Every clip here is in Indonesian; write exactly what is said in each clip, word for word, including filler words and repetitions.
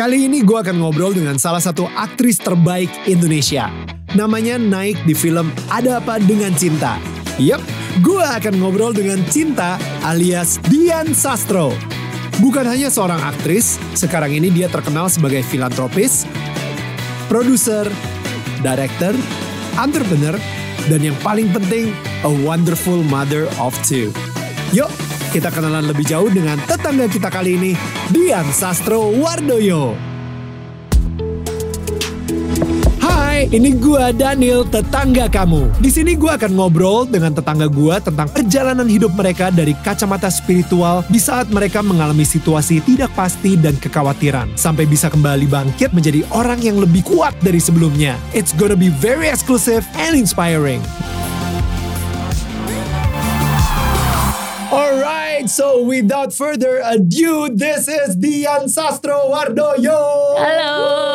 Kali ini gue akan ngobrol dengan salah satu aktris terbaik Indonesia. Namanya naik di film Ada Apa Dengan Cinta. Yup, gue akan ngobrol dengan Cinta alias Dian Sastro. Bukan hanya seorang aktris, sekarang ini dia terkenal sebagai filantropis, produser, director, entrepreneur, dan yang paling penting, a wonderful mother of two. Yuk, kita kenalan lebih jauh dengan tetangga kita kali ini, Dian Sastro Wardoyo. Hai, ini gua Daniel, tetangga kamu. Di sini gua akan ngobrol dengan tetangga gua tentang perjalanan hidup mereka dari kacamata spiritual di saat mereka mengalami situasi tidak pasti dan kekhawatiran, sampai bisa kembali bangkit menjadi orang yang lebih kuat dari sebelumnya. It's gonna be very exclusive and inspiring. Alright, so without further ado, this is Dian Sastro Wardoyo. Halo.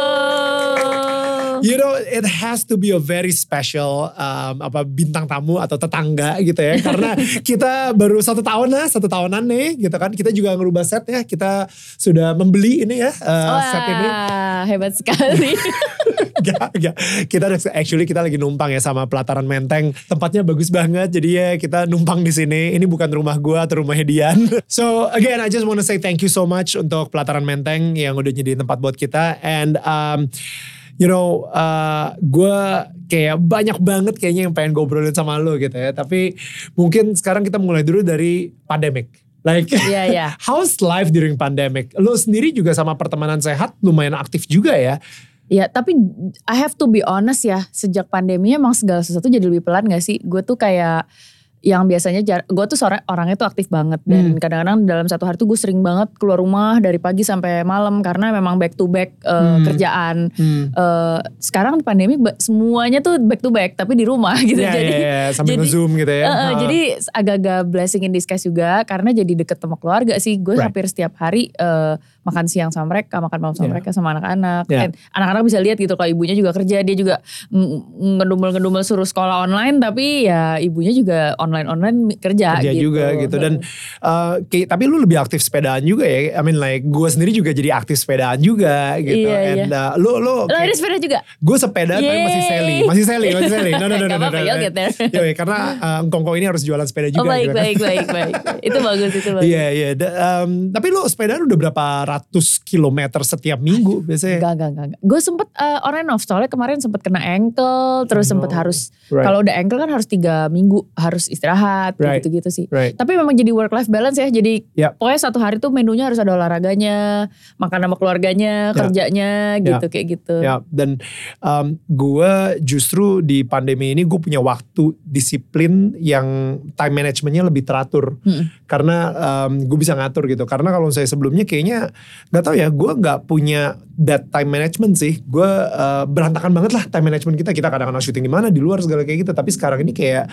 You know, it has to be a very special um, apa bintang tamu atau tetangga gitu ya, karena kita baru satu tahun lah, satu tahunan nih, gitu kan. Kita juga ngerubah set ya, kita sudah membeli ini ya uh, Wah, set ini. Hebat sekali. Gak, gak. Kita actually kita lagi numpang ya sama Pelataran Menteng. Tempatnya bagus banget, jadi ya kita numpang di sini. Ini bukan rumah gue atau rumahnya Dian. So again, I just want to say thank you so much untuk Pelataran Menteng yang udah nyediain tempat buat kita. And um, you know, uh, gue kayak banyak banget kayaknya yang pengen ngobrolin sama lo gitu ya. Tapi mungkin sekarang kita mulai dulu dari pandemic. Like, yeah, yeah. How's life during pandemic? Lo sendiri juga sama pertemanan sehat lumayan aktif juga ya. Ya, tapi I have to be honest ya, sejak pandemi emang segala sesuatu jadi lebih pelan gak sih? Gue tuh kayak yang biasanya, gue tuh sore orangnya tuh aktif banget. Dan hmm. kadang-kadang dalam satu hari tuh gue sering banget keluar rumah dari pagi sampai malam. Karena memang back to back uh, hmm. kerjaan. Hmm. Uh, sekarang pandemi semuanya tuh back to back tapi di rumah gitu. Yeah, jadi, yeah, yeah. Sambil nge-zoom gitu ya. Uh, uh, uh. Jadi agak-agak blessing in disguise juga. Karena jadi deket sama keluarga sih. Gue right. hampir setiap hari uh, makan siang sama mereka, makan malam sama yeah. mereka, sama anak-anak. Yeah. Anak-anak bisa lihat gitu kalau ibunya juga kerja. Dia juga ngedumel-ngedumel suruh sekolah online. Tapi ya ibunya juga online-online kerja, kerja gitu. juga gitu. Dan uh, kayak, tapi lu lebih aktif sepedaan juga ya. I mean like gue sendiri juga jadi aktif sepedaan juga gitu. Iya, And iya. uh, lu lu Lo ada sepeda juga? Gue sepeda tapi masih selling. Masih selling, masih selling. No no no no. Gak apa-apa, you'll get there. Yo, karena uh, Kongko ini harus jualan sepeda juga. Oh baik, gitu. baik, baik, baik. Itu bagus, itu bagus. Iya, iya. Um, tapi lu sepedaan udah berapa ratus kilometer setiap minggu biasanya? Gak, gak, gak. Gue sempet uh, on and off. Soalnya kemarin sempet kena ankle. Terus oh, sempet harus, right. kalau udah ankle kan harus tiga minggu. Harus istirahat, right. gitu-gitu sih. Right. Tapi memang jadi work life balance ya. Jadi yep. pokoknya satu hari tuh menunya harus ada olahraganya, makan sama keluarganya, yep. kerjanya gitu, yep. kayak gitu. Ya, dan um, gue justru di pandemi ini gue punya waktu disiplin yang time managementnya lebih teratur. Hmm. Karena um, gue bisa ngatur gitu. Karena kalau saya sebelumnya kayaknya gak tahu ya, gue gak punya that time management sih. Gue uh, berantakan banget lah time management kita. Kita kadang-kadang syuting di mana, di luar segala kayak gitu. Tapi sekarang ini kayak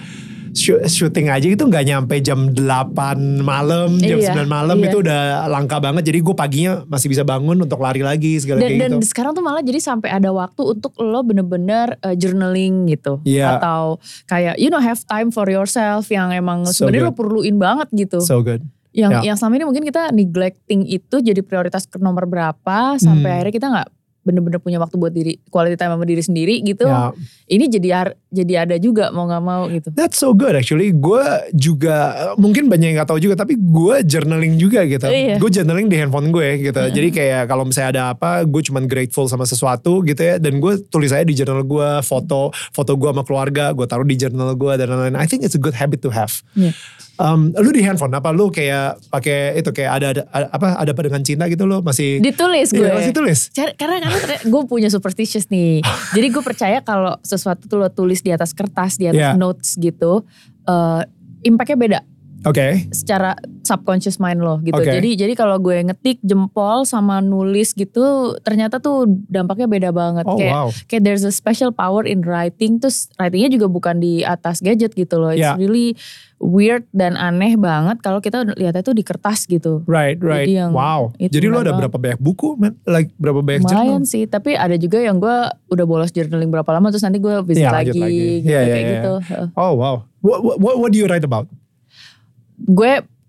syuting aja itu gak nyampe jam delapan malam, jam iya, sembilan malam iya. Itu udah langka banget. Jadi gue paginya masih bisa bangun untuk lari lagi segala dan, kayak dan gitu. Dan sekarang tuh malah jadi sampai ada waktu untuk lo bener-bener uh, journaling gitu. Yeah. Atau kayak you know have time for yourself yang emang so sebenarnya lo perluin banget gitu. So good. Yang, yeah. yang selama ini mungkin kita neglecting itu jadi prioritas ke nomor berapa. Sampai hmm. akhirnya kita gak bener-bener punya waktu buat diri, quality time sama diri sendiri gitu. Ya. Ini jadi jadi ada juga mau gak mau gitu. That's so good actually. Gue juga mungkin banyak yang gak tahu juga, tapi gue journaling juga gitu. Iya. Gue journaling di handphone gue gitu. Uh-huh. Jadi kayak kalau misalnya ada apa, gue cuman grateful sama sesuatu gitu ya. Dan gue tulis aja di journal gue, foto foto gue sama keluarga, gue taruh di journal gue dan lain-lain. I think it's a good habit to have. Yeah. Um, lu di handphone apa lu kayak pakai itu kayak ada, ada apa ada apa dengan cinta gitu lo masih ditulis gue. Iya, masih tulis. Karena karena gue punya superstitious nih. Jadi gue percaya kalau sesuatu tuh lo tulis di atas kertas, di atas yeah. notes gitu, uh, impactnya beda. Oke. Okay. Secara subconscious mind lo gitu. Okay. Jadi jadi kalau gue ngetik jempol sama nulis gitu, ternyata tuh dampaknya beda banget. Oh, kayak wow. kayak there's a special power in writing. Terus writingnya juga bukan di atas gadget gitu loh. It's yeah. really weird dan aneh banget kalau kita lihatnya tuh di kertas gitu. Right, right. Jadi yang wow. Jadi lo ada banget. Berapa banyak buku, man? Like berapa banyak journal? Lumayan sih, tapi ada juga yang gue udah bolos journaling berapa lama terus nanti gue visit yeah, lagi, lagi. Gitu, yeah, kayak yeah, gitu. Yeah. Oh wow. What, what what do you write about? Gue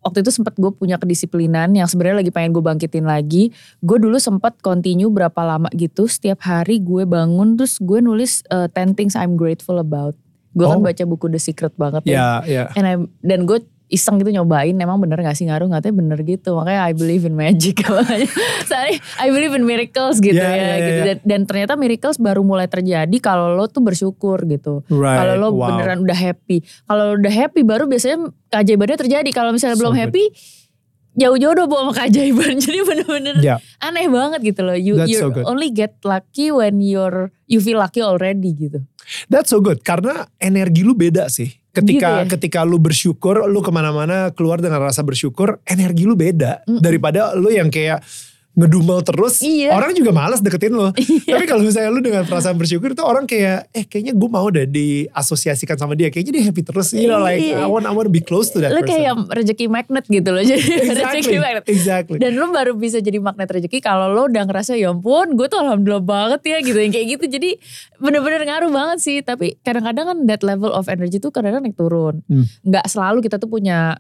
waktu itu sempat gue punya kedisiplinan yang sebenarnya lagi pengen gue bangkitin lagi. Gue dulu sempat continue berapa lama gitu, setiap hari gue bangun terus gue nulis uh, ten things I'm grateful about. Gue oh. kan baca buku The Secret banget yeah, ya. Yeah. And I, dan gue iseng gitu nyobain, emang bener gak sih ngaruh? Katanya bener gitu, makanya I believe in magic. Soalnya I believe in miracles gitu yeah, ya. Yeah, gitu. Yeah. Dan, dan ternyata miracles baru mulai terjadi kalau lo tuh bersyukur gitu. Right, kalau lo wow. beneran udah happy. Kalau lo udah happy baru biasanya keajaibannya terjadi. Kalau misalnya so belum good. happy, jauh-jauh udah bawa keajaiban. Jadi bener-bener yeah. aneh banget gitu loh. You you so only get lucky when you're you feel lucky already gitu. That's so good, karena energi lu beda sih. Ketika gitu ya? Ketika lu bersyukur, lu kemana-mana keluar dengan rasa bersyukur, energi lu beda. Mm-mm. Daripada lu yang kayak ngedumel terus, iya. orang juga malas deketin lo. Iya. Tapi kalau misalnya lu dengan perasaan bersyukur, tuh orang kayak, eh kayaknya gue mau deh diasosiasikan sama dia. Kayaknya dia happy terus, you know, like I want, I want to be close to that lu person. Lu kayak rezeki magnet gitu loh. Jadi exactly, rezeki magnet. Exactly. Dan lu baru bisa jadi magnet rezeki kalau lu udah ngerasa ya ampun, gue tuh alhamdulillah banget ya gitu. Yang kayak gitu, jadi bener-bener ngaruh banget sih. Tapi kadang-kadang kan that level of energy tuh kadang-kadang naik turun. Hmm. Gak selalu kita tuh punya,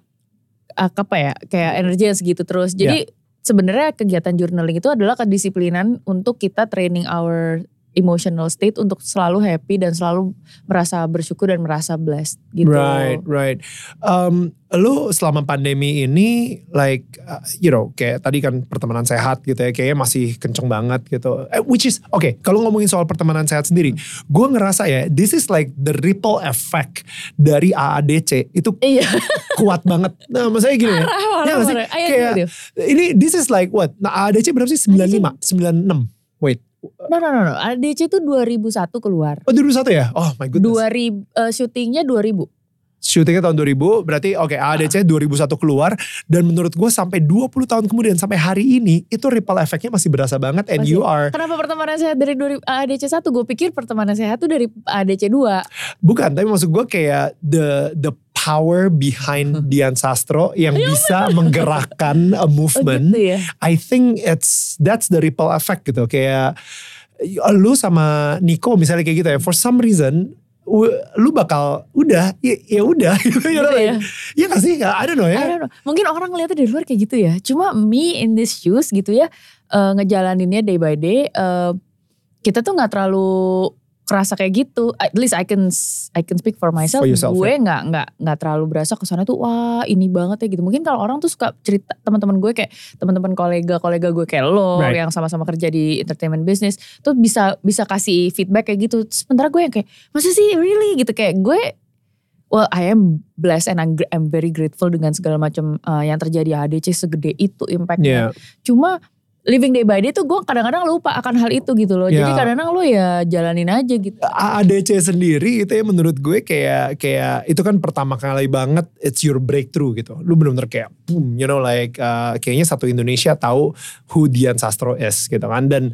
apa ya, kayak energi yang segitu terus. Jadi yeah. sebenarnya kegiatan journaling itu adalah kedisiplinan untuk kita training our emotional state untuk selalu happy dan selalu merasa bersyukur dan merasa blessed gitu. Right, right. Um, lu selama pandemi ini like uh, you know kayak tadi kan pertemanan sehat gitu ya, kayaknya masih kenceng banget gitu. Eh, which is oke, okay, kalau ngomongin soal pertemanan sehat sendiri, gue ngerasa ya this is like the ripple effect dari A A D C itu iya. kuat banget. Nah, maksudnya gini ya. Marah, ya marah, sih? marah. Ayo, kayak gitu. Ini this is like what? Nah, A A D C berapa sih? sembilan puluh lima, sembilan puluh enam. Wait. No no no no, A D C itu dua ribu satu keluar. Oh dua ribu satu ya? Oh my goodness. dua ribu uh, syutingnya dua ribu. Syutingnya tahun dua ribu, berarti oke okay, A D C uh. dua ribu satu keluar. Dan menurut gue sampai dua puluh tahun kemudian, sampai hari ini, itu ripple effectnya masih berasa banget. And masih. You are. Kenapa pertemanan sehat dari A D C satu? Gue pikir pertemanan sehat tuh dari A D C dua. Bukan, tapi maksud gue kayak the the power behind Dian Sastro yang bisa menggerakkan a movement. Oh gitu ya? I think it's that's the ripple effect gitu. Kayak lu sama Nico misalnya kayak gitu ya. For some reason lu bakal udah ya, ya udah gitu, gitu ya. Ya gak sih? I don't know ya. I don't know. Mungkin orang ngeliatnya dari luar kayak gitu ya. Cuma me in this shoes gitu ya, uh, ngejalaninnya day by day. Uh, kita tuh gak terlalu kerasa kayak gitu. At least I can I can speak for myself. For yourself, gue nggak ya? nggak nggak terlalu berasa kesana tuh wah ini banget ya gitu. Mungkin kalau orang tuh suka cerita teman-teman gue kayak teman-teman kolega-kolega gue kayak lo right. yang sama-sama kerja di entertainment business tuh bisa bisa kasih feedback kayak gitu. Sementara gue yang kayak masa sih really gitu, kayak gue well I am blessed and I'm, I'm very grateful dengan segala macam uh, yang terjadi A D C segede itu impactnya. Yeah. Cuma living day by day tuh gue kadang-kadang lupa akan hal itu gitu loh. Ya. Jadi kadang-kadang lo ya jalanin aja gitu. A D C sendiri itu ya menurut gue kayak kayak itu kan pertama kali banget it's your breakthrough gitu. Lu bener-bener kayak boom, you know like uh, kayaknya satu Indonesia tahu who Dian Sastro is gitu kan. Dan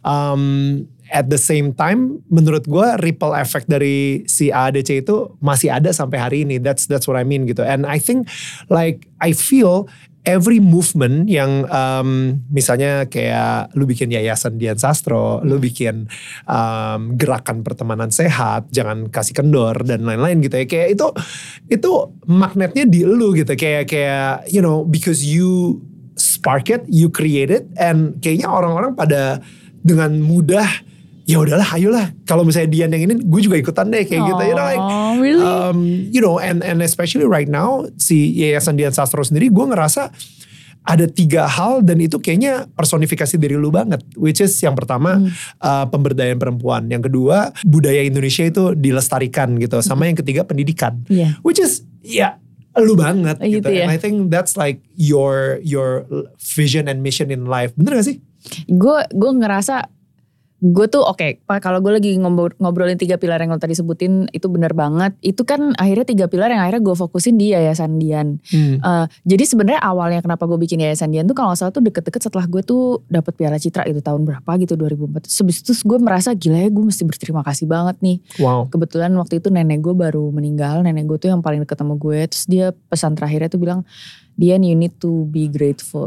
um, at the same time menurut gue ripple effect dari si A D C itu masih ada sampai hari ini. That's that's what I mean gitu. And I think like I feel every movement yang um, misalnya kayak lu bikin yayasan Dian Sastro, lu bikin um, gerakan pertemanan sehat, jangan kasih kendor dan lain-lain gitu ya. Kayak itu itu magnetnya di lu gitu. Kayak kayak you know because you spark it, you create it, and kayaknya orang-orang pada dengan mudah ya udahlah ayolah kalau misalnya Dian yang ini gue juga ikutan deh kayak Aww, gitu you know like really? um, you know and and especially right now si Yayasan Dian Sastro sendiri gue ngerasa ada tiga hal dan itu kayaknya personifikasi diri lu banget, which is yang pertama hmm. uh, pemberdayaan perempuan, yang kedua budaya Indonesia itu dilestarikan gitu, sama yang ketiga pendidikan, yeah. which is ya lu banget oh, gitu, gitu ya? And I think that's like your your vision and mission in life, bener gak sih? Gue gue ngerasa gue tuh oke, okay, kalau gue lagi ngobrol, ngobrolin tiga pilar yang lo tadi sebutin itu benar banget. Itu kan akhirnya tiga pilar yang akhirnya gue fokusin di Yayasan Dian. Hmm. Uh, jadi sebenarnya awalnya kenapa gue bikin Yayasan Dian tuh kalau gak salah tuh deket-deket setelah gue tuh dapet Piala Citra itu tahun berapa gitu dua ribu empat. Sebis itu gue merasa gila ya gue mesti berterima kasih banget nih. Wow. Kebetulan waktu itu nenek gue baru meninggal. Nenek gue tuh yang paling deket sama gue. Terus dia pesan terakhirnya tuh bilang, Dian you need to be grateful.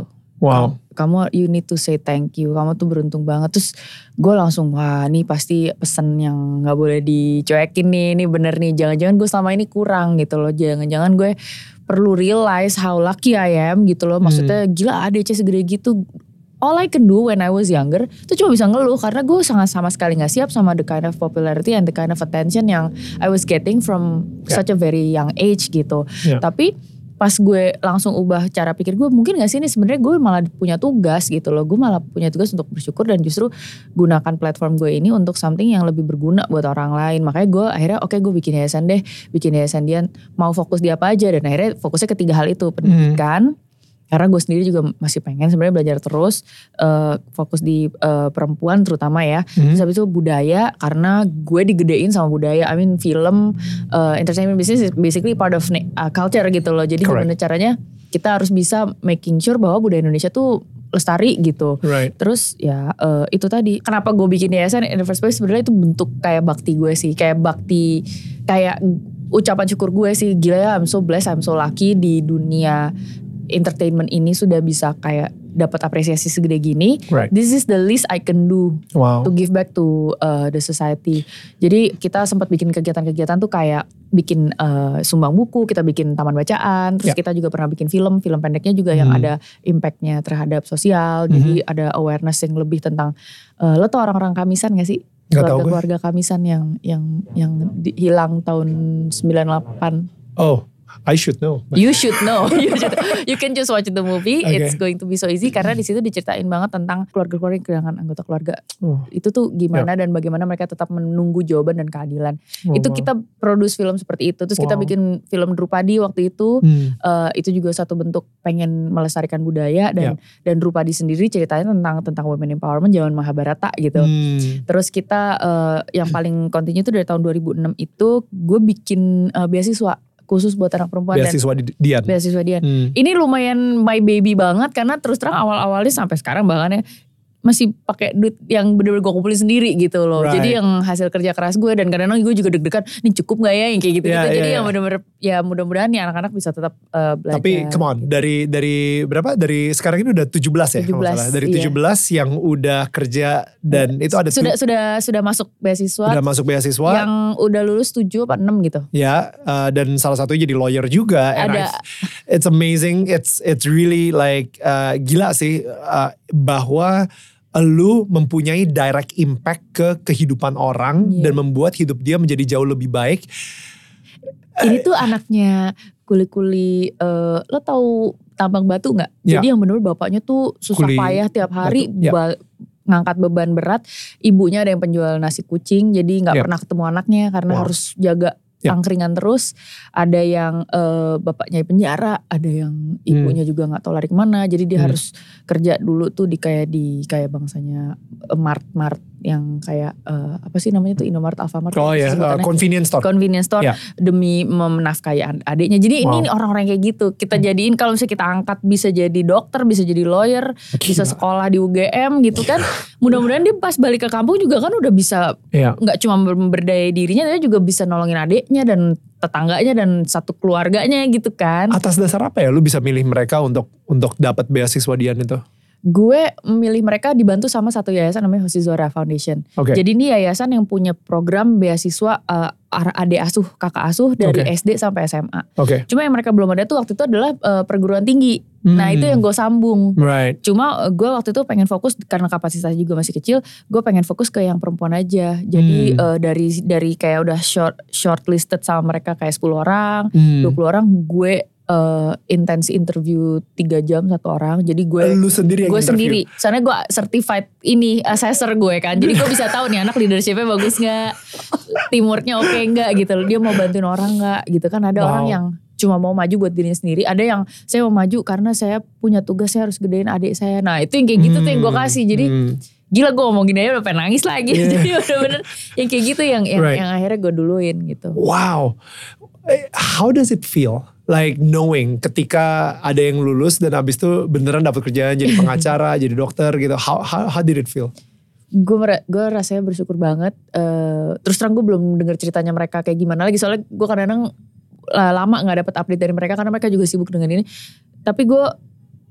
Wow. Kamu you need to say thank you. Kamu tuh beruntung banget. Terus gue langsung wah ini pasti pesan yang gak boleh dicuekin nih. Ini bener nih. Jangan-jangan gue selama ini kurang gitu loh. Jangan-jangan gue perlu realize how lucky I am gitu loh. Maksudnya hmm. gila A D C segede gitu. All I can do when I was younger itu cuma bisa ngeluh. Karena gue sangat sama sekali gak siap sama the kind of popularity and the kind of attention yang I was getting from yeah. such a very young age gitu. Yeah. Tapi pas gue langsung ubah cara pikir gue, mungkin gak sih ini sebenarnya gue malah punya tugas gitu loh. Gue malah punya tugas untuk bersyukur dan justru gunakan platform gue ini untuk something yang lebih berguna buat orang lain. Makanya gue akhirnya oke okay, gue bikin yayasan deh. Bikin yayasan dia mau fokus di apa aja. Dan akhirnya fokusnya ketiga hal itu. Pendidikan. Hmm. Karena gue sendiri juga masih pengen sebenarnya belajar terus. Uh, fokus di uh, perempuan terutama ya. Hmm. Terus habis itu budaya. Karena gue digedein sama budaya. I mean film, uh, entertainment business is basically part of uh, culture gitu loh. Jadi gimana caranya kita harus bisa making sure bahwa budaya Indonesia tuh lestari gitu. Right. Terus ya uh, itu tadi. Kenapa gue bikin yayasan in the first place sebenarnya itu bentuk kayak bakti gue sih. Kayak bakti, kayak ucapan syukur gue sih. Gila ya I'm so blessed, I'm so lucky di dunia entertainment ini sudah bisa kayak dapat apresiasi segede gini. Right. This is the least I can do wow. to give back to uh, the society. Jadi kita sempat bikin kegiatan-kegiatan tuh kayak bikin uh, sumbang buku, kita bikin taman bacaan, terus yeah. kita juga pernah bikin film, film pendeknya juga hmm. yang ada impactnya terhadap sosial. Hmm. Jadi ada awareness yang lebih tentang uh, lo tau orang-orang Kamisan gak sih? Keluarga-keluarga Kamisan yang yang yang di, hilang tahun sembilan puluh delapan. Oh. I should know. You should know. You, should, you can just watch the movie. Okay. It's going to be so easy karena di situ diceritain banget tentang keluarga-keluarga yang kehilangan anggota keluarga. Oh. Itu tuh gimana yeah. dan bagaimana mereka tetap menunggu jawaban dan keadilan. Oh, itu wow. kita produce film seperti itu. Terus wow. kita bikin film Drupadi waktu itu. Hmm. Uh, itu juga satu bentuk pengen melestarikan budaya dan yeah. dan Drupadi sendiri ceritanya tentang tentang women empowerment zaman Mahabharata gitu. Hmm. Terus kita uh, yang paling continue tuh dari tahun dua ribu enam itu gue bikin uh, beasiswa khusus buat anak perempuan. Beasiswa dan Dian. Beasiswa Dian. Hmm. Ini lumayan my baby banget karena terus terang awal-awalnya sampai sekarang bahkan ya masih pakai duit yang bener-bener gue kumpulin sendiri gitu loh. Right. Jadi yang hasil kerja keras gue dan kadang-kadang gue juga deg-degan, ini cukup gak ya yang kayak gitu-gitu. Yeah, Jadi yeah, yang bener-bener ya mudah-mudahan nih anak-anak bisa tetap uh, belajar. Tapi come on, gitu. dari dari berapa? Dari sekarang ini udah tujuh belas ya? tujuh belas, kalau salah. Dari iya. tujuh belas yang udah kerja dan yeah. itu ada sudah tu- sudah sudah masuk beasiswa. Sudah masuk beasiswa. Yang udah lulus tujuh atau enam gitu. Ya, uh, dan salah satunya jadi lawyer juga. And ada. I, it's amazing. It's it's really like uh, gila sih uh, bahwa lu mempunyai direct impact ke kehidupan orang yeah. dan membuat hidup dia menjadi jauh lebih baik. Ini tuh anaknya kuli-kuli, uh, lo tahu tambang batu nggak? Yeah. Jadi yang bener bapaknya tuh susah Kuli payah tiap hari yeah. ba- ngangkat beban berat. Ibunya ada yang penjual nasi kucing, jadi nggak yeah. pernah ketemu anaknya karena wow. harus jaga yeah. angkringan terus. Ada yang uh, bapaknya di penjara, ada yang ibunya hmm. juga nggak tahu lari kemana. Jadi dia hmm. harus kerja dulu tuh di kayak di kayak bangsanya uh, mart mart yang kayak uh, apa sih namanya tuh Indomart, Alfamart. Oh ya, uh, convenience store. Convenience store yeah. demi menafkahi adiknya. Jadi wow. ini, ini orang-orang kayak gitu. Kita hmm. jadiin kalau misalnya kita angkat bisa jadi dokter, bisa jadi lawyer, Gila. bisa sekolah di U G M gitu kan. Mudah-mudahan dia pas balik ke kampung juga kan udah bisa yeah. gak cuma memberdaya dirinya, tapi juga bisa nolongin adiknya dan tetangganya dan satu keluarganya gitu kan. Atas dasar apa ya lu bisa milih mereka untuk untuk dapat beasiswa Dian itu? Gue memilih mereka dibantu sama satu yayasan namanya Hosi Zora Foundation. Okay. Jadi ini yayasan yang punya program beasiswa uh, adik asuh, kakak asuh dari okay. S D sampai S M A. Okay. Cuma yang mereka belum ada tuh waktu itu adalah uh, perguruan tinggi. Hmm. Nah itu yang gue sambung. Right. Cuma uh, gue waktu itu pengen fokus karena kapasitasnya juga masih kecil. Gue pengen fokus ke yang perempuan aja. Jadi hmm. uh, dari dari kayak udah short shortlisted sama mereka kayak sepuluh orang, hmm. dua puluh orang, gue Uh, intensi interview tiga jam satu orang. Jadi gue Lu sendiri yang gue interview? sendiri. Soalnya gue certified ini assessor gue kan. Jadi gue bisa tahu nih anak leadershipnya bagus gak, teamworknya oke okay gak gitu. Dia mau bantuin orang gak gitu kan. Ada wow. orang yang cuma mau maju buat dirinya sendiri. Ada yang saya mau maju karena saya punya tugas, saya harus gedein adik saya. Nah itu yang kayak gitu hmm. tuh yang gue kasih. Jadi hmm. gila gue ngomong gini aja udah pengen nangis lagi. Yeah. Jadi bener-bener yang kayak gitu yang yang, right. yang akhirnya gue duluin gitu. Wow. How does it feel? Like knowing ketika ada yang lulus dan abis itu beneran dapat kerjaan jadi pengacara, jadi dokter gitu. How how, how did it feel? Gue gue rasanya bersyukur banget. Uh, terus terang gue belum dengar ceritanya mereka kayak gimana lagi. Soalnya gue kadang-kadang lama nggak dapat update dari mereka karena mereka juga sibuk dengan ini. Tapi gue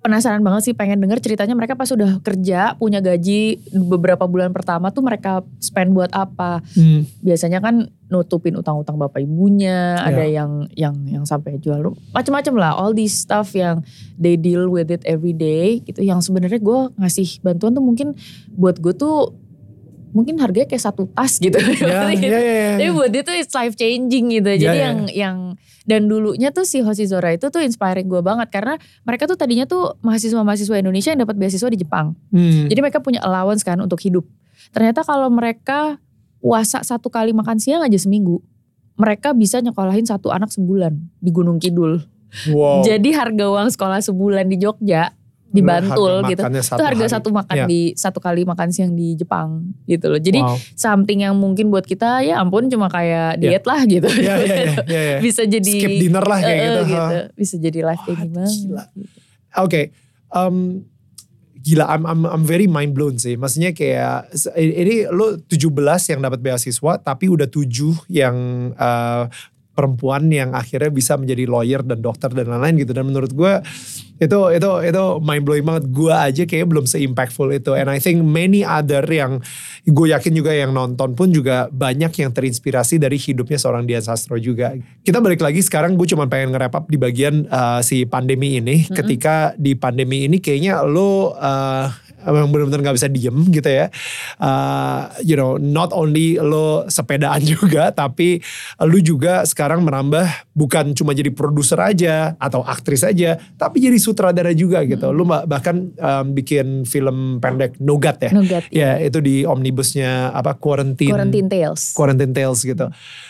penasaran banget sih, pengen denger ceritanya mereka pas udah kerja, punya gaji beberapa bulan pertama tuh mereka spend buat apa. Hmm. Biasanya kan nutupin utang-utang bapak ibunya, yeah. ada yang yang yang sampai jual macam-macam lah, all this stuff yang they deal with it every day gitu. Yang sebenarnya gue ngasih bantuan tuh mungkin buat gue tuh mungkin harganya kayak satu tas gitu. Yeah, gitu. Yeah, yeah, yeah. Tapi buat dia tuh it's life changing gitu. Jadi yeah, yang yeah. yang dan dulunya tuh si Hoshi Zora itu tuh inspiring gue banget karena mereka tuh tadinya tuh mahasiswa-mahasiswa Indonesia yang dapat beasiswa di Jepang. Hmm. Jadi mereka punya allowance kan untuk hidup. Ternyata kalau mereka puasa satu kali makan siang aja seminggu, mereka bisa nyekolahin satu anak sebulan di Gunung Kidul. Wow. Jadi harga uang sekolah sebulan di Jogja di Bantul gitu, itu harga hari. satu makan yeah. di satu kali makan siang di Jepang gitu loh. Jadi wow. something yang mungkin buat kita ya ampun cuma kayak diet yeah. lah gitu, yeah, yeah, yeah, yeah, yeah. bisa jadi skip dinner lah kayak uh, gitu, gitu. Bisa jadi life changing banget. Oke, okay. um, gila, I'm, I'm I'm very mind blown sih. Maksudnya kayak ini lo tujuh belas yang dapat beasiswa, tapi udah tujuh yang uh, perempuan yang akhirnya bisa menjadi lawyer dan dokter dan lain-lain gitu. Dan menurut gue itu itu itu mind blowing banget. Gue aja kayaknya belum se-impactful itu. And I think many other yang gue yakin juga yang nonton pun juga banyak yang terinspirasi dari hidupnya seorang Dian Sastro juga. Kita balik lagi sekarang, gue cuma pengen nge-wrap up di bagian uh, si pandemi ini. Mm-hmm. Ketika di pandemi ini kayaknya lo uh, emang benar-benar gak bisa diem gitu ya. Uh, you know, not only lo sepedaan juga, tapi lo juga sekarang menambah bukan cuma jadi produser aja atau aktris aja, tapi jadi sutradara juga gitu. Hmm. Lo bahkan um, bikin film pendek Nogat ya. Nogat. Ya, itu di omnibusnya apa Quarantine. Quarantine Tales. Quarantine Tales gitu.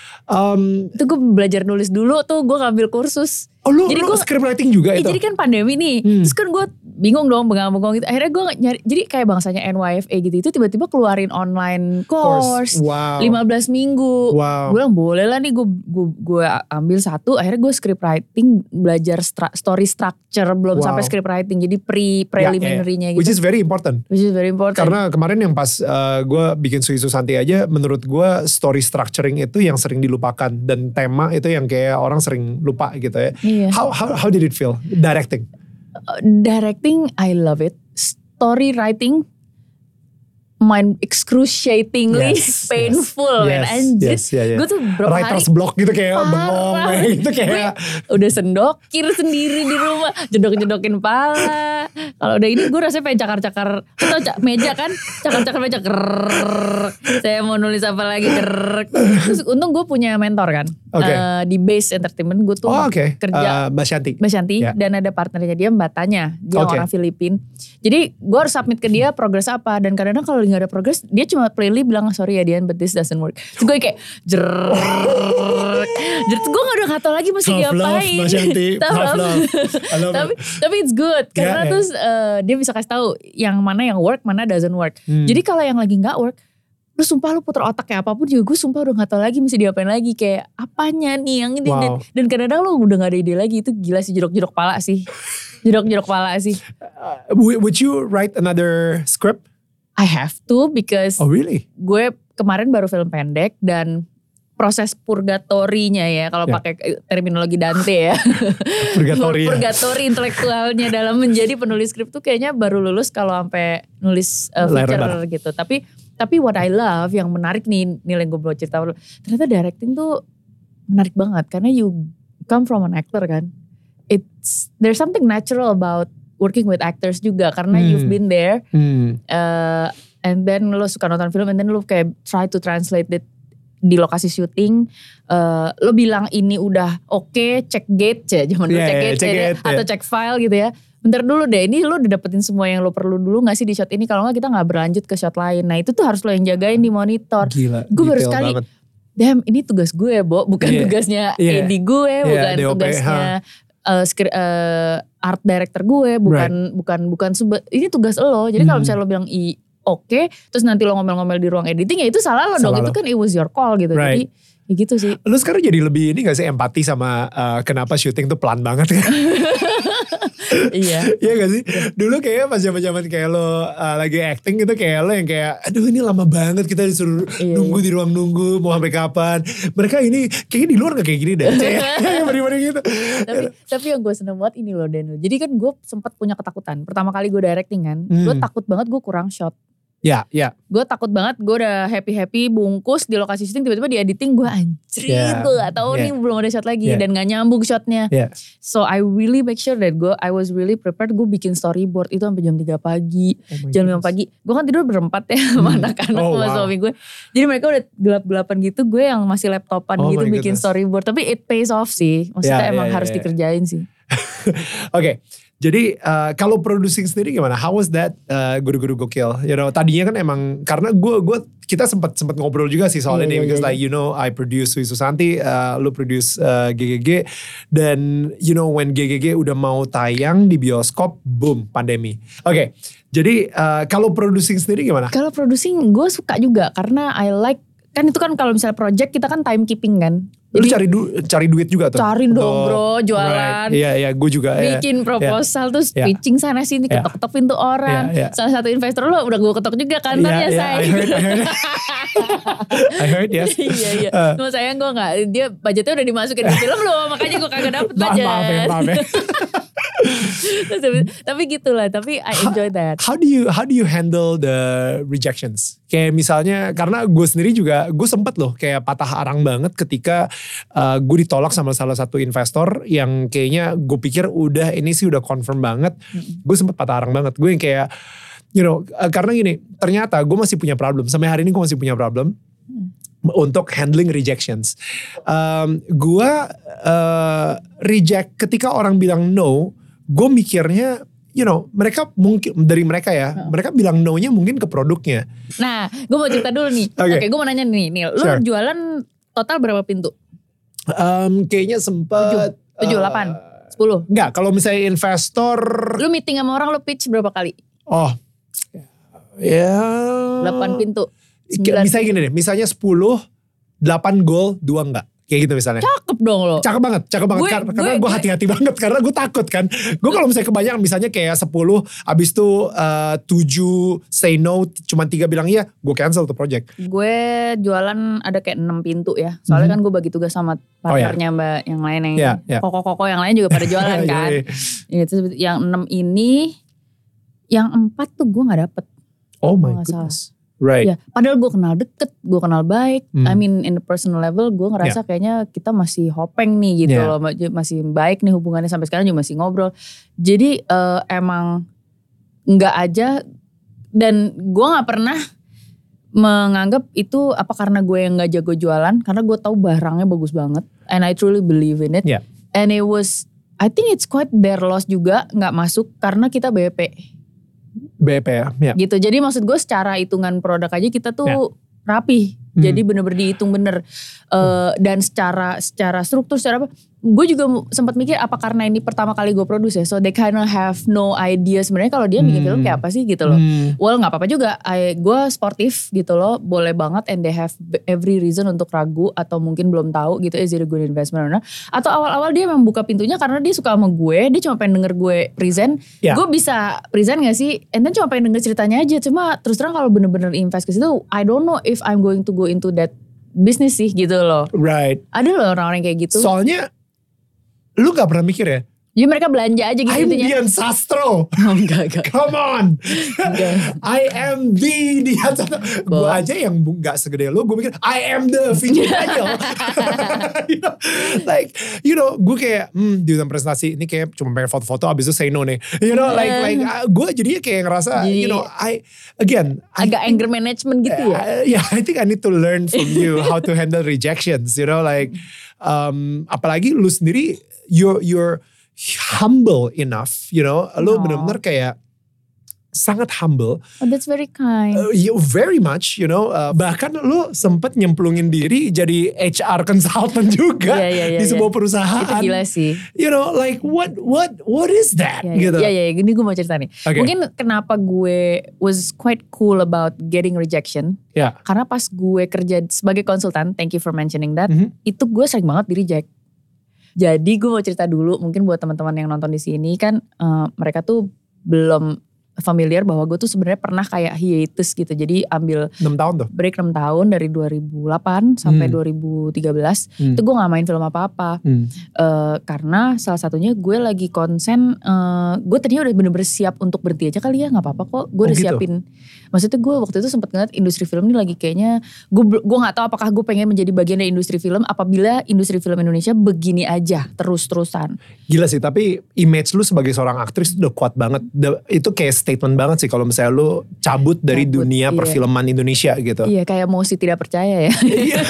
Um, itu gue belajar nulis dulu tuh, gue ngambil kursus. Oh lu, jadi lu gue script writing juga ya, itu? Jadi kan pandemi nih, hmm. terus kan gue bingung dong bengong-bengong gitu. Akhirnya gue nyari, jadi kayak bangsanya N Y F A gitu, itu tiba-tiba keluarin online course, wow. lima belas minggu. Wow. Gue bilang boleh lah nih, gue, gue, gue ambil satu. Akhirnya gue script writing, belajar stra, story structure, belum wow. sampai script writing. Jadi pre preliminary-nya yeah, yeah. gitu. Which is very important. Which is very important. Karena kemarin yang pas uh, gue bikin Suisu Santi aja, menurut gue story structuring itu yang sering dilupakan. Dan tema itu yang kayak orang sering lupa gitu ya. Yeah. How, how, how did it feel? Directing? Uh, directing, I love it. Story writing, mind excruciatingly yes, painful. Yes, man. Anjir. Yes, yeah, yeah. Gue tuh berapa Writer's hari. block gitu kayak bengong. Gitu kayak. Udah sendokir sendiri di rumah. Jedok-jedokin pala. Kalau udah ini gue rasanya pengen cakar-cakar. Atau cak, meja kan. Cakar-cakar meja. Krrrr. Saya mau nulis apa lagi. Krrrr. Terus untung gue punya mentor kan. Okay. Uh, di Base Entertainment gue tuh oh, okay. kerja. Uh, Mbak Shanti. Mbak Shanti. Yeah. Dan ada partnernya dia Mbak Tanya. Dia okay. orang Filipin. Jadi gue harus submit ke dia progres apa. Dan kadang-kadang kalau gak ada progres, dia cuma plainly bilang sorry ya Dian, but this doesn't work. Terus gue kayak jerrrr. Jerrrr. Gue gak udah gak tau lagi mesti ngapain. Love, Mbak Shanti. Love, love. tapi, tapi it's good. Karena yeah, terus uh, dia bisa kasih tahu yang mana yang work, mana doesn't work. Hmm. Jadi kalau yang lagi gak work, lu sumpah lu puter otak kayak apapun juga gue sumpah udah gak tau lagi mesti diapain lagi. Kayak apanya nih yang ini. Wow. Dan, dan kadang-kadang lu udah gak ada ide lagi. Itu gila sih, jerok-jerok pala sih. Jerok-jerok pala sih. Uh, would you write another script? I have to because oh, really? Gue kemarin baru film pendek dan proses purgatorinya ya kalau yeah. pakai terminologi Dante ya. Purgatori. Purgatori intelektualnya dalam menjadi penulis skrip tuh kayaknya baru lulus kalau sampai nulis uh, feature gitu. Tapi tapi what I love yang menarik nih nilai gue belum cerita ternyata directing tuh menarik banget karena you come from an actor kan. It's there's something natural about working with actors juga karena hmm. you've been there hmm. uh, and then lo suka nonton film and then lo kayak try to translate it di lokasi syuting. Uh, lo bilang ini udah oke okay, check gate ya zaman dulu yeah, check gate, check gate ya, atau yeah. check file gitu ya. Bentar dulu deh, ini lo udah dapetin semua yang lo perlu dulu gak sih di shot ini, kalau gak kita gak berlanjut ke shot lain. Nah itu tuh harus lo yang jagain di monitor. Gila, gue baru sekali banget. Damn ini tugas gue Bo, bukan yeah. tugasnya yeah. A D gue, yeah, bukan D O P, tugasnya Uh, skri, uh, art director gue bukan right. bukan bukan sube, ini tugas lo. Jadi hmm. kalau misalnya lo bilang i oke okay, terus nanti lo ngomel-ngomel di ruang editing ya itu salah lo salah dong lo. Itu kan it was your call gitu. Right. Jadi ya gitu sih. Lo sekarang jadi lebih ini gak sih empati sama uh, kenapa syuting tuh pelan banget kan? Iya. Iya gak sih? Dulu kayaknya pas zaman-zaman kayak lo uh, lagi acting gitu kayak lo yang kayak aduh ini lama banget kita disuruh Iya, nunggu iya. di ruang nunggu mau sampai kapan. Mereka ini kayaknya di luar gak kayak gini deh. Kayak beri-beri gitu. tapi tapi yang gue seneng banget ini loh Daniel. Jadi kan gue sempat punya ketakutan. Pertama kali gue directing kan, Hmm. gue takut banget gue kurang shot. Ya, ya. Gue takut banget gue udah happy-happy bungkus di lokasi syuting tiba-tiba di editing gue anjir Yeah. gue gak tahu Yeah. nih belum ada shot lagi Yeah. dan gak nyambung shotnya. Yeah. So I really make sure that gue I was really prepared. Gue bikin storyboard itu sampai jam tiga pagi, Oh my jam lima goodness. pagi. Gue kan tidur berempat ya sama Hmm. anak-anak Oh, sama wow. suami gue. Jadi mereka udah gelap-gelapan gitu, gue yang masih laptopan Oh gitu my bikin goodness. storyboard. Tapi it pays off sih, maksudnya Yeah, emang yeah, harus yeah, yeah. dikerjain sih. Oke, jadi uh, kalau producing sendiri gimana? How was that uh, guru-guru gokil? You know, tadinya kan emang karena gue gue kita sempat sempat ngobrol juga sih soal Iya, ini iya, because iya. like you know I produce Sui Susanti, uh, lu produce uh, G G G dan you know when G G G udah mau tayang di bioskop, boom pandemi. Oke, jadi uh, kalau producing sendiri gimana? Kalau producing gue suka juga karena I like, kan itu kan kalau misalnya project kita kan time keeping kan. Lu Jadi cari du cari duit juga tuh? cari dong Untuk- bro, jualan. Right. Iya iya, gue juga. iya. Bikin proposal terus Yeah. pitching sana sini, Yeah. ketok-ketok pintu orang. Yeah, yeah. Salah satu investor lo udah gue ketok juga kantornya Iya, iya, saya. I heard, I heard. I heard yes. Iya iya. Uh. Cuma sayang gue gak, dia budgetnya udah dimasukin di film loh, makanya gue kagak dapet Maaf, budget. maaf ya, maaf ya. tapi, tapi gitulah, tapi I enjoy that. How do you how do you handle the rejections? Kayak misalnya karena gue sendiri juga gue sempet loh kayak patah arang banget ketika uh, gue ditolak sama salah satu investor yang kayaknya gue pikir udah ini sih udah confirm banget. Gue sempet patah arang banget. Gue yang kayak you know uh, karena gini ternyata gue masih punya problem sampai hari ini gue masih punya problem. Untuk handling rejections. Um, gue uh, reject ketika orang bilang no, gue mikirnya, you know, mereka mungkin dari mereka ya, mereka bilang no-nya mungkin ke produknya. Nah, gue mau cerita dulu nih. Oke. Oke, gue mau nanya nih, Nil. Lu Sure. jualan total berapa pintu? Um, kayaknya sempet Tujuh, uh, delapan, sepuluh. Enggak, kalau misalnya investor, Lu meeting sama orang, lu pitch berapa kali? oh, ya. Delapan pintu. Kayak Sembilan. misalnya gini deh, misalnya sepuluh, delapan goal, dua enggak. Kayak gitu misalnya. Cakep dong lo. Cakep banget, cakep banget. Gue- Kar- gue- karena gue gue- hati-hati banget. Karena gue takut kan. Gue kalau misalnya kebanyakan, misalnya kayak sepuluh, abis itu uh, tujuh say no, cuma tiga bilang iya, gue cancel tuh project. Gue jualan ada kayak enam pintu ya. Soalnya kan gue bagi tugas sama Oh, ya. partnernya mbak yang lain yang Ya, ya. koko-koko yang lain juga pada jualan kan. Iya, iya. Itu yang enam ini, yang empat tuh gue nggak dapet. Oh my Nggak salah. goodness. Right. Ya, padahal gue kenal deket, gue kenal baik. Hmm. I mean in the personal level, gue ngerasa kayaknya kita masih hopeng nih gitu Yeah. loh, masih baik nih hubungannya sampai sekarang juga masih ngobrol. Jadi eh, emang nggak aja, dan gue nggak pernah menganggap itu apa karena gue yang nggak jago jualan, karena gue tahu barangnya bagus banget, and I truly believe in it. Yeah. And it was, I think it's quite their loss juga nggak masuk karena kita B P. B P ya. Ya. Gitu. Jadi maksud gue secara hitungan produk aja kita tuh Ya. rapi. Hmm. Jadi bener-bener dihitung bener. Uh, dan secara secara struktur, secara apa. Gue juga mu- sempat mikir apa karena ini pertama kali gue produce ya. So they kind of have no idea sebenarnya kalau dia bikin Hmm. film kayak apa sih gitu loh. Hmm. Well gak apa-apa juga. I, gue sportif gitu loh. Boleh banget, and they have every reason untuk ragu. Atau mungkin belum tahu gitu. Is it a good investment or not. Atau awal-awal dia memang buka pintunya karena dia suka sama gue. Dia cuma pengen denger gue present. Ya. Gue bisa present gak sih? And then cuma pengen denger ceritanya aja. Cuma terus terang kalau bener-bener invest ke situ, I don't know if I'm going to go into that business sih gitu loh. Right. Ada loh orang-orang kayak gitu. Soalnya lu gak pernah mikir ya. Jadi mereka belanja aja gitu I'm intinya. Dian Sastro. Oh, enggak, enggak. Come on. Enggak. I am the Dian Sastro. Gue Bo. aja yang bu- gak segede lu. Gue mikir I am the Vijay Daniel. You know, like you know gue kayak hmm, di dalam presentasi ini kayak cuma pengen foto-foto abis itu say no nih. You know like like uh, gue jadinya kayak ngerasa Jadi- you know I again I Agak anger management gitu ya. Uh, yeah, I think I need to learn from you how to handle rejections. You know, like um, apalagi lu sendiri, you're you're humble enough. You know, lu Aw. benar-benar kayak sangat humble. Oh, that's very kind. Uh, you very much. You know, uh, bahkan lu sempet nyemplungin diri jadi H R consultant juga Iya, iya, iya, di sebuah iya. perusahaan. Itu gila sih. You know, like what what what is that? Ya, gitu. ya, ya, ya, gini gue mau cerita nih. Oke. Mungkin kenapa gue was quite cool about getting rejection. Ya. Karena pas gue kerja sebagai konsultan, thank you for mentioning that. Mhm. Itu gue sering banget di reject. Jadi gue mau cerita dulu, mungkin buat teman-teman yang nonton di sini kan uh, mereka tuh belum familiar bahwa gue tuh sebenarnya pernah kayak hiatus gitu. Jadi ambil enam tahun tuh. Break enam tahun dari dua ribu delapan sampai Hmm. dua ribu tiga belas. Hmm. Itu gue gak main film apa-apa. Hmm. Uh, karena salah satunya gue lagi konsen, uh, gue tadinya udah bener-bener siap untuk berhenti aja kali ya, gak apa-apa kok. Gue Oh udah gitu? siapin. Maksudnya gue waktu itu sempet ngeliat industri film ini lagi kayaknya, gue gue gak tahu apakah gue pengen menjadi bagian dari industri film apabila industri film Indonesia begini aja terus-terusan. Gila sih, tapi image lu sebagai seorang aktris udah kuat banget. The- itu kayak statement banget sih kalau misalnya lu cabut dari Cabut, dunia iya. perfilman Indonesia gitu. Iya kayak Mosi tidak percaya ya. Iya.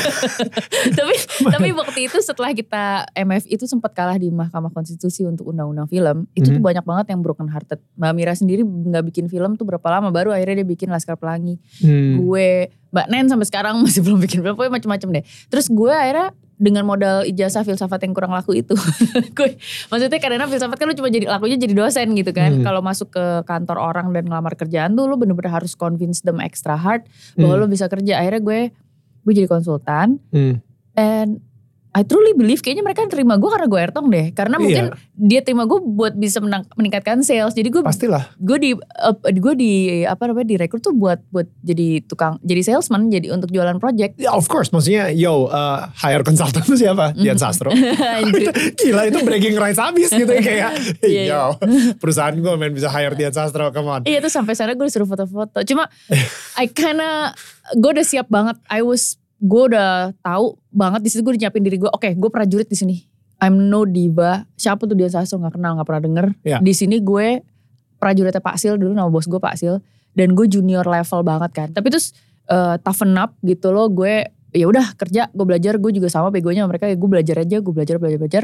tapi tapi waktu itu setelah kita M F I itu sempat kalah di Mahkamah Konstitusi untuk undang-undang film, itu tuh Mhm. banyak banget yang broken hearted. Mbak Mira sendiri nggak bikin film tuh berapa lama, baru akhirnya dia bikin Laskar Pelangi. Hmm. Gue, Mbak Nen sampai sekarang masih belum bikin film, pokoknya macem-macem deh. Terus gue akhirnya dengan modal ijazah filsafat yang kurang laku itu, gue maksudnya karena filsafat kan lu cuma jadi lakunya jadi dosen gitu kan. Hmm. Kalau masuk ke kantor orang dan ngelamar kerjaan tuh lu bener-bener harus convince them extra hard bahwa Hmm. lu bisa kerja. Akhirnya gue gue jadi konsultan. Hmm. And I truly believe kayaknya mereka terima gue karena gue Ertong deh. Karena mungkin Iya. dia terima gue buat bisa menang- meningkatkan sales. Jadi gue Pastilah. gue di uh, gue di apa namanya direkrut tuh buat buat jadi tukang jadi salesman, jadi untuk jualan project. Ya of course, maksudnya yo uh, hire consultant tuh siapa? Dian Sastro. Anjir. Gila itu bragging rights abis gitu ya kayak Iya, yo perusahaan gue main bisa hire Dian Sastro, come on. Iya tuh sampai sana gue disuruh foto-foto. Cuma I kinda gue udah siap banget. I was gue udah tahu banget di situ, gue udah nyiapin diri gue. Oke, gue prajurit di sini. I'm no diva. Siapa tuh Dian Sastro, nggak kenal, nggak pernah denger. Iya. Di sini gue prajuritnya Pak Sil dulu, nama bos gue Pak Sil. Dan gue junior level banget kan. Tapi terus uh, toughen up gitu loh. Gue ya udah kerja, gue belajar. Gue juga sama begonya sama mereka. Ya gue belajar aja, gue belajar belajar belajar.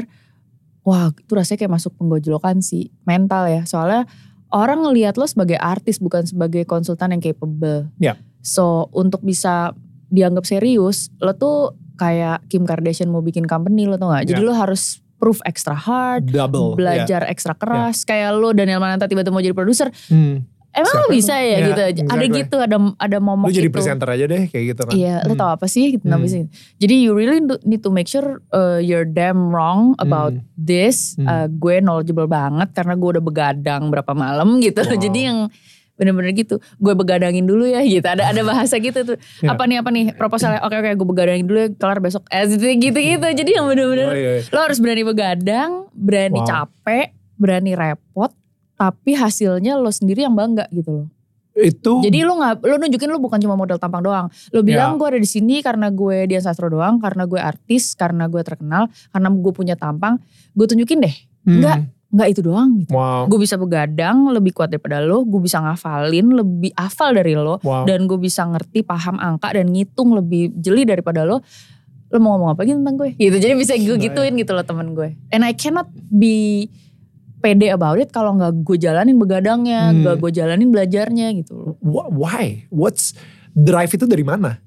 Wah itu rasanya kayak masuk penggojolokan sih, mental ya. Soalnya orang ngelihat lo sebagai artis, bukan sebagai konsultan yang capable. Iya. So untuk bisa dianggap serius, lo tuh kayak Kim Kardashian mau bikin company, lo tau gak? Jadi Yeah. lo harus proof extra hard, Double. belajar ekstra keras. Kayak lo Daniel Mananta tiba-tiba mau jadi produser, Ya. Hmm. emang lo Siapa bisa emang? ya Yeah, gitu. Ada exactly. gitu, ada ada momok Lu jadi itu. presenter aja deh kayak gitu kan. Iya, lo Hmm. tau apa sih? Gitu, Hmm. sih. Jadi you really need to make sure uh, you're damn wrong about Hmm. this. Hmm. Uh, gue knowledgeable banget karena gue udah begadang berapa malam gitu. Wow. Jadi yang bener-bener gitu, gue begadangin dulu ya gitu. Ada ada bahasa gitu tuh. Ya. Apa nih apa nih proposalnya? Oke oke, gue begadangin dulu ya, kelar besok. Eh gitu-gitu. Jadi yang bener-bener Oh, iya, iya. lo harus berani begadang, berani Wow. capek, berani repot, tapi hasilnya lo sendiri yang bangga gitu loh. Itu Jadi lo nggak, lo nunjukin lo bukan cuma modal tampang doang. Lo bilang Ya. gue ada di sini karena gue Dian Sastro doang, karena gue artis, karena gue terkenal, karena gue punya tampang. Gue tunjukin deh, Hmm. nggak, nggak itu doang gitu. Wow. Gue bisa begadang lebih kuat daripada lo, gue bisa ngafalin lebih hafal dari lo, Wow. dan gue bisa ngerti paham angka dan ngitung lebih jeli daripada lo. Lo mau ngomong apa gitu tentang gue? Gitu, jadi bisa gue Gila gituin gitu loh temen gue. And I cannot be pede about it kalau nggak gue jalanin begadangnya, Hmm. nggak gue jalanin belajarnya gitu loh. Wh- Why? What's drive itu dari mana?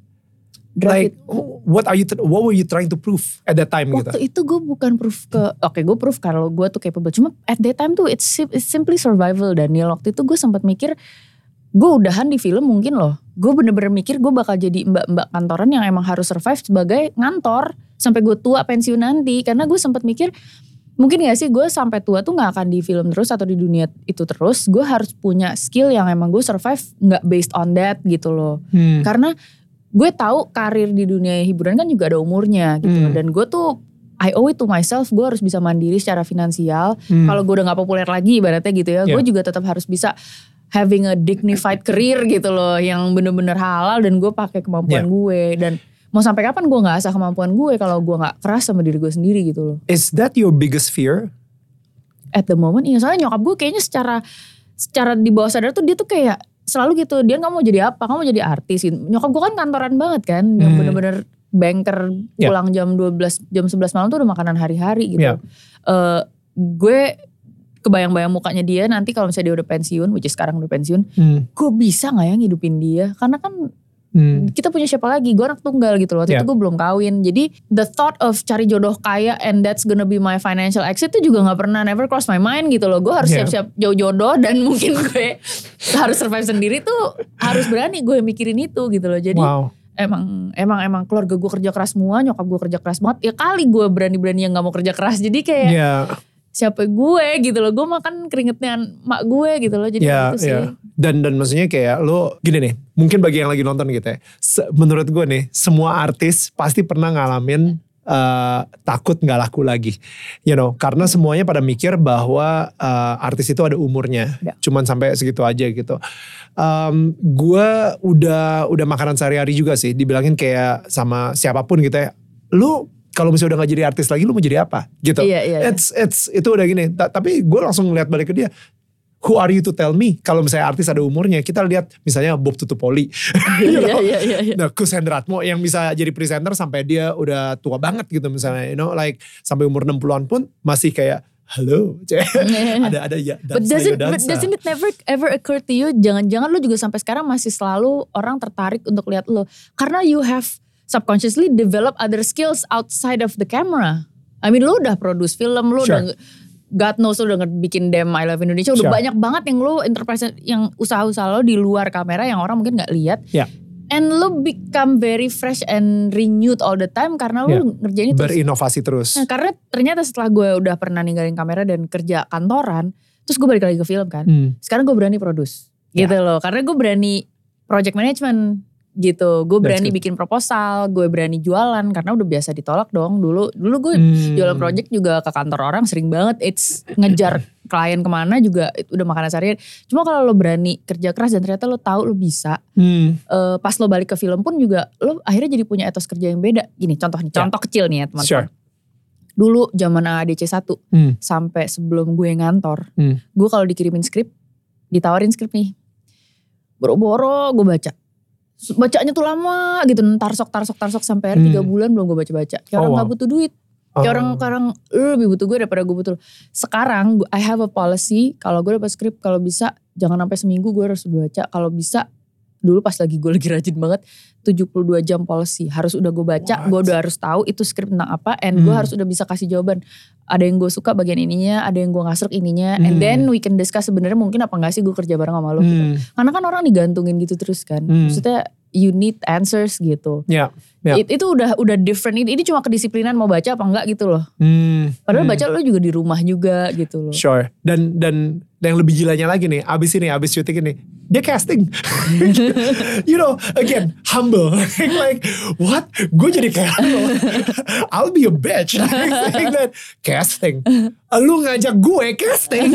Drive Like what are you what were you trying to prove at that time gitu? Waktu itu gue bukan proof ke, oke gue proof kalau gue tuh capable. Cuma at that time tuh it's, sim- it's simply survival Daniel. Waktu itu gue sempat mikir, gue udahan di film mungkin loh. Gue bener-bener mikir gue bakal jadi mbak-mbak kantoran yang emang harus survive sebagai ngantor. Sampai gue tua pensiun nanti. Karena gue sempat mikir, mungkin gak sih gue sampai tua tuh gak akan di film terus atau di dunia itu terus. Gue harus punya skill yang emang gue survive gak based on that gitu loh. Hmm. Karena gue tahu karir di dunia hiburan kan juga ada umurnya gitu. Hmm. Dan gue tuh I owe it to myself, gue harus bisa mandiri secara finansial. Hmm. Kalau gue udah gak populer lagi ibaratnya gitu ya, Yeah. gue juga tetap harus bisa having a dignified career gitu loh, yang bener-bener halal dan gue pakai kemampuan Yeah. gue. Dan mau sampai kapan gue gak asah kemampuan gue kalau gue gak keras sama diri gue sendiri gitu loh. Is that your biggest fear? At the moment, iya soalnya nyokap gue kayaknya secara secara di bawah sadar tuh dia tuh kayak selalu gitu, dia kamu mau jadi apa, kamu mau jadi artis gitu. Nyokap gue kan kantoran banget kan, yang Hmm. bener-bener banker, Yeah. pulang jam dua belas, jam sebelas malam tuh udah makanan hari-hari gitu. Yeah. Eh, gue kebayang-bayang mukanya dia nanti kalau misalnya dia udah pensiun, which is sekarang udah pensiun, Hmm. gue bisa gak ya ngidupin dia? Karena kan Hmm. kita punya siapa lagi, gue anak tunggal gitu loh, waktu Yeah. itu gue belum kawin. Jadi the thought of cari jodoh kaya and that's gonna be my financial exit itu juga gak pernah, never cross my mind gitu loh. Gue harus Yeah. siap-siap jauh jodoh dan mungkin gue harus survive sendiri tuh harus berani gue mikirin itu gitu loh. Jadi Wow. emang emang emang keluarga gue kerja keras semua, nyokap gue kerja keras banget. Ya kali gue berani-berani yang nggak mau kerja keras. Jadi kayak yeah. siapa gue gitu loh, gue makan keringetnya mak gue gitu loh. Jadi yeah, gitu sih. Yeah. Dan dan maksudnya kayak lo gini nih, mungkin bagi yang lagi nonton gitu ya, se- menurut gue nih, semua artis pasti pernah ngalamin Uh, takut gak laku lagi, you know, karena semuanya pada mikir bahwa uh, artis itu ada umurnya, ya. Cuman sampai segitu aja gitu. Um, gue udah udah makanan sehari-hari juga sih, dibilangin kayak sama siapapun gitu ya, lu kalau misalnya udah gak jadi artis lagi, lu mau jadi apa gitu? Iya, iya, it's it's itu udah gini. Ta- tapi gue langsung ngeliat balik ke dia. Who are you to tell me? Kalau misalnya artis ada umurnya, kita lihat misalnya Bob Tutupoli, you know? Iya, iya, iya. Nah, Kus Hendratmo yang bisa jadi presenter sampai dia udah tua banget gitu misalnya, you know, like sampai umur enam puluhan pun masih kayak halo, ada ada ya. But does it, but doesn't it never ever occur to you? Jangan-jangan lu juga sampai sekarang masih selalu orang tertarik untuk lihat lu, karena you have subconsciously develop other skills outside of the camera. I mean, lu udah produce film, lu sure. udah God knows lu udah bikin Damn I Love Indonesia. Udah sure. banyak banget yang lu interpretasi, yang usaha-usaha lo di luar kamera yang orang mungkin gak lihat. Yeah. And lu become very fresh and renewed all the time karena lu yeah. ngerjain itu. Berinovasi terus. Nah, karena ternyata setelah gue udah pernah ninggalin kamera dan kerja kantoran, terus gue balik lagi ke film kan. Hmm. Sekarang gue berani produce gitu yeah. loh. Karena gue berani project management gitu. Gue berani bikin proposal, gue berani jualan karena udah biasa ditolak dong. Dulu dulu gue hmm. jualan project juga ke kantor orang sering banget. It's ngejar klien kemana juga itu udah makanan seharian. Cuma kalau lo berani kerja keras dan ternyata lo tahu lo bisa. Hmm. Uh, pas lo balik ke film pun juga lo akhirnya jadi punya etos kerja yang beda. Gini contoh nih, contoh yeah. kecil nih ya teman-teman. Sure. Dulu zaman A D C satu hmm. sampai sebelum gue ngantor, hmm. gue kalau dikirimin skrip, ditawarin skrip nih, boro-boro gue baca. Bacanya tuh lama gitu, tarsok tarsok tarsok sampai akhirnya tiga hmm. bulan belum gue baca-baca. Kayak oh, orang wow. gak butuh duit. Kayak oh. orang sekarang lu lebih butuh gue daripada gue butuh. Sekarang I have a policy, kalau gue dapat skrip kalau bisa jangan sampai seminggu gue harus baca. Kalau bisa dulu pas lagi gue lagi rajin banget tujuh puluh dua jam policy. Harus udah gue baca, gue udah harus tahu itu skrip tentang apa. And hmm. gue harus udah bisa kasih jawaban. Ada yang gue suka bagian ininya, ada yang gue gak seruk ininya. Hmm. And then we can discuss sebenarnya mungkin apa gak sih gue kerja bareng sama lo hmm. gitu. Karena kan orang digantungin gitu terus kan. Hmm. Maksudnya you need answers gitu. Yeah, yeah. It, itu udah udah different. Ini cuma kedisiplinan mau baca apa enggak gitu loh. Hmm. Padahal hmm. baca lo juga di rumah juga gitu loh. Sure. Dan dan yang lebih gilanya lagi nih, abis ini, abis syuting ini, dia casting. You know, again, humble. Like, what? Gue jadi kayak, I'll be a bitch. Like that. Casting. Lu ngajak gue casting.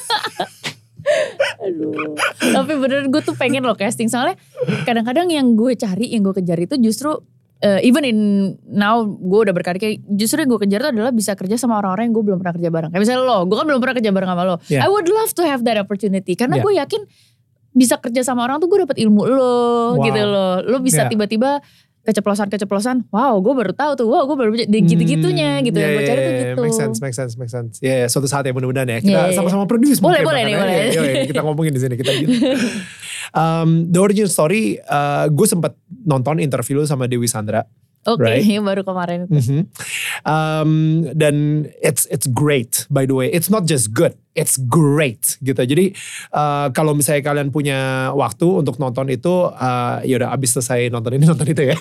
Aduh. Tapi bener gue tuh pengen loh casting. Soalnya kadang-kadang yang gue cari, yang gue kejar itu justru uh, even in now gue udah berkarir, justru yang gue kejar itu adalah bisa kerja sama orang-orang yang gue belum pernah kerja bareng. Kayak misalnya lo, gue kan belum pernah kerja bareng sama lo. Yeah. I would love to have that opportunity. Karena yeah. gue yakin bisa kerja sama orang tuh gue dapet ilmu lo wow. gitu loh. Lo bisa yeah. tiba-tiba keceplosan-keceplosan, wow gue baru tahu tuh, wow gue baru hmm, gitu-gitunya gitu, yeah, yang gue cari tuh gitu. Make sense, make sense, make sense. Ya yeah, suatu saat ya mudah-mudahan ya, kita yeah, sama-sama produce. Boleh, boleh nih, boleh. Ya, ya, kita ngomongin di sini, kita gitu. um, The Origin Story, uh, gue sempat nonton interview lu sama Dewi Sandra. Oke, okay, right? baru kemarin. Mm-hmm. Um, dan it's it's great by the way. It's not just good, it's great gitu. Jadi uh, kalau misalnya kalian punya waktu untuk nonton itu, uh, ya udah abis selesai nonton ini nonton itu ya.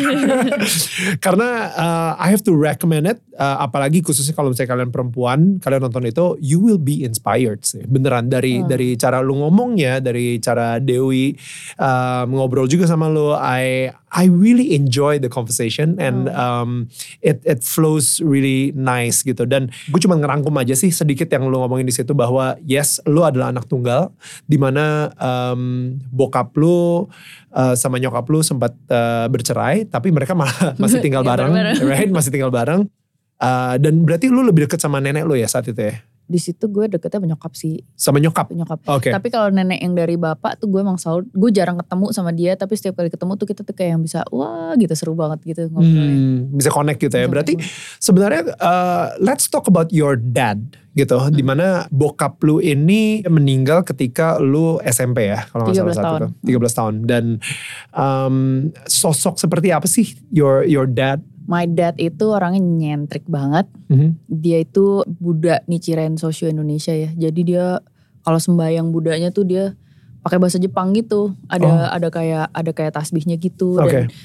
Karena uh, I have to recommend it. Uh, apalagi khususnya kalau misalnya kalian perempuan, kalian nonton itu, you will be inspired sih. Beneran dari oh. dari cara lu ngomongnya, dari cara Dewi uh, ngobrol juga sama lu. I I really enjoy the conversation and oh. um, it it flows really nice gitu. Dan gue cuma ngerangkum aja sih sedikit yang lu ngomongin di situ bahwa yes, lu adalah anak tunggal, dimana um, bokap lu uh, sama nyokap lu sempat uh, bercerai, tapi mereka malah masih tinggal bareng, right? Masih tinggal bareng. Uh, dan berarti lu lebih deket sama nenek lu ya saat itu ya? Di situ gue deketnya sama nyokap sih. Sama nyokap? Nyokap. Okay. Tapi kalau nenek yang dari bapak tuh gue emang selalu, gue jarang ketemu sama dia. Tapi setiap kali ketemu tuh kita tuh kayak yang bisa, wah gitu seru banget gitu ngobrolnya. Hmm, bisa connect gitu ya. Bisa berarti sebenarnya uh, let's talk about your dad gitu. Hmm. Dimana bokap lu ini meninggal ketika lu S M P ya. Kalau gak salah saat itu. tiga belas tahun. Dan um, sosok seperti apa sih your your dad? My dad itu orangnya nyentrik banget. Mm-hmm. Dia itu Buddha Nichiren Shoshu Indonesia ya. Jadi dia kalau sembahyang Buddhanya tuh dia pakai bahasa Jepang gitu. Ada oh. ada kayak ada kayak tasbihnya gitu. Okay. Dan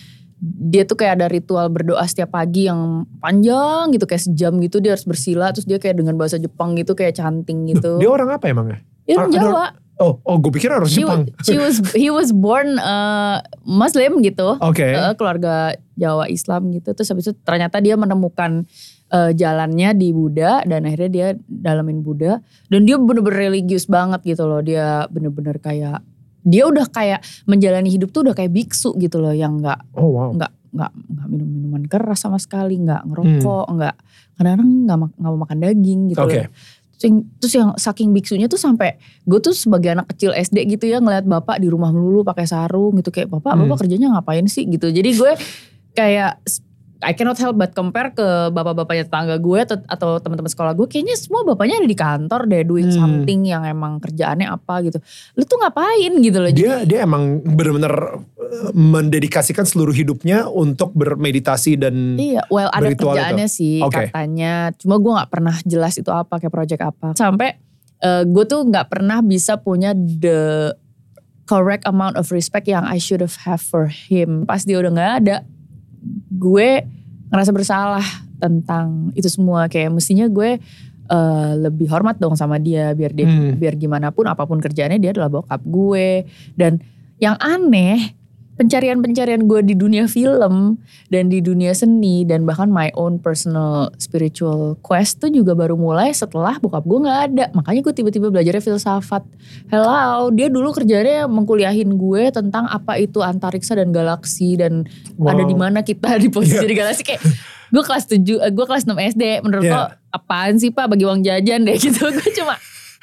dia tuh kayak ada ritual berdoa setiap pagi yang panjang gitu, kayak sejam gitu dia harus bersila, terus dia kayak dengan bahasa Jepang gitu kayak chanting gitu. Dia orang apa emangnya? Dia orang Ah, Jawa. ada- Oh, oh gue pikir harus She, Jepang. she was he was born uh, Muslim gitu, Oke. uh, keluarga Jawa Islam gitu. Terus habis itu ternyata dia menemukan uh, jalannya di Buddha dan akhirnya dia dalamin Buddha. Dan dia bener-bener religius banget gitu loh. Dia bener-bener kayak dia udah kayak menjalani hidup tuh udah kayak biksu gitu loh, yang nggak Oh wow. nggak nggak nggak minum minuman keras sama sekali, nggak ngerokok, nggak kadang-kadang nggak mak- nggak mau makan daging gitu Oke. loh. Terus, terus yang saking biksunya tuh sampai gue tuh sebagai anak kecil S D gitu ya ngeliat bapak di rumah melulu pakai sarung gitu, kayak bapak Hmm. bapak kerjanya ngapain sih gitu. Jadi gue kayak I cannot help but compare ke bapak-bapaknya tetangga gue atau, atau teman-teman sekolah gue, kayaknya semua bapaknya ada di kantor deh doing Hmm. something yang emang kerjaannya apa gitu. Lu tuh ngapain gitu loh. Dia dia emang benar-benar uh, mendedikasikan seluruh hidupnya untuk bermeditasi dan Iya, well ada berritual kerjaannya itu. sih Oke. katanya. Cuma gue gak pernah jelas itu apa, kayak project apa. Sampai uh, gue tuh gak pernah bisa punya the correct amount of respect yang I should have have for him. Pas dia udah gak ada, gue ngerasa bersalah tentang itu semua. Kayak mestinya gue uh, lebih hormat dong sama dia. Biar dia Hmm. biar gimana pun apapun kerjaannya dia adalah bokap gue. Dan yang aneh, pencarian-pencarian gue di dunia film dan di dunia seni dan bahkan my own personal spiritual quest tuh juga baru mulai setelah bokap gue gak ada. Makanya gue tiba-tiba belajarnya filsafat. Hello, dia dulu kerjanya mengkuliahin gue tentang apa itu antariksa dan galaksi dan Wow. ada di mana kita di posisi Yeah. di galaksi. Kayak gue kelas tujuh, eh, gue kelas enam S D. Menurut Yeah. lo apaan sih pak, bagi uang jajan deh gitu. Gue cuma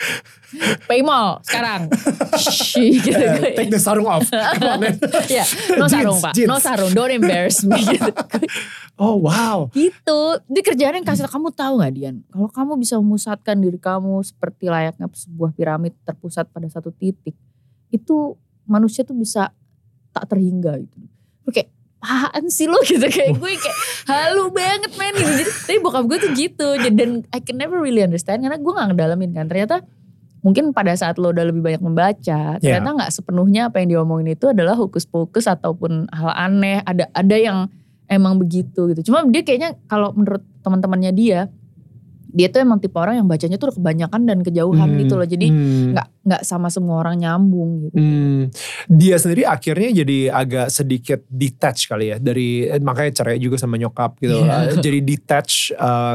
Paymall sekarang. Shhh, gitu. Eh, take the sarung off. Come on, man. Ya, no Jeans, sarung pak, jeans. no sarung, don't embarrass me gitu. Oh wow. Gitu, di kerjaan yang kasih tau, kamu tahu gak Dian? Kalau kamu bisa memusatkan diri kamu seperti layaknya sebuah piramid terpusat pada satu titik, itu manusia tuh bisa tak terhingga gitu. Gue kayak, apaan sih lo gitu, kayak gue kayak halu banget men gitu. Jadi, tapi bokap gue tuh gitu, dan I can never really understand karena gue gak ngedalamin kan. Ternyata mungkin pada saat lo udah lebih banyak membaca, ternyata nggak sepenuhnya apa yang diomongin itu adalah hokus-pokus ataupun hal aneh. Ada ada yang emang begitu gitu. Cuma dia kayaknya kalau menurut teman-temannya dia, dia tuh emang tipe orang yang bacanya tuh kebanyakan dan kejauhan Hmm, gitu loh. Jadi hmm. nggak nggak sama semua orang nyambung gitu. Hmm, dia sendiri akhirnya jadi agak sedikit detach kali ya dari, eh, makanya cerai juga sama nyokap gitu. Yeah. Uh, jadi detach uh,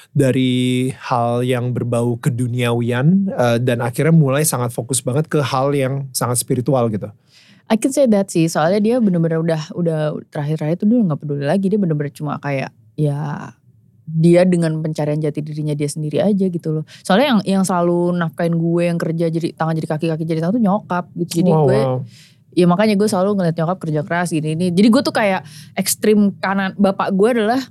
dari hal yang berbau keduniawian uh, dan akhirnya mulai sangat fokus banget ke hal yang sangat spiritual gitu. I can say that sih, soalnya dia bener-bener udah udah terakhir-terakhir tuh dia nggak peduli lagi, dia bener-bener cuma kayak ya dia dengan pencarian jati dirinya dia sendiri aja gitu loh. Soalnya yang yang selalu nafkain gue, yang kerja jadi tangan jadi kaki, kaki jadi tangan tuh nyokap gitu. Jadi Wow, gue wow. ya makanya gue selalu ngeliat nyokap kerja keras gini ini. Jadi gue tuh kayak ekstrim kanan, bapak gue adalah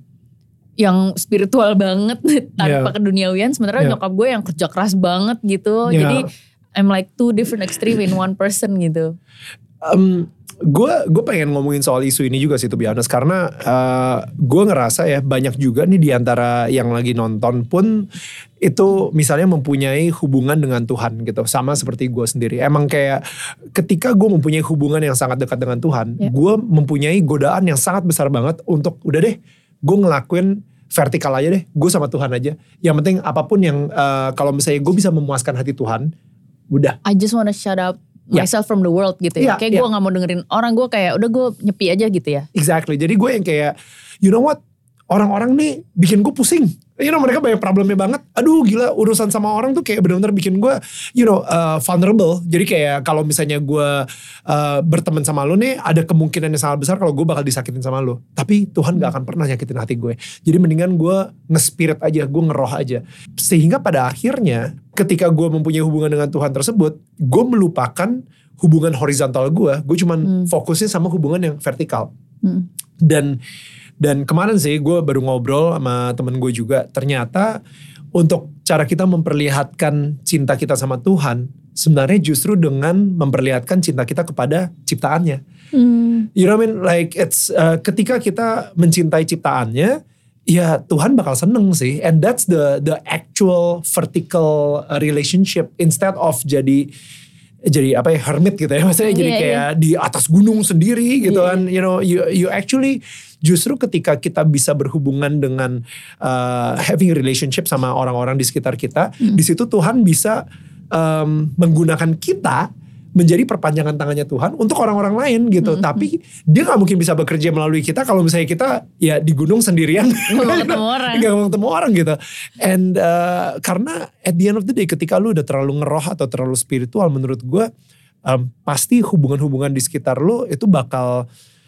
yang spiritual banget tanpa Yeah. keduniawian, sementara Yeah. nyokap gue yang kerja keras banget gitu. Yeah. Jadi I'm like two different extreme in one person gitu. Um, gue gue pengen ngomongin soal isu ini juga sih to be honest, karena uh, gue ngerasa ya banyak juga nih diantara yang lagi nonton pun itu misalnya mempunyai hubungan dengan Tuhan gitu, sama seperti gue sendiri. Emang kayak ketika gue mempunyai hubungan yang sangat dekat dengan Tuhan, Ya. gue mempunyai godaan yang sangat besar banget untuk udah deh gue ngelakuin vertikal aja deh, gue sama Tuhan aja. Yang penting apapun yang uh, kalau misalnya gue bisa memuaskan hati Tuhan, udah. I just wanna shut out Yeah. myself from the world gitu Yeah, ya. Kayak yeah. gue gak mau dengerin orang, gue kayak udah gue nyepi aja gitu ya. Exactly. Jadi gue yang kayak, you know what, orang-orang nih bikin gue pusing. You know, mereka banyak problemnya banget. Aduh gila, urusan sama orang tuh kayak benar-benar bikin gue, you know, uh, vulnerable. Jadi kayak kalau misalnya gue uh, berteman sama lo nih, ada kemungkinan yang sangat besar kalau gue bakal disakitin sama lo. Tapi Tuhan gak akan pernah nyakitin hati gue. Jadi mendingan gue nge-spirit aja, gue ngeroh aja. Sehingga pada akhirnya ketika gue mempunyai hubungan dengan Tuhan tersebut, gue melupakan hubungan horizontal gue. Gue cuman Hmm. fokusnya sama hubungan yang vertikal. Hmm. Dan dan kemarin sih gue baru ngobrol sama temen gue juga, ternyata untuk cara kita memperlihatkan cinta kita sama Tuhan sebenarnya justru dengan memperlihatkan cinta kita kepada ciptaannya. Hmm. You know what I mean? Like it's uh, ketika kita mencintai ciptaannya, ya Tuhan bakal seneng sih. And that's the the actual vertical relationship instead of jadi jadi apa ya hermit gitu ya, maksudnya jadi Iya, kayak di atas gunung sendiri gitu Iya. kan, you know, you you actually justru ketika kita bisa berhubungan dengan uh, having a relationship sama orang-orang di sekitar kita, Hmm. di situ Tuhan bisa um, menggunakan kita menjadi perpanjangan tangannya Tuhan untuk orang-orang lain gitu. Hmm. Tapi dia gak mungkin bisa bekerja melalui kita kalau misalnya kita ya di gunung sendirian. Gak mau ketemu orang. Gak mau ketemu orang gitu. And uh, karena at the end of the day ketika lu udah terlalu ngeroh atau terlalu spiritual, menurut gue um, pasti hubungan-hubungan di sekitar lu itu bakal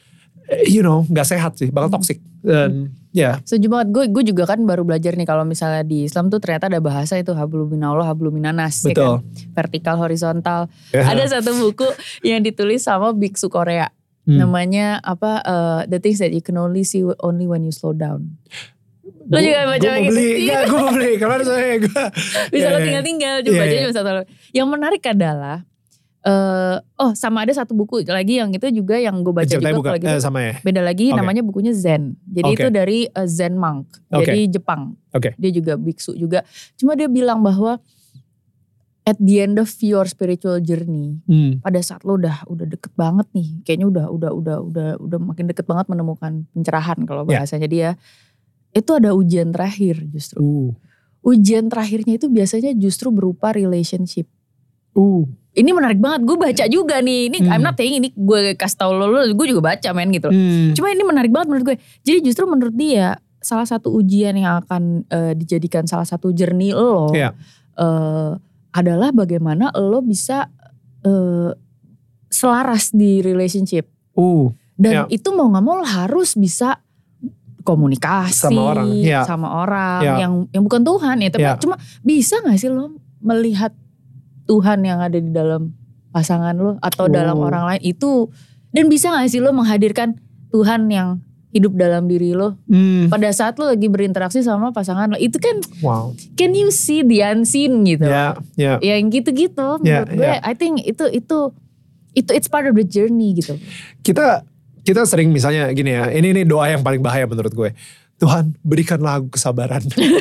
you know gak sehat sih, bakal toxic. Dan ya. Setuju banget. Gue gue juga kan baru belajar nih kalau misalnya di Islam tuh ternyata ada bahasa itu habluminallah habluminanas. Ya Betul. kan? Vertikal, horizontal. Ya. Ada satu buku yang ditulis sama biksu Korea. Hmm. Namanya apa? uh, The Things That You Can Only See Only When You Slow Down. Lo juga baca Gue mau gitu? beli, Iya. enggak gue mau beli. Karena saya gue. Bisa Ya, lo ya. tinggal-tinggal. Coba Iya, baca iya. cuma satu. Yang menarik adalah. Uh, oh sama ada satu buku lagi yang itu juga yang gue baca Ceritanya juga bukan, kalau gitu. eh, sama ya. Beda lagi Oke. namanya bukunya Zen. Jadi Oke. itu dari uh, Zen monk. Oke. Jadi Jepang. Oke. Dia juga biksu juga. Cuma dia bilang bahwa at the end of your spiritual journey, Hmm. pada saat lo udah udah deket banget nih, kayaknya udah udah udah udah udah makin deket banget menemukan pencerahan kalau Ya. bahasanya dia. Itu ada ujian terakhir justru. Uh. Ujian terakhirnya itu biasanya justru berupa relationship. Uh. Ini menarik banget, gue baca juga nih. Ini Hmm. I'm not saying ini gue kasih tau lo, lo gue juga baca men gitu loh. Hmm. Cuma ini menarik banget menurut gue. Jadi justru menurut dia salah satu ujian yang akan eh, dijadikan salah satu journey lo Iya. eh, adalah bagaimana lo bisa eh, selaras di relationship. Uh. Dan Ya. itu mau gak mau lo harus bisa komunikasi Sama orang, ya. sama orang Ya. yang yang bukan Tuhan ya. Tapi Ya. cuma bisa gak sih lo melihat Tuhan yang ada di dalam pasangan lo atau Oh. dalam orang lain itu, dan bisa gak sih lo menghadirkan Tuhan yang hidup dalam diri lo Hmm. pada saat lo lagi berinteraksi sama pasangan lo. Itu kan Wow. can you see the unseen gitu. Ya, ya. Yang gitu-gitu Ya, menurut gue ya. I think itu itu itu it's part of the journey gitu. Kita kita sering misalnya gini ya, ini ini doa yang paling bahaya menurut gue. Tuhan, berikanlah aku kesabaran.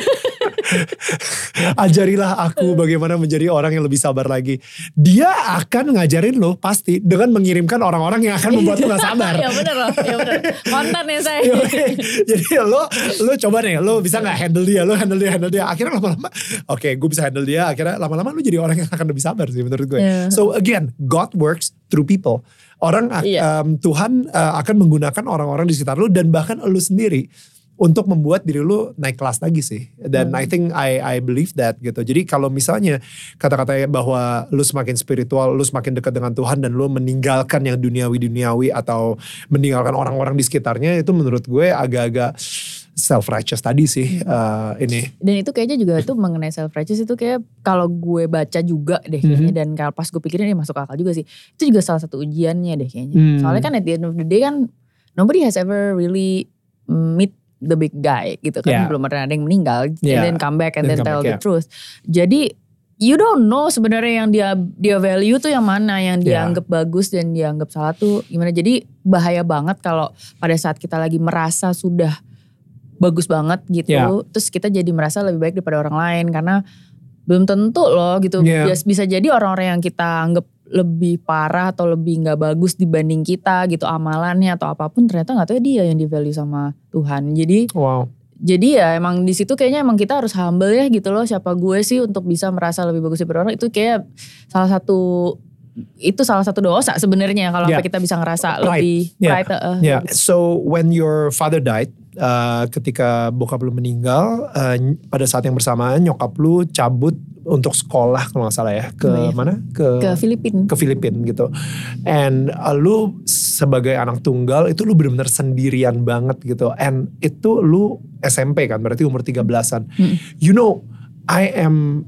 Ajarilah aku bagaimana menjadi orang yang lebih sabar lagi. Dia akan ngajarin lo pasti dengan mengirimkan orang-orang yang akan membuat lo gak sabar. Ya bener loh, ya bener. Konten ya saya. Jadi lo lo coba nih, lo bisa nggak handle dia, lo handle dia, handle dia. Akhirnya lama-lama, oke, gue bisa handle dia. Akhirnya lama-lama lo jadi orang yang akan lebih sabar sih menurut gue. Yeah. So again, God works through people. Orang ak- Iya. um, Tuhan uh, akan menggunakan orang-orang di sekitar lo dan bahkan lo sendiri untuk membuat diri lu naik kelas lagi sih. Dan Hmm. I think I I believe that gitu. Jadi kalau misalnya kata-katanya bahwa lu semakin spiritual, lu semakin dekat dengan Tuhan dan lu meninggalkan yang duniawi-duniawi atau meninggalkan orang-orang di sekitarnya, itu menurut gue agak-agak self righteous tadi sih uh, ini. Dan itu kayaknya juga tuh mengenai self righteous itu kayak kalau gue baca juga deh kayaknya, Mhm. dan kalau pas gue pikirin ini masuk akal juga sih. Itu juga salah satu ujiannya deh kayaknya. Hmm. Soalnya kan at the end of the day kan nobody has ever really meet the big guy gitu kan. Yeah. Belum pernah ada yang meninggal Yeah. and then come back and Then then come tell back, the yeah. truth. Jadi you don't know sebenarnya yang dia dia value tuh yang mana, yang dia Yeah. anggap bagus dan dia anggap salah tuh gimana. Jadi bahaya banget kalau pada saat kita lagi merasa sudah bagus banget gitu, Yeah. terus kita jadi merasa lebih baik daripada orang lain karena belum tentu loh gitu. Yeah. Bisa, bisa jadi orang-orang yang kita anggap lebih parah atau lebih nggak bagus dibanding kita gitu amalannya atau apapun, ternyata nggak tahu dia yang di value sama Tuhan. Jadi Wow. jadi ya emang di situ kayaknya emang kita harus humble ya gitu loh. Siapa gue sih untuk bisa merasa lebih bagus daripada orang, itu kayak salah satu itu salah satu dosa sebenarnya kalau Yeah. sampai kita bisa ngerasa Pride. lebih Yeah. pride. uh, Yeah. So when your father died, uh, ketika bokap lu meninggal, uh, pada saat yang bersamaan nyokap lu cabut untuk sekolah kalau nggak salah ya, ke Oh, iya. mana? Ke ke Filipina. ke Filipina gitu. And uh, lu sebagai anak tunggal itu lu benar-benar sendirian banget gitu. And itu lu S M P kan, berarti umur tiga belasan. Mm. You know, I am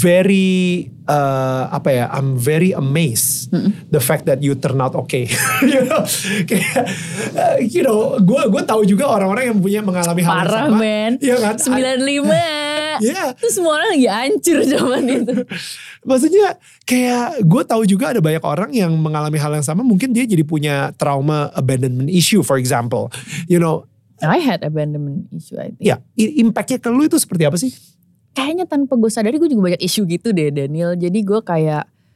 very uh, apa ya? I'm very amazed Mm-mm. the fact that you turn out okay. you know, kayak, uh, you know, gue gue tahu juga orang-orang yang punya mengalami hal yang Parah sama. men. Iya kan? sembilan puluh lima Iya. Terus semua orang lagi hancur zaman itu. Maksudnya kayak gue tahu juga ada banyak orang yang mengalami hal yang sama. Mungkin dia jadi punya trauma abandonment issue for example. You know. I had abandonment issue I think. Ya impactnya ke lu itu seperti apa sih? Kayaknya tanpa gue sadari gue juga banyak isu gitu deh Daniel. Jadi gue kayak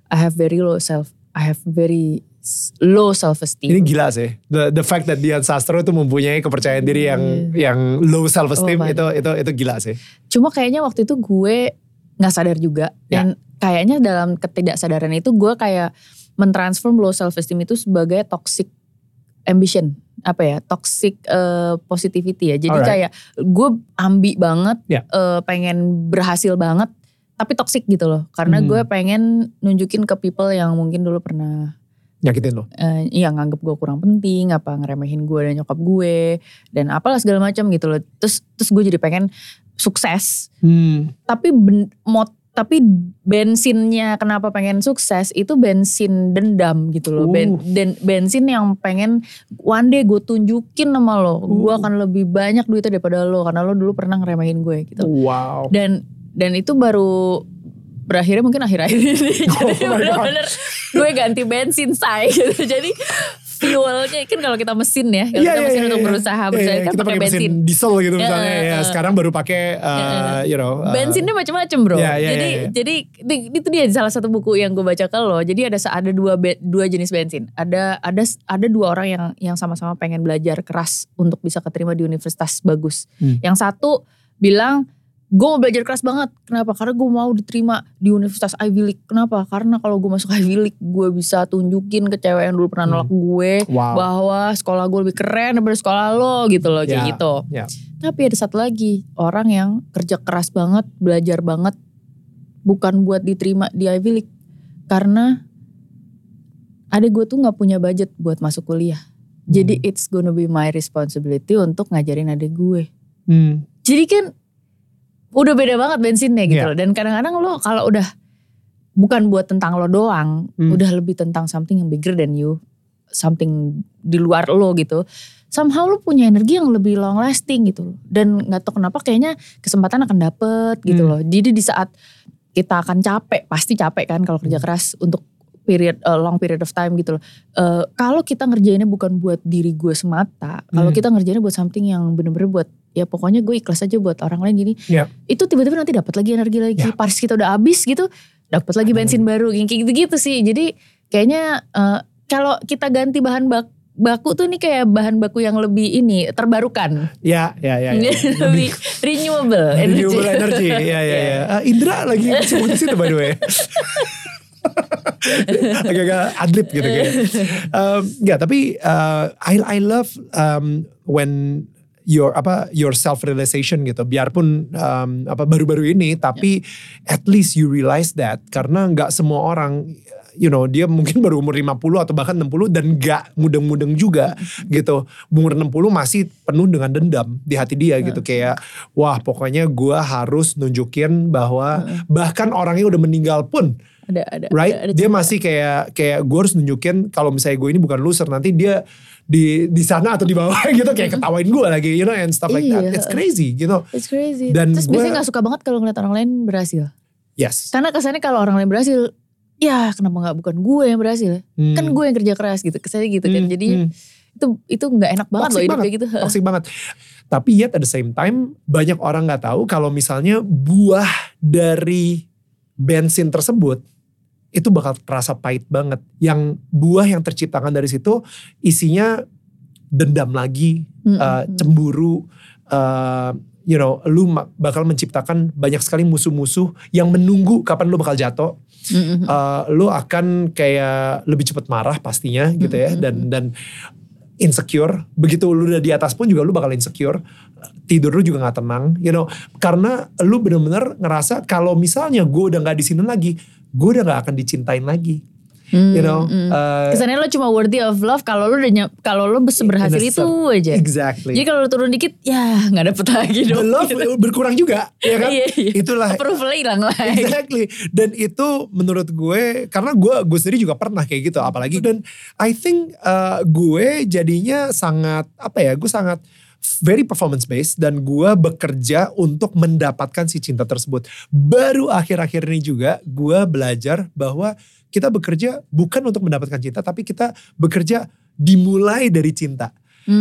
I have very low self, I have very low self esteem. Ini gila sih. The the fact that Dian Sastro itu mempunyai kepercayaan diri yang Hmm. yang low self esteem Oh, itu itu itu gila sih. Cuma kayaknya waktu itu gue nggak sadar juga dan kayaknya dalam ketidaksadaran itu gue kayak mentransform low self esteem itu sebagai toxic ambition, apa ya, toxic uh, positivity ya. Jadi Alright. kayak gue ambi banget, Yeah. uh, pengen berhasil banget, tapi toxic gitu loh. Karena Hmm. gue pengen nunjukin ke people yang mungkin dulu pernah Nyakitin lo. uh, iya nganggep gue kurang penting, apa ngeremehin gue dan nyokap gue dan apalah segala macam gitu loh. Terus terus gue jadi pengen sukses. Hmm. Tapi ben, mot, tapi bensinnya kenapa pengen sukses itu bensin dendam gitu loh. Ben, Uh. den, bensin yang pengen one day gue tunjukin sama lo, gue Uh. akan lebih banyak duitnya daripada lo karena lo dulu pernah ngeremehin gue gitu. Wow. Dan dan itu baru berakhirnya mungkin akhir-akhir ini. Oh Jadi my God. bener-bener gue ganti bensin say gitu. Jadi fuelnya kan kalau kita mesin ya, kalau Iya, kita iya, mesin iya, untuk iya. berusaha Iya, berjalan iya, kan kita pakai bensin. mesin diesel gitu misalnya. Ya, Ya, uh, sekarang baru pakai uh, you know. uh, Bensinnya macam-macam bro. Iya, iya, jadi iya, iya. jadi di- itu dia salah satu buku yang gue baca ke lo. Jadi ada ada dua be- dua jenis bensin. Ada ada ada dua orang yang yang sama-sama pengen belajar keras untuk bisa keterima di universitas bagus. Hmm. Yang satu bilang gue mau belajar keras banget. Kenapa? Karena gue mau diterima di Universitas Ivy League. Kenapa? Karena kalau gue masuk Ivy League, gue bisa tunjukin ke cewek yang dulu pernah nolak gue Wow. bahwa sekolah gue lebih keren daripada sekolah lo gitu loh, kayak Ya, gitu. ya. Tapi ada satu lagi orang yang kerja keras banget, belajar banget, bukan buat diterima di Ivy League, karena adik gue tuh nggak punya budget buat masuk kuliah. Jadi Hmm. it's gonna be my responsibility untuk ngajarin adik gue. Hmm. Jadi kan udah beda banget bensinnya gitu Iya. loh. Dan kadang-kadang lo kalau udah bukan buat tentang lo doang, Hmm. udah lebih tentang something yang bigger than you, something di luar lo gitu. Somehow lo punya energi yang lebih long lasting gitu loh. Dan gak tahu kenapa kayaknya kesempatan akan dapet gitu Hmm. loh. Jadi di saat kita akan capek, pasti capek kan kalau kerja Hmm. keras untuk period uh, long period of time gitu loh. Uh, kalau kita ngerjainnya bukan buat diri gue semata, kalau Hmm. kita ngerjainnya buat something yang bener-bener buat ya pokoknya gue ikhlas aja buat orang lain gini. Ya. Itu tiba-tiba nanti dapat lagi energi lagi. Ya. Paris kita udah habis gitu, dapat lagi bensin baru kayak gitu-gitu sih. Jadi kayaknya uh, kalau kita ganti bahan bak baku tuh ini kayak bahan baku yang lebih ini terbarukan. Ya, ya, ya. ya. lebih renewable energy. Renewable energy. Ya, ya, ya. Uh, Indra lagi sibuk di situ by the way. Agak-agak adlib gitu kayak. Um, ya tapi uh, I I love um, when your apa your self realization gitu. Biarpun um, apa baru-baru ini, tapi at least you realize that karena nggak semua orang, you know, dia mungkin baru umur lima puluh atau bahkan enam puluh dan gak mudeng-mudeng juga gitu. Umur enam puluh masih penuh dengan dendam di hati dia gitu. Kayak wah pokoknya gue harus nunjukin bahwa bahkan orangnya udah meninggal pun, Ada ada. right? ada- ada Dia cerita. masih kayak kayak gue harus nunjukin kalau misalnya gue ini bukan loser, nanti dia di di sana atau di bawah gitu kayak ketawain gue lagi, you know, and stuff like that. Iya. It's crazy gitu. It's crazy. Dan Terus gue- biasanya gak suka banget kalau ngeliat orang lain berhasil. Yes. Karena kesannya kalau orang lain berhasil, ya kenapa gak bukan gue yang berhasil? Hmm. Kan gue yang kerja keras gitu. Kesannya gitu kan. Hmm, Jadi hmm. itu itu gak enak banget loh Toxic hidup banget, kayak gitu. toxic banget. Tapi yet at the same time banyak orang nggak tahu kalau misalnya buah dari bensin tersebut itu bakal terasa pahit banget. Yang buah yang terciptakan dari situ isinya dendam lagi, Mm, uh, mm. cemburu, uh, you know, lu ma- bakal menciptakan banyak sekali musuh-musuh yang menunggu kapan lu bakal jatuh. Mm, mm, Uh, lu akan kayak lebih cepat marah pastinya gitu ya, Mm-hmm. dan dan insecure. Begitu lu udah di atas pun juga lu bakal insecure. Tidur lu juga nggak tenang, you know, karena lu bener-bener ngerasa kalau misalnya gue udah nggak di sini lagi, gue udah nggak akan dicintain lagi, mm, you know. mm. Uh, Kesannya lo cuma worthy of love kalau lo udah ny- kalau lo bisa berhasil in a itu cer- aja. Exactly. Jadi kalau lo turun dikit, ya nggak dapet lagi The dong. love gitu. berkurang juga, ya kan? Iya, iya. Itulah. Approval-nya hilang lagi. Exactly. Dan itu menurut gue, karena gue gue sendiri juga pernah kayak gitu, apalagi dan I think uh, gue jadinya sangat apa ya, gue sangat very performance based dan gue bekerja untuk mendapatkan si cinta tersebut. Baru akhir-akhir ini juga gue belajar bahwa kita bekerja bukan untuk mendapatkan cinta, tapi kita bekerja dimulai dari cinta.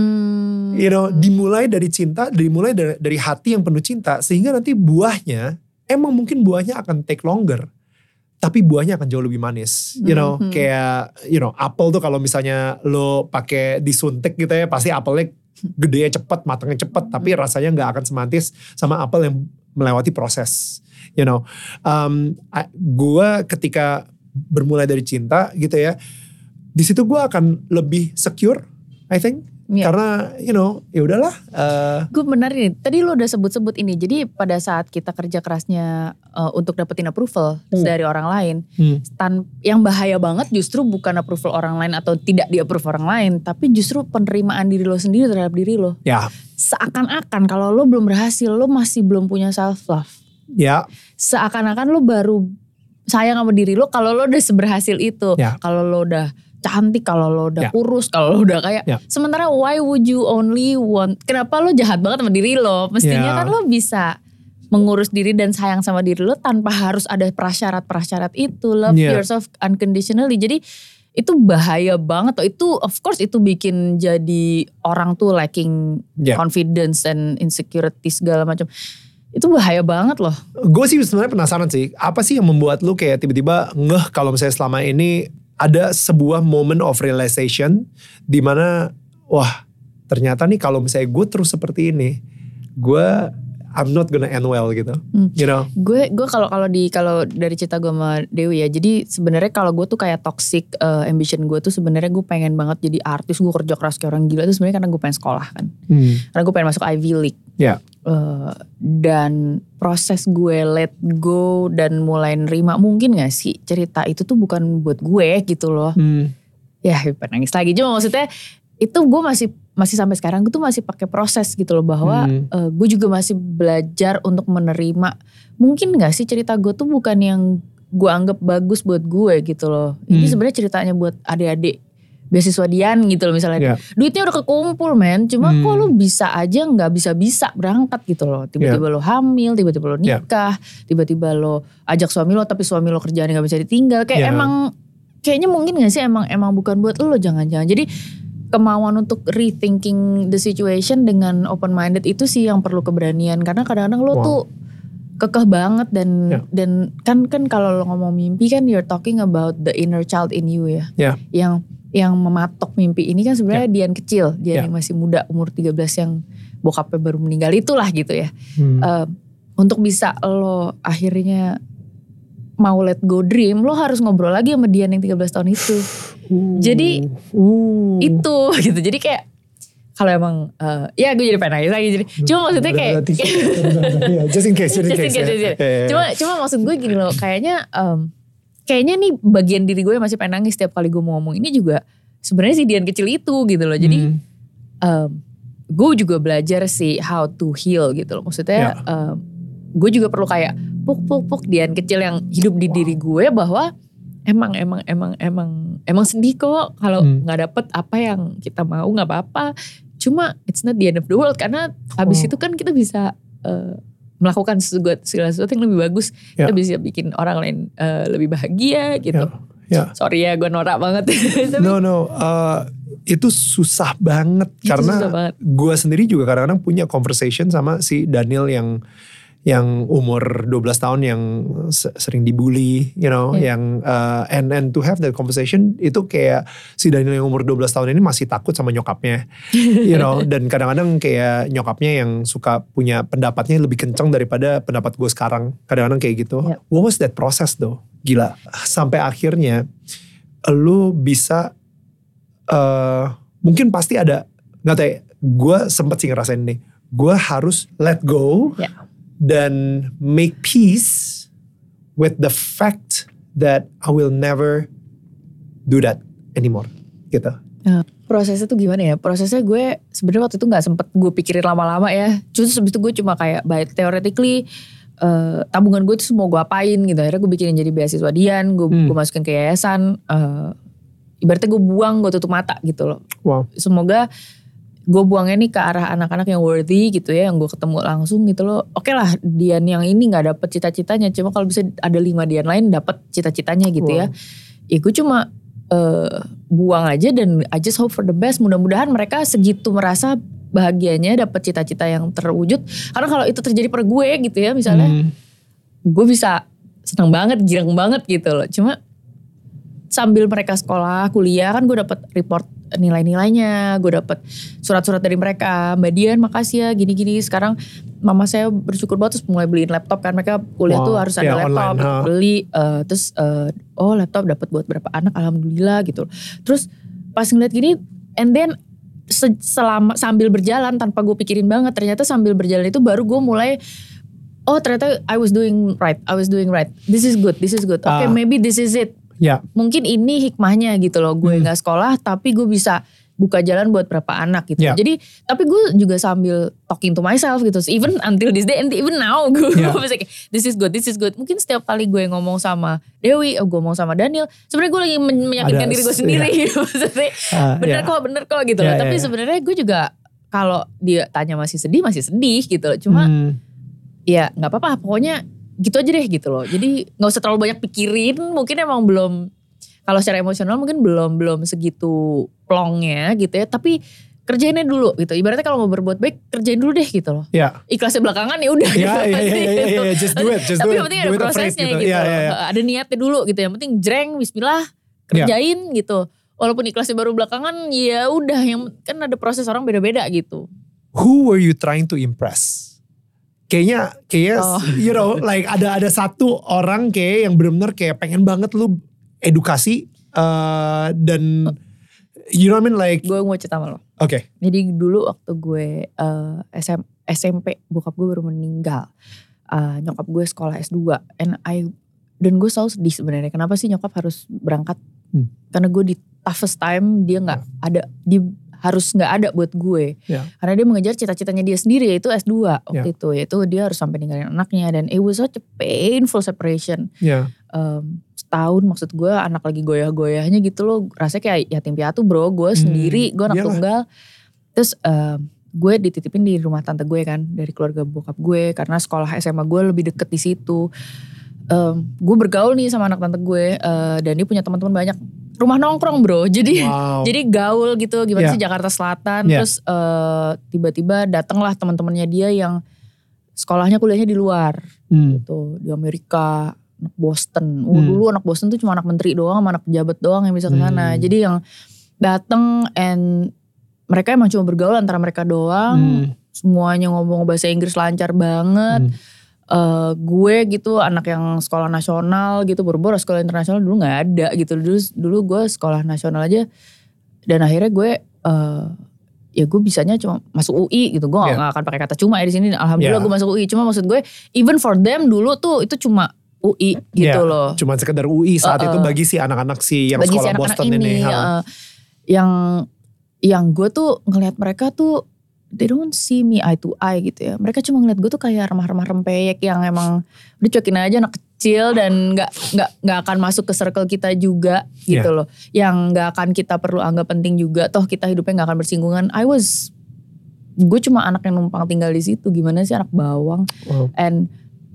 Hmm. You know, dimulai dari cinta, dimulai dari, dari hati yang penuh cinta, sehingga nanti buahnya, emang mungkin buahnya akan take longer. tapi buahnya akan jauh lebih manis. You know, mm-hmm. kayak you know, apel tuh kalau misalnya lo pakai disuntik gitu ya, pasti apelnya gedenya cepet, matangnya cepet, tapi rasanya nggak akan semantis sama apel yang melewati proses. You know, um, gue ketika bermulai dari cinta gitu ya, di situ gue akan lebih secure, I think. Yeah. Karena you know ya udahlah. Uh, gue benar nih. Tadi lo udah sebut-sebut ini. Jadi pada saat kita kerja kerasnya uh, untuk dapetin approval hmm. dari orang lain, hmm. tan yang bahaya banget justru bukan approval orang lain atau tidak di-approve orang lain, tapi justru penerimaan diri lo sendiri terhadap diri lo. Ya. Yeah. Seakan-akan kalau lo belum berhasil, lo masih belum punya self love. Ya. Yeah. Seakan-akan lo baru sayang sama diri lo kalau lo udah seberhasil itu. Yeah. Kalau lo udah cantik, kalau lo udah yeah. kurus, kalau lo udah kayak yeah. sementara why would you only want, kenapa lo jahat banget sama diri lo? Mestinya yeah. kan lo bisa mengurus diri dan sayang sama diri lo tanpa harus ada prasyarat-prasyarat itu. Love yeah. yourself unconditionally. Jadi itu bahaya banget. Itu of course itu bikin jadi orang tuh lacking yeah. confidence and insecurity segala macam. Itu bahaya banget loh. Gue sih sebenarnya penasaran sih, apa sih yang membuat lu kayak tiba-tiba ngeh kalau misalnya selama ini ada sebuah moment of realization di mana wah ternyata nih kalau misalnya gue terus seperti ini, gue I'm not gonna end well gitu, hmm. you know. Gue gue kalau kalau di kalau dari cerita gue sama Dewi ya, jadi sebenarnya kalau gue tuh kayak toxic uh, ambition gue tuh sebenarnya gue pengen banget jadi artis, gue kerja keras kayak orang gila itu sebenarnya karena gue pengen sekolah kan, hmm. karena gue pengen masuk Ivy League. Yeah. Uh, dan proses gue let go dan mulai nerima, mungkin gak sih cerita itu tuh bukan buat gue gitu loh. Hmm. Ya nangis lagi, cuma maksudnya itu gue masih masih sampai sekarang gue tuh masih pakai proses gitu loh, bahwa hmm. uh, gue juga masih belajar untuk menerima. Mungkin gak sih cerita gue tuh bukan yang gue anggap bagus buat gue gitu loh. Hmm. Ini sebenarnya ceritanya buat adik-adik beasiswa Dian gitu loh misalnya. Yeah. Duitnya udah kekumpul men, cuma hmm. kok lo bisa aja gak bisa-bisa berangkat gitu loh. Tiba-tiba yeah. lo hamil, tiba-tiba lo nikah, yeah. tiba-tiba lo ajak suami lo tapi suami lo kerjaannya gak bisa ditinggal. Kayak yeah. emang kayaknya mungkin gak sih emang emang bukan buat lo, jangan-jangan. Jadi kemauan untuk rethinking the situation dengan open minded itu sih yang perlu keberanian, karena kadang-kadang lo wow. tuh kekeh banget dan yeah. dan kan kan kalau lo ngomong mimpi kan you're talking about the inner child in you ya. Yeah. Yang yang mematok mimpi ini kan sebenarnya yeah. Dian kecil, Dian yeah. yang masih muda umur tiga belas yang bokapnya baru meninggal itulah gitu ya. Hmm. Uh, untuk bisa lo akhirnya mau let go dream, lo harus ngobrol lagi sama Dian yang tiga belas tahun itu. Uh, jadi uh. itu gitu. Jadi kayak kalau emang uh, ya gue jadi pengen nangis lagi. Jadi cuma maksudnya kayak just in case, just in case. Ya. Cuma cuma maksud gue gini loh, kayaknya um, kayaknya nih bagian diri gue yang masih pengen nangis setiap kali gue mau ngomong ini juga sebenarnya si Dian kecil itu gitu loh. Jadi hmm. um, gue juga belajar sih how to heal gitu loh. Maksudnya yeah. um, gue juga perlu kayak puk-puk-puk Dian kecil yang hidup di wow. diri gue, bahwa emang emang emang emang emang sedih kok kalau nggak hmm. dapet apa yang kita mau, nggak apa-apa. Cuma it's not the end of the world, karena oh. abis itu kan kita bisa uh, melakukan sesuatu, segala sesuatu yang lebih bagus. Yeah. Kita bisa bikin orang lain uh, lebih bahagia gitu. Yeah. Yeah. Sorry ya gue norak banget. no no, uh, itu susah banget itu karena gue sendiri juga kadang-kadang punya conversation sama si Daniel yang yang umur dua belas tahun yang sering dibully, you know, yeah. yang uh, and and to have that conversation itu kayak si Daniel yang umur dua belas tahun ini masih takut sama nyokapnya, you know, dan kadang-kadang kayak nyokapnya yang suka punya pendapatnya lebih kencang daripada pendapat gue sekarang, kadang-kadang kayak gitu. Yeah. What was that process though? Gila, sampai akhirnya lu bisa, uh, mungkin pasti ada, nggak tahu, gue sempet sih ngerasain nih, gue harus let go. Yeah. Dan make peace with the fact that I will never do that anymore, gitu. Uh, prosesnya tuh gimana ya? Prosesnya gue sebenarnya waktu itu nggak sempet gue pikirin lama-lama ya. Terus habis itu gue cuma kayak, by theoretically uh, tabungan gue tuh semua gue apain gitu. Akhirnya gue bikinin jadi beasiswa Dian, gue, hmm. gue masukin ke yayasan. Uh, ibaratnya gue buang, gue tutup mata gitu loh. Wow. Semoga gue buangnya nih ke arah anak-anak yang worthy gitu ya, yang gue ketemu langsung gitu loh. Oke lah Dian yang ini gak dapet cita-citanya, cuma kalau bisa ada lima Dian lain dapet cita-citanya gitu wow. ya. Ya gue cuma uh, buang aja dan I just hope for the best. Mudah-mudahan mereka segitu merasa bahagianya dapet cita-cita yang terwujud. Karena kalau itu terjadi per gue gitu ya misalnya, hmm. gue bisa seneng banget, girang banget gitu loh. Cuma sambil mereka sekolah, kuliah kan gue dapet report nilai-nilainya, gue dapet surat-surat dari mereka, Mbak Dian makasih ya gini-gini. Sekarang mama saya bersyukur banget, terus mulai beliin laptop kan, mereka kuliah wow, tuh harus ada yeah, laptop, online, huh? beli uh, terus uh, oh laptop dapat buat berapa anak, alhamdulillah gitu. Terus pas ngeliat gini, and then selama sambil berjalan tanpa gue pikirin banget, ternyata sambil berjalan itu baru gue mulai oh ternyata I was doing right, I was doing right. This is good, this is good. Oke, okay, uh, maybe this is it. Yeah. Mungkin ini hikmahnya gitu loh. Gue nggak hmm. sekolah, tapi gue bisa buka jalan buat berapa anak gitu. Yeah. Jadi, tapi gue juga sambil talking to myself gitu. Even until this day, and even now gue yeah. bisa kayak this is good, this is good. Mungkin setiap kali gue ngomong sama Dewi, oh gue ngomong sama Daniel, sebenarnya gue lagi meyakinkan Ada, diri gue sendiri. Yeah. Maksudnya, uh, bener yeah. kok, bener kok gitu yeah, loh. Yeah, tapi yeah. sebenarnya gue juga kalau dia tanya masih sedih, masih sedih gitu loh. Cuma hmm. ya nggak apa-apa, pokoknya gitu aja deh gitu loh. Jadi nggak usah terlalu banyak pikirin. Mungkin emang belum, kalau secara emosional mungkin belum belum segitu plongnya gitu ya. Tapi kerjainnya dulu gitu. Ibaratnya kalau mau berbuat baik, kerjain dulu deh gitu loh. Yeah. Ikhlasnya belakangan ya udah. Yeah, gitu. Yeah, yeah, yeah, yeah, just do it, just Tapi do it. yang penting ada prosesnya gitu. gitu. Yeah, yeah, yeah. Ada niatnya dulu gitu. Yang penting jreng, bismillah, kerjain yeah. gitu. Walaupun ikhlasnya baru belakangan, ya udah. Yang kan ada proses orang beda-beda gitu. Who were you trying to impress? Kayaknya, kayaknya, oh. you know, like ada ada satu orang kayak yang benar-benar kayak pengen banget lu edukasi uh, dan, you know what I mean, like. Gue mau cerita sama lo. Oke. Okay. Jadi dulu waktu gue uh, S M, S M P, bokap gue baru meninggal. Uh, nyokap gue sekolah S dua, and I, dan gue selalu sedih sebenarnya. Kenapa sih nyokap harus berangkat? Hmm. Karena gue di toughest time dia nggak hmm. ada di harus gak ada buat gue. Yeah. Karena dia mengejar cita-citanya dia sendiri, yaitu S dua waktu yeah. itu. Yaitu dia harus sampai ninggalin anaknya. Dan it was such a painful separation. Yeah. Um, setahun maksud gue, anak lagi goyah-goyahnya gitu loh. Rasanya kayak yatim piatu bro. Gue hmm. sendiri, gue anak Yalah. tunggal. Terus um, gue dititipin di rumah tante gue kan. Dari keluarga bokap gue. Karena sekolah S M A gue lebih deket di situ. Um, gue bergaul nih sama anak tante gue. Uh, dan dia punya teman-teman banyak. Rumah nongkrong bro, jadi wow. jadi gaul gitu, gimana yeah. sih Jakarta Selatan, yeah. terus uh, tiba-tiba datanglah teman-temannya dia yang sekolahnya kuliahnya di luar, hmm. gitu, di Amerika, anak Boston. Uh, hmm. Dulu anak Boston tuh cuma anak menteri doang, sama anak pejabat doang yang bisa ke sana. Hmm. Jadi yang datang and mereka emang cuma bergaul antara mereka doang, hmm. semuanya ngomong bahasa Inggris lancar banget. Hmm. Uh, gue gitu anak yang sekolah nasional gitu, boro-boro sekolah internasional dulu nggak ada gitu. Dulu dulu gue sekolah nasional aja, dan akhirnya gue uh, ya gue bisanya cuma masuk U I gitu. Gue yeah. gak akan pakai kata cuma ya di sini. Alhamdulillah yeah. gue masuk U I. Cuma maksud gue even for them dulu tuh itu cuma U I gitu yeah. loh. Cuma sekedar U I saat uh, itu bagi si anak-anak si yang sekolah si anak-anak Boston ini. ini uh, yang yang gue tuh ngelihat mereka tuh, they don't see me eye to eye gitu ya. Mereka cuma ngeliat gue tuh kayak remah-remah rempeyek yang emang udah cuekin aja anak kecil dan gak, gak, gak akan masuk ke circle kita juga gitu yeah. loh. Yang gak akan kita perlu anggap penting juga. Toh kita hidupnya gak akan bersinggungan. I was, gue cuma anak yang numpang tinggal di situ. Gimana sih anak bawang. Wow. And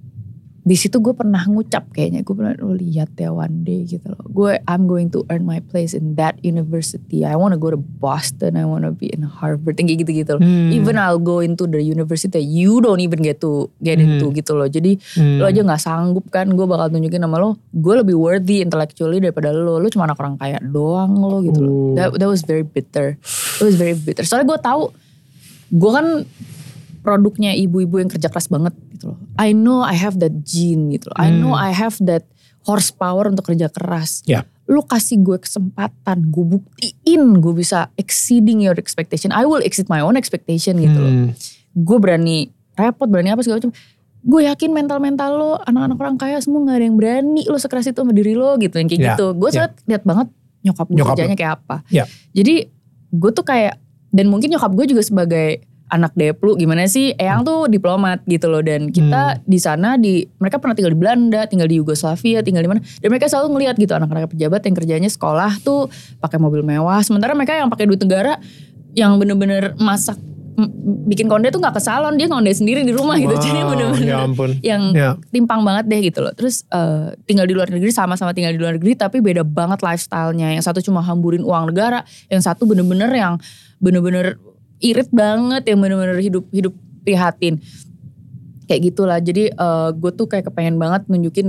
di situ gue pernah ngucap kayaknya. Gue pernah oh, lihat ya one day gitu loh. Gue I'm going to earn my place in that university. I want to go to Boston. I want to be in Harvard. Kayak gitu-gitu loh. Hmm. Even I'll go into the university you don't even get to get hmm. into gitu loh. Jadi hmm. lo aja gak sanggup kan. Gue bakal tunjukin sama lo. Gue lebih worthy intellectually daripada lo. Lo cuma anak orang kaya doang lo gitu loh. That, that was very bitter. It was very bitter. Soalnya gue tahu. Gue kan produknya ibu-ibu yang kerja keras banget gitu loh. I know I have that gene gitu loh. I know hmm. I have that horsepower untuk kerja keras. Yeah. Lu kasih gue kesempatan, gue buktiin gue bisa exceeding your expectation. I will exceed my own expectation gitu hmm. loh. Gue berani repot, berani apa segala macam. Gue yakin mental-mental lo, anak-anak orang kaya semua gak ada yang berani lo sekeras itu sama diri lo gitu. Yang kayak yeah. gitu. Gue yeah. sangat lihat banget nyokap gue kerjanya kayak apa. Yeah. Jadi gue tuh kayak, dan mungkin nyokap gue juga sebagai anak Deplu gimana sih, Eyang tuh diplomat gitu loh, dan kita hmm. di sana di mereka pernah tinggal di Belanda, tinggal di Yugoslavia, tinggal di mana, dan mereka selalu ngelihat gitu anak-anak pejabat yang kerjanya sekolah tuh pakai mobil mewah, sementara mereka yang pakai duit negara yang bener-bener masak bikin konde tuh nggak ke salon, dia konde sendiri di rumah wow, gitu, jadi bener-bener ya ampun. yang ya. timpang banget deh gitu loh. Terus uh, tinggal di luar negeri sama-sama tinggal di luar negeri tapi beda banget lifestyle-nya, yang satu cuma hamburin uang negara, yang satu bener-bener yang bener-bener irit banget, yang bener-bener hidup hidup prihatin kayak gitulah. Jadi uh, gue tuh kayak kepengen banget nunjukin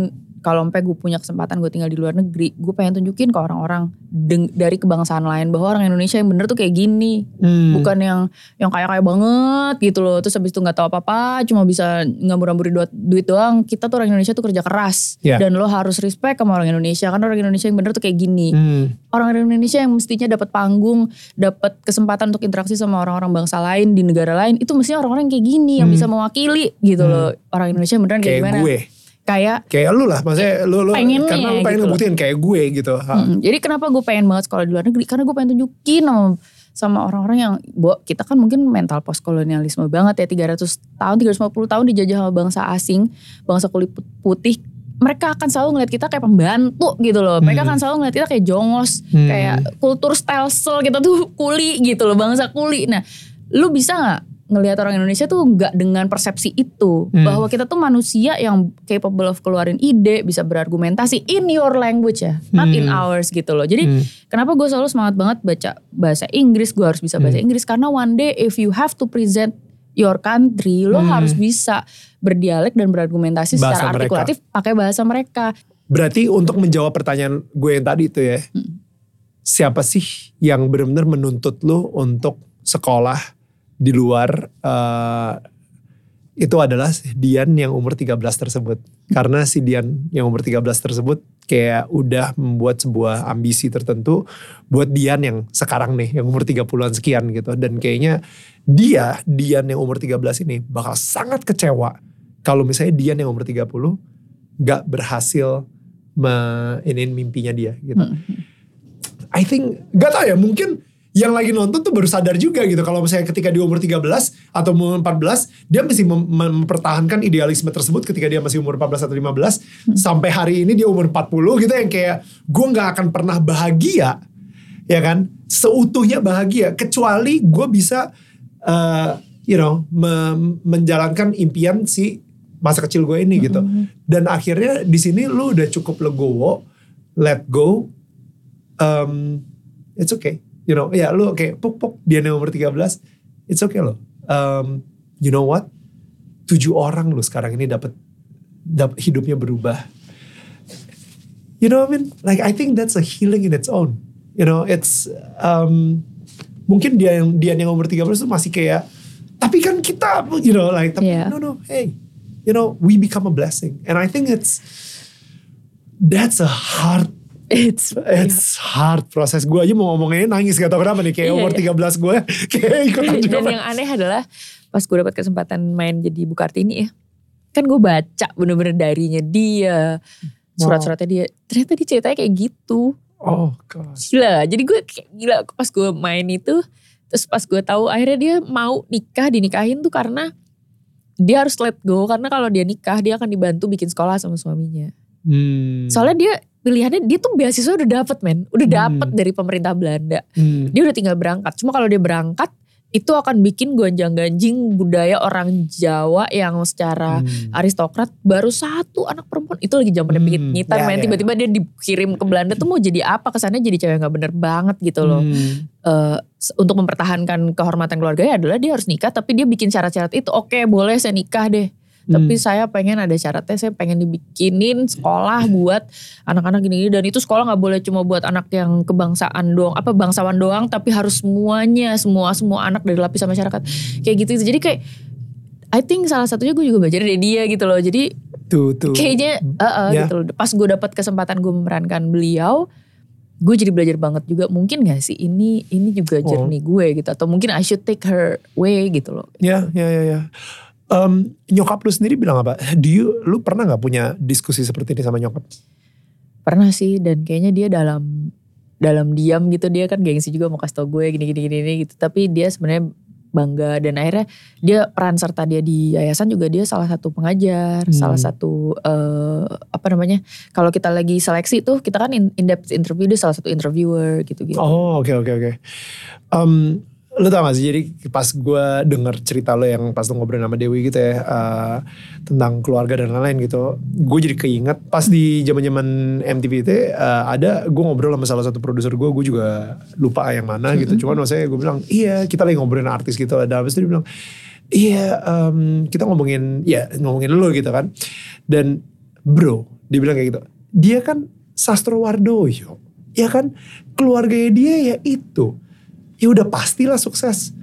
kalau sampai gue punya kesempatan gue tinggal di luar negeri, gue pengen tunjukin ke orang-orang deng- dari kebangsaan lain bahwa orang Indonesia yang bener tuh kayak gini, hmm. bukan yang yang kaya-kaya banget gitu loh. Terus habis itu nggak tahu apa-apa, cuma bisa ngambur-ngamburi duit, duit doang. Kita tuh orang Indonesia tuh kerja keras, yeah. dan lo harus respect sama orang Indonesia. Kan orang Indonesia yang bener tuh kayak gini. Hmm. Orang Indonesia yang mestinya dapat panggung, dapat kesempatan untuk interaksi sama orang-orang bangsa lain di negara lain, itu mestinya orang-orang yang kayak gini, hmm. yang bisa mewakili gitu hmm. loh. Orang Indonesia beneran kayak, kayak gimana? Gue. Kayak kayak lu lah, maksudnya lu, lu pengen karena lu pengen gitu ngebuktiin kayak gue gitu. Hmm, jadi kenapa gue pengen banget sekolah di luar negeri? Karena gue pengen tunjukin sama, sama orang-orang yang, bo, kita kan mungkin mental post kolonialisme banget ya, tiga ratus tahun, tiga ratus lima puluh tahun dijajah sama bangsa asing, bangsa kulit putih. Mereka akan selalu ngeliat kita kayak pembantu gitu loh. Mereka hmm. akan selalu ngeliat kita kayak jongos, hmm. kayak kultur stelsel kita tuh kuli gitu loh, bangsa kuli. Nah, lu bisa gak ngelihat orang Indonesia tuh nggak dengan persepsi itu, hmm. bahwa kita tuh manusia yang capable of keluarin ide, bisa berargumentasi in your language ya, hmm. not in ours gitu loh. Jadi hmm. kenapa gue selalu semangat banget baca bahasa Inggris, gue harus bisa bahasa hmm. Inggris karena one day if you have to present your country, lo hmm. harus bisa berdialek dan berargumentasi bahasa secara artikulatif pakai bahasa mereka. Berarti untuk menjawab pertanyaan gue yang tadi itu ya, hmm. siapa sih yang benar-benar menuntut lo untuk sekolah di luar, uh, itu adalah Dian yang umur tiga belas tersebut. Karena si Dian yang umur tiga belas tersebut kayak udah membuat sebuah ambisi tertentu buat Dian yang sekarang nih, yang umur tiga puluhan sekian gitu. Dan kayaknya dia, Dian yang umur tiga belas ini bakal sangat kecewa kalau misalnya Dian yang umur tiga puluh gak berhasil meinin mimpinya dia gitu. Hmm. I think, gak tau ya, mungkin yang lagi nonton tuh baru sadar juga gitu. Kalau misalnya ketika di umur tiga belas atau umur empat belas, dia mesti mem- mempertahankan idealisme tersebut ketika dia masih umur empat belas atau lima belas. Hmm. Sampai hari ini dia umur empat puluh gitu, yang kayak gue gak akan pernah bahagia, ya kan, seutuhnya bahagia, kecuali gue bisa uh, you know me- menjalankan impian si masa kecil gue ini gitu. Hmm. Dan akhirnya di sini lu udah cukup legowo, let go, um, it's okay. You know, ya lu kayak puk-puk dia yang umur tiga belas, it's okay loh. Um, you know what? Tujuh orang lu sekarang ini dapat dapat hidupnya berubah. You know what I mean? Like I think that's a healing in its own. You know, it's um, mungkin dia yang dia yang umur tiga belas tuh masih kayak, tapi kan kita, you know, like tapi yeah. no no, hey, you know, we become a blessing. And I think it's that's a hard It's It's yeah. hard proses. Gue aja mau ngomongnya nangis gak tau kenapa nih. Kayak yeah, umur tiga belas gue kayak ikutan juga. Dan yang aneh adalah pas gue dapat kesempatan main jadi Bu Kartini ya, kan gue baca bener-bener darinya dia, surat-suratnya dia, ternyata dia ceritanya kayak gitu. Oh god. Gila. Jadi gue kayak gila pas gue main itu. Terus pas gue tahu akhirnya dia mau nikah, dinikahin tuh karena dia harus let go. Karena kalau dia nikah dia akan dibantu bikin sekolah sama suaminya. Hmm. Soalnya dia pilihannya, dia tuh beasiswa udah dapet men, udah dapet hmm. dari pemerintah Belanda. Hmm. Dia udah tinggal berangkat. Cuma kalau dia berangkat itu akan bikin gonjang-ganjing budaya orang Jawa yang secara hmm. aristokrat, baru satu anak perempuan. Itu lagi zamannya hmm. ngitan yeah, main yeah. tiba-tiba dia dikirim ke Belanda tuh mau jadi apa, kesannya jadi cewek gak bener banget gitu loh. Hmm. Uh, untuk mempertahankan kehormatan keluarganya adalah dia harus nikah, tapi dia bikin syarat-syarat itu. Oke, boleh saya nikah deh. Tapi hmm. saya pengen ada syaratnya, saya pengen dibikinin sekolah buat anak-anak gini-gini. Dan itu sekolah gak boleh cuma buat anak yang kebangsaan doang, apa bangsawan doang, tapi harus semuanya, semua semua anak dari lapisan masyarakat. Kayak gitu. Jadi kayak, I think salah satunya gue juga belajar dari dia gitu loh. Jadi tuh, tuh. kayaknya uh, uh, yeah. gitu loh. Pas gue dapat kesempatan gue memerankan beliau, gue jadi belajar banget juga. Mungkin gak sih ini ini juga journey oh. gue gitu. Atau mungkin I should take her way gitu loh. Ya, ya, ya, ya. Um, nyokap lu sendiri bilang apa? Do you, lu pernah gak punya diskusi seperti ini sama nyokap? Pernah sih, dan kayaknya dia dalam dalam diam gitu, dia kan gengsi juga mau kasih tau gue gini-gini gitu. Tapi dia sebenarnya bangga, dan akhirnya dia peran serta dia di yayasan juga, dia salah satu pengajar, hmm. salah satu uh, apa namanya? Kalau kita lagi seleksi tuh kita kan in, in depth interview, dia salah satu interviewer gitu-gitu. Oh oke okay, oke okay, oke. Okay. Um, Lo tau gak sih, jadi pas gue denger cerita lo yang pas lo ngobrol sama Dewi gitu ya, uh, tentang keluarga dan lain-lain gitu, gue jadi keinget pas di zaman-zaman M T V itu uh, ada, gue ngobrol sama salah satu produser gue, gue juga lupa yang mana gitu, cuman maksudnya gue bilang, iya kita lagi ngobrolin artis gitu lah, dan habis itu dia bilang, iya um, kita ngomongin, ya ngomongin lo gitu kan, dan bro, dia bilang kayak gitu. Dia kan Sastrowardoyo, ya kan, keluarganya dia ya itu, ya udah pastilah sukses.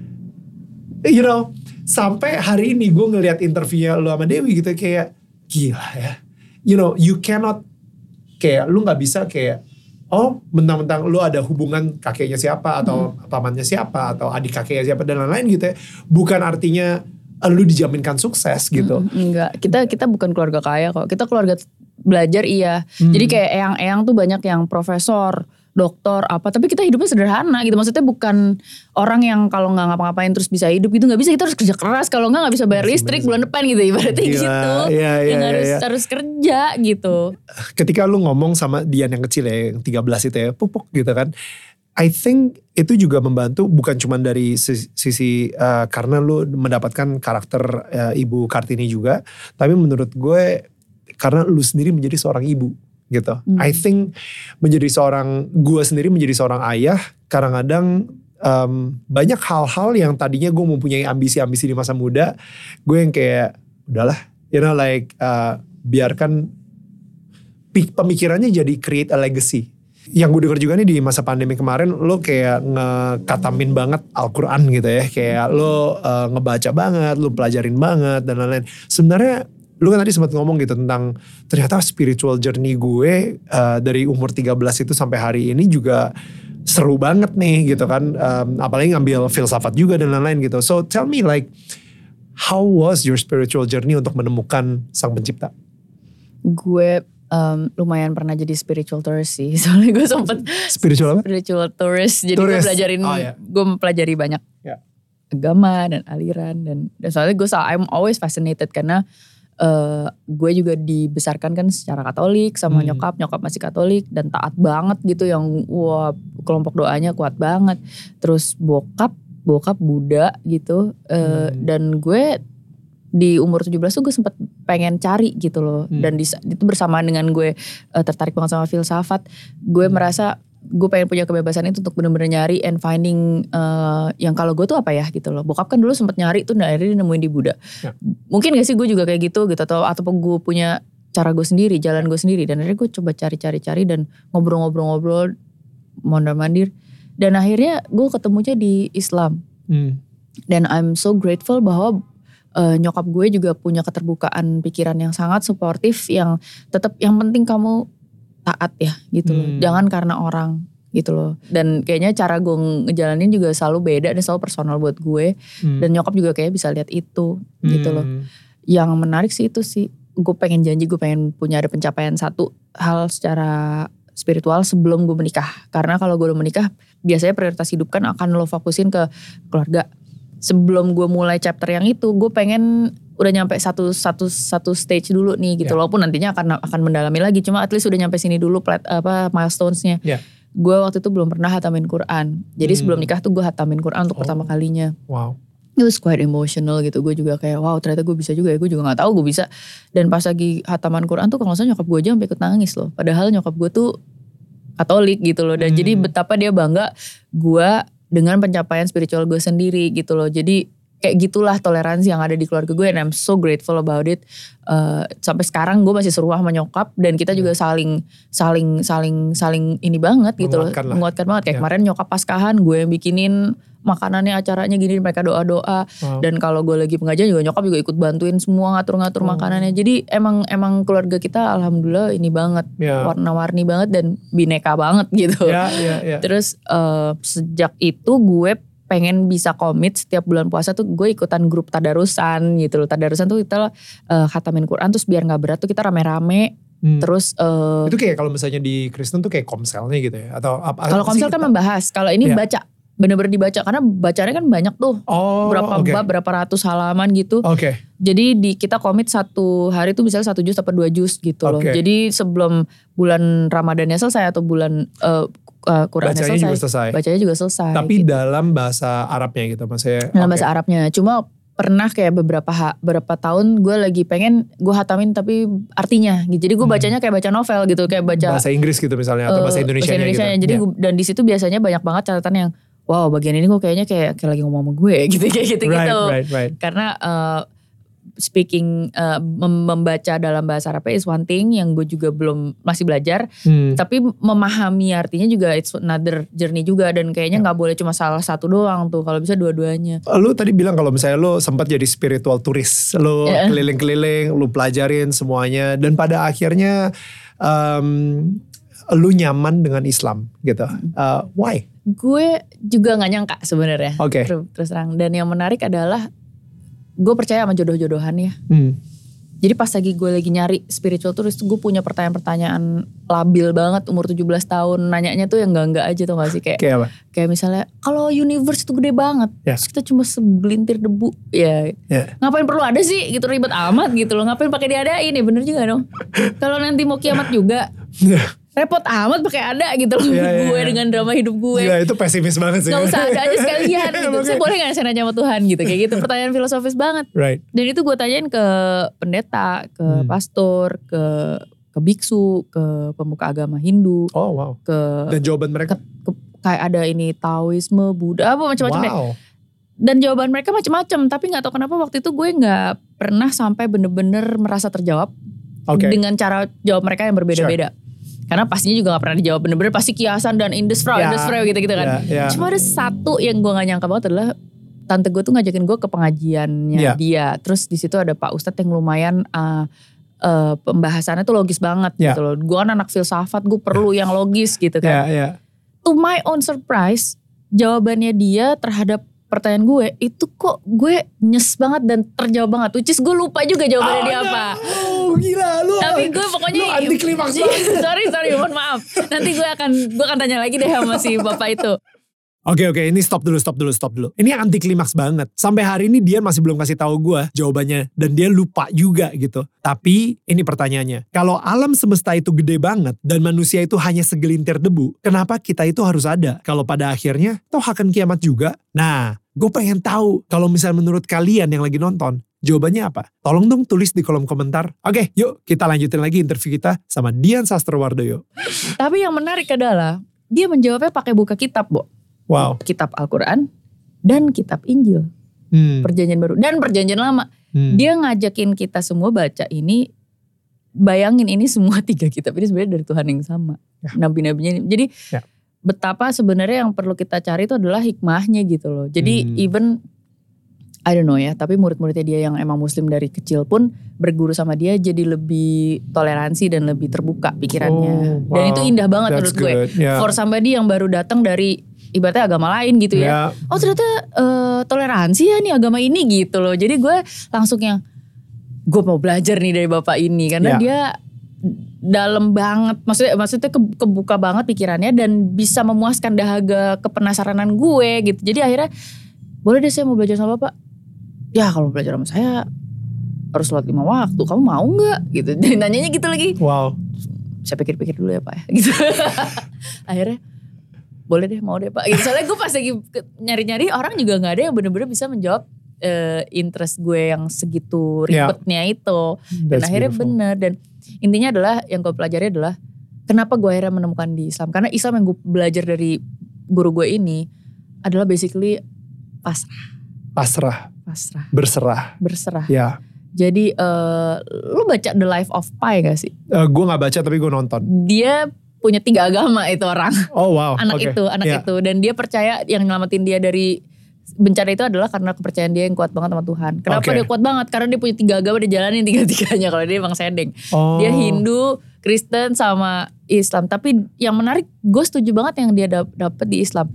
You know, sampai hari ini gue ngelihat interviewnya lu sama Dewi gitu kayak gila ya. You know, you cannot kayak lu nggak bisa kayak oh mentang-mentang lu ada hubungan kakeknya siapa atau hmm. pamannya siapa atau adik kakeknya siapa dan lain-lain gitu ya. Bukan artinya lu dijaminkan sukses gitu. Hmm, enggak, kita kita bukan keluarga kaya kok. Kita keluarga belajar iya. Hmm. Jadi kayak eyang-eyang tuh banyak yang profesor, doktor apa, tapi kita hidupnya sederhana gitu. Maksudnya bukan orang yang kalau nggak ngapa-ngapain terus bisa hidup gitu, nggak bisa. Kita harus kerja keras, kalau nggak nggak bisa bayar listrik bulan depan gitu ibaratnya. Gila, gitu. Iya, iya, yang iya, harus iya. harus kerja gitu. Ketika lu ngomong sama Dian yang kecil ya, yang tiga belas itu ya, pupuk gitu kan. I think itu juga membantu bukan cuma dari sisi, sisi uh, karena lu mendapatkan karakter uh, Ibu Kartini juga, tapi menurut gue karena lu sendiri menjadi seorang ibu gitu. Hmm. I think menjadi seorang, gue sendiri menjadi seorang ayah, kadang-kadang um, banyak hal-hal yang tadinya gue mempunyai ambisi-ambisi di masa muda, gue yang kayak udahlah, you know like uh, biarkan pemikirannya jadi create a legacy. Yang gue denger juga nih di masa pandemi kemarin, lo kayak ngekatamin banget Al-Quran gitu ya, kayak lo uh, ngebaca banget, lo pelajarin banget dan lain-lain. Sebenarnya lu kan tadi sempat ngomong gitu tentang ternyata spiritual journey gue uh, dari umur tiga belas itu sampai hari ini juga seru banget nih gitu kan. Um, apalagi ngambil filsafat juga dan lain-lain gitu. So tell me like how was your spiritual journey untuk menemukan Sang Pencipta? Gue um, lumayan pernah jadi spiritual tourist sih. Soalnya gue sempet spiritual apa? Spiritual tourist. Jadi tourist. gue pelajarin, oh, yeah. gue mempelajari banyak yeah. agama dan aliran dan, dan soalnya gue I'm always fascinated karena Uh, gue juga dibesarkan kan secara Katolik sama hmm. nyokap, nyokap masih Katolik dan taat banget gitu yang wah kelompok doanya kuat banget. Terus bokap, bokap Buddha gitu uh, hmm. dan gue di umur tujuh belas tuh gue sempet pengen cari gitu loh hmm. dan di, itu bersamaan dengan gue uh, tertarik banget sama filsafat. Gue hmm. merasa gue pengen punya kebebasan itu untuk bener-bener nyari and finding uh, yang kalau gue tuh apa ya gitu loh. Bokap kan dulu sempet nyari tuh akhirnya nemuin di Buddha. Ya. Mungkin gak sih gue juga kayak gitu gitu atau ataupun gue punya cara gue sendiri, jalan gue sendiri dan akhirnya gue coba cari-cari-cari dan ngobrol-ngobrol-ngobrol mondar-mandir dan akhirnya gue ketemunya di Islam. Hmm. Dan I'm so grateful bahwa uh, nyokap gue juga punya keterbukaan pikiran yang sangat suportif yang tetap yang penting kamu taat ya gitu loh. Hmm. Jangan karena orang gitu loh. Dan kayaknya cara gue ngejalanin juga selalu beda dan selalu personal buat gue. Hmm. Dan nyokap juga kayak bisa lihat itu hmm. gitu loh. Yang menarik sih itu sih. Gue pengen janji gue pengen punya ada pencapaian satu hal secara spiritual sebelum gue menikah. Karena kalau gue udah menikah biasanya prioritas hidup kan akan lo fokusin ke keluarga. Sebelum gue mulai chapter yang itu gue pengen udah nyampe satu satu satu stage dulu nih gitu. Yeah. Walaupun nantinya akan akan mendalami lagi, cuma at least udah nyampe sini dulu plat, apa milestones-nya. Yeah. Gue waktu itu belum pernah hatamin Quran. Jadi hmm. sebelum nikah tuh gue hatamin Quran untuk oh. pertama kalinya. Wow. It was quite emotional gitu. Gue juga kayak wow ternyata gue bisa juga ya. Gue juga gak tahu gue bisa. Dan pas lagi hataman Quran tuh kalau gak salah nyokap gue aja sampai ikut nangis loh. Padahal nyokap gue tuh Katolik gitu loh. Dan hmm. jadi betapa dia bangga gue dengan pencapaian spiritual gue sendiri gitu loh. Jadi kayak gitulah toleransi yang ada di keluarga gue and I'm so grateful about it. Uh, sampai sekarang gue masih seru sama nyokap dan kita juga saling saling saling saling ini banget gitu loh. Menguatkan banget. Kayak yeah. kemarin nyokap Paskahan gue yang bikinin makanannya acaranya gini mereka doa-doa wow. dan kalau gue lagi pengajian juga nyokap juga ikut bantuin semua ngatur-ngatur oh. makanannya. Jadi emang emang keluarga kita alhamdulillah ini banget yeah. warna-warni banget dan bineka banget gitu. Yeah, yeah, yeah. Terus uh, sejak itu gue pengen bisa komit setiap bulan puasa tuh gue ikutan grup tadarusan gitu loh. Tadarusan tuh kita uh, khatamin Quran terus biar gak berat tuh kita rame-rame. Hmm. Terus uh, itu kayak kalau misalnya di Kristen tuh kayak komselnya gitu ya atau apa? Kalau komsel kan membahas, kalau ini yeah. baca, bener-bener dibaca karena bacanya kan banyak tuh, oh, berapa okay. bab, berapa ratus halaman gitu. Oke. Okay. Jadi di kita komit satu hari tuh misalnya satu juz atau dua juz gitu loh. Okay. Jadi sebelum bulan Ramadannya selesai atau bulan uh, uh, Qurannya bacanya selesai, juga selesai, bacanya juga selesai. Tapi gitu. dalam bahasa Arabnya gitu maksudnya. Dalam okay. bahasa Arabnya, cuma pernah kayak beberapa ha, beberapa tahun gue lagi pengen gue hatamin tapi artinya gitu. Jadi gue bacanya kayak baca novel gitu, kayak baca bahasa Inggris gitu misalnya atau uh, bahasa Indonesianya, bahasa Indonesianya gitu. Jadi yeah. gua, dan di situ biasanya banyak banget catatan yang wow bagian ini gue kayaknya kayak kayak lagi ngomong sama gue gitu kayak gitu right, gitu. Right, right. Karena uh, speaking uh, mem- membaca dalam bahasa Arab is one thing yang gue juga belum masih belajar, Hmm. tapi memahami artinya juga it's another journey juga, dan kayaknya nggak boleh cuma salah satu doang tuh, kalau bisa dua-duanya. Lu tadi bilang kalau misalnya lu sempat jadi spiritual turis, lu Yeah. keliling-keliling, lu pelajarin semuanya, dan pada akhirnya um, lu nyaman dengan Islam gitu. Uh, why? Gue juga nggak nyangka sebenarnya. Oke. Terus, terus terang. Dan yang menarik adalah gue percaya sama jodoh-jodohan ya. Hmm. Jadi pas lagi gue lagi nyari spiritual tourist, gue punya pertanyaan-pertanyaan labil banget umur tujuh belas tahun. Nanyanya tuh yang enggak-enggak aja tuh gak sih. Kayak, Kayak apa? kayak misalnya kalau universe itu gede banget, Ya. terus kita cuma segelintir debu. Ya Ya. ngapain perlu ada sih gitu, ribet amat gitu loh. Ngapain pakai diadain ya, bener juga dong. Kalau nanti mau kiamat juga, repot amat pakai ada gitu loh. Ya, ya, Gue ya. dengan drama hidup gue. Gila, itu pesimis banget sih. Gak usah ada aja sekalian gitu. Oke. Saya boleh gak saya nanya sama Tuhan gitu. Kayak gitu, pertanyaan filosofis banget. Right. Dan itu gue tanyain ke pendeta, ke Hmm. pastor, ke ke biksu, ke pemuka agama Hindu, Oh wow. ke, Dan jawaban mereka? ke kayak ada ini Taoisme, Buddha, apa macam-macam deh. Wow. Dan jawaban mereka macam-macam, tapi nggak tahu kenapa waktu itu gue nggak pernah sampai bener-bener merasa terjawab Oke. dengan cara jawab mereka yang berbeda-beda. Karena pastinya juga gak pernah dijawab bener-bener, pasti kiasan dan indesfrau, Ya. indesfrau gitu-gitu kan. Ya, ya. Cuma ada satu yang gue gak nyangka banget adalah tante gue tuh ngajakin gue ke pengajiannya Ya. dia. Terus di situ ada Pak Ustadz yang lumayan uh, uh, pembahasannya tuh logis banget Ya. gitu loh. Gue kan anak filsafat, gue perlu yang logis gitu Ya, kan. ya. To my own surprise, jawabannya dia terhadap pertanyaan gue itu kok gue nyes banget dan terjawab banget. Which is gue lupa juga jawabannya dia apa. Oh gila lu. Tapi gue pokoknya Lu anti klimaks banget. sorry sorry mohon maaf. Nanti gue akan gue akan tanya lagi deh sama si bapak itu. Oke oke, ini stop dulu, stop dulu, stop dulu. Ini anti klimaks banget. Sampai hari ini dia masih belum kasih tahu gue jawabannya, dan dia lupa juga gitu. Tapi ini pertanyaannya, kalau alam semesta itu gede banget dan manusia itu hanya segelintir debu, kenapa kita itu harus ada? Kalau pada akhirnya toh akan kiamat juga. Nah, gue pengen tahu kalau misalnya menurut kalian yang lagi nonton, jawabannya apa? Tolong dong tulis di kolom komentar. Oke, yuk kita lanjutin lagi interview kita sama Dian Sastrowardoyo. Tapi yang menarik adalah dia menjawabnya pakai buka kitab, Bo. Wow. Kitab Al-Quran dan kitab Injil. Hmm. Perjanjian baru dan perjanjian lama. Hmm. Dia ngajakin kita semua baca ini. Bayangin ini semua tiga kitab ini sebenarnya dari Tuhan yang sama. Ya. Nabi-nabinya ini. Jadi Ya. betapa sebenarnya yang perlu kita cari itu adalah hikmahnya gitu loh. Jadi Hmm. even I don't know ya, tapi murid-muridnya dia yang emang muslim dari kecil pun berguru sama dia jadi lebih toleransi dan lebih terbuka pikirannya. Oh, Dan wow. itu indah banget That's menurut gue. good. Yeah. For somebody yang baru datang dari ibaratnya agama lain gitu Ya. ya. Oh ternyata eh, toleransi ya nih agama ini gitu loh. Jadi gue langsung yang gue mau belajar nih dari bapak ini karena Ya. dia dalam banget, maksudnya maksudnya ke- kebuka banget pikirannya dan bisa memuaskan dahaga kepenasaranan gue gitu. Jadi akhirnya boleh deh saya mau belajar sama bapak. Ya kalau belajar sama saya harus sholat lima waktu, kamu mau nggak gitu? Dan nanyanya gitu lagi. Wow. Saya pikir-pikir dulu ya pak ya gitu. Akhirnya boleh deh mau deh pak gitu. Soalnya gue pas lagi ke- nyari-nyari orang juga gak ada yang bener-bener bisa menjawab eh, interest gue yang segitu Ya. ribetnya itu. Dan That's akhirnya beautiful. bener. Dan intinya adalah yang gue pelajari adalah kenapa gue akhirnya menemukan di Islam. Karena Islam yang gue belajar dari guru gue ini adalah basically pasrah. Pasrah, Pasrah, berserah. berserah. Ya. Jadi eh, lu baca The Life of Pi gak sih? Eh, gue gak baca tapi gue nonton. Dia punya tiga agama itu orang. Oh wow. anak Oke. itu, anak Ya. itu, dan dia percaya yang nyelamatin dia dari bencana itu adalah karena kepercayaan dia yang kuat banget sama Tuhan. Kenapa Oke. dia kuat banget? Karena dia punya tiga agama, dia jalanin tiga-tiganya. Kalau dia emang sendeng. Oh. Dia Hindu, Kristen sama Islam. Tapi yang menarik, gue setuju banget yang dia dap- dapet di Islam.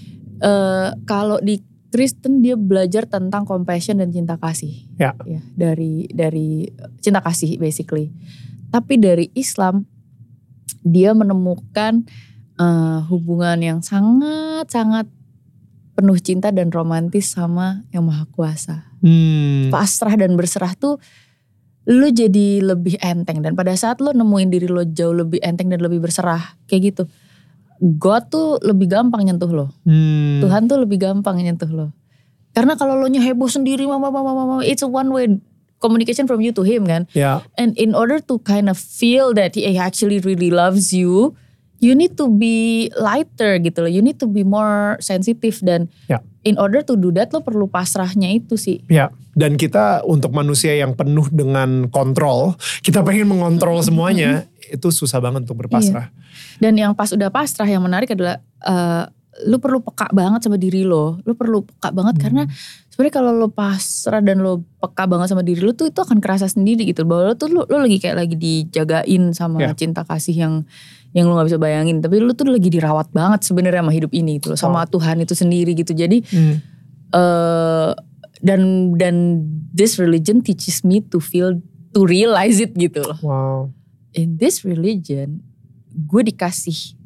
Eh, kalau di Kristen dia belajar tentang compassion dan cinta kasih. Ya. Ya, dari dari cinta kasih basically. Tapi dari Islam dia menemukan eh, hubungan yang sangat-sangat penuh cinta dan romantis sama Yang Maha Kuasa. Hmm. Pasrah dan berserah tuh lu jadi lebih enteng, dan pada saat lu nemuin diri lo jauh lebih enteng dan lebih berserah kayak gitu, God tuh lebih gampang nyentuh lo. Hmm. Tuhan tuh lebih gampang nyentuh lo. Karena kalau lo heboh sendiri, mama, mama, mama, it's a one way communication from you to him kan. Ya. And in order to kind of feel that he actually really loves you, you need to be lighter gitu loh. You need to be more sensitive, dan Ya. in order to do that lo perlu pasrahnya itu sih. Ya, dan kita untuk manusia yang penuh dengan kontrol, kita pengen mengontrol semuanya, itu susah banget untuk berpasrah. Iya. Dan yang pas udah pasrah yang menarik adalah uh, lu perlu peka banget sama diri lo. Lu perlu peka banget hmm. karena sebenarnya kalau lo pasrah dan lo peka banget sama diri lo tuh itu akan kerasa sendiri gitu. Bahwa lo tuh lo, lo lagi kayak lagi dijagain sama yeah. cinta kasih yang yang lo gak bisa bayangin. Tapi lo tuh lagi dirawat banget sebenarnya sama hidup ini gitu loh. Sama oh. Tuhan itu sendiri gitu. Jadi hmm. uh, dan dan this religion teaches me to feel, to realize it gitu loh. Wow. In this religion gue dikasih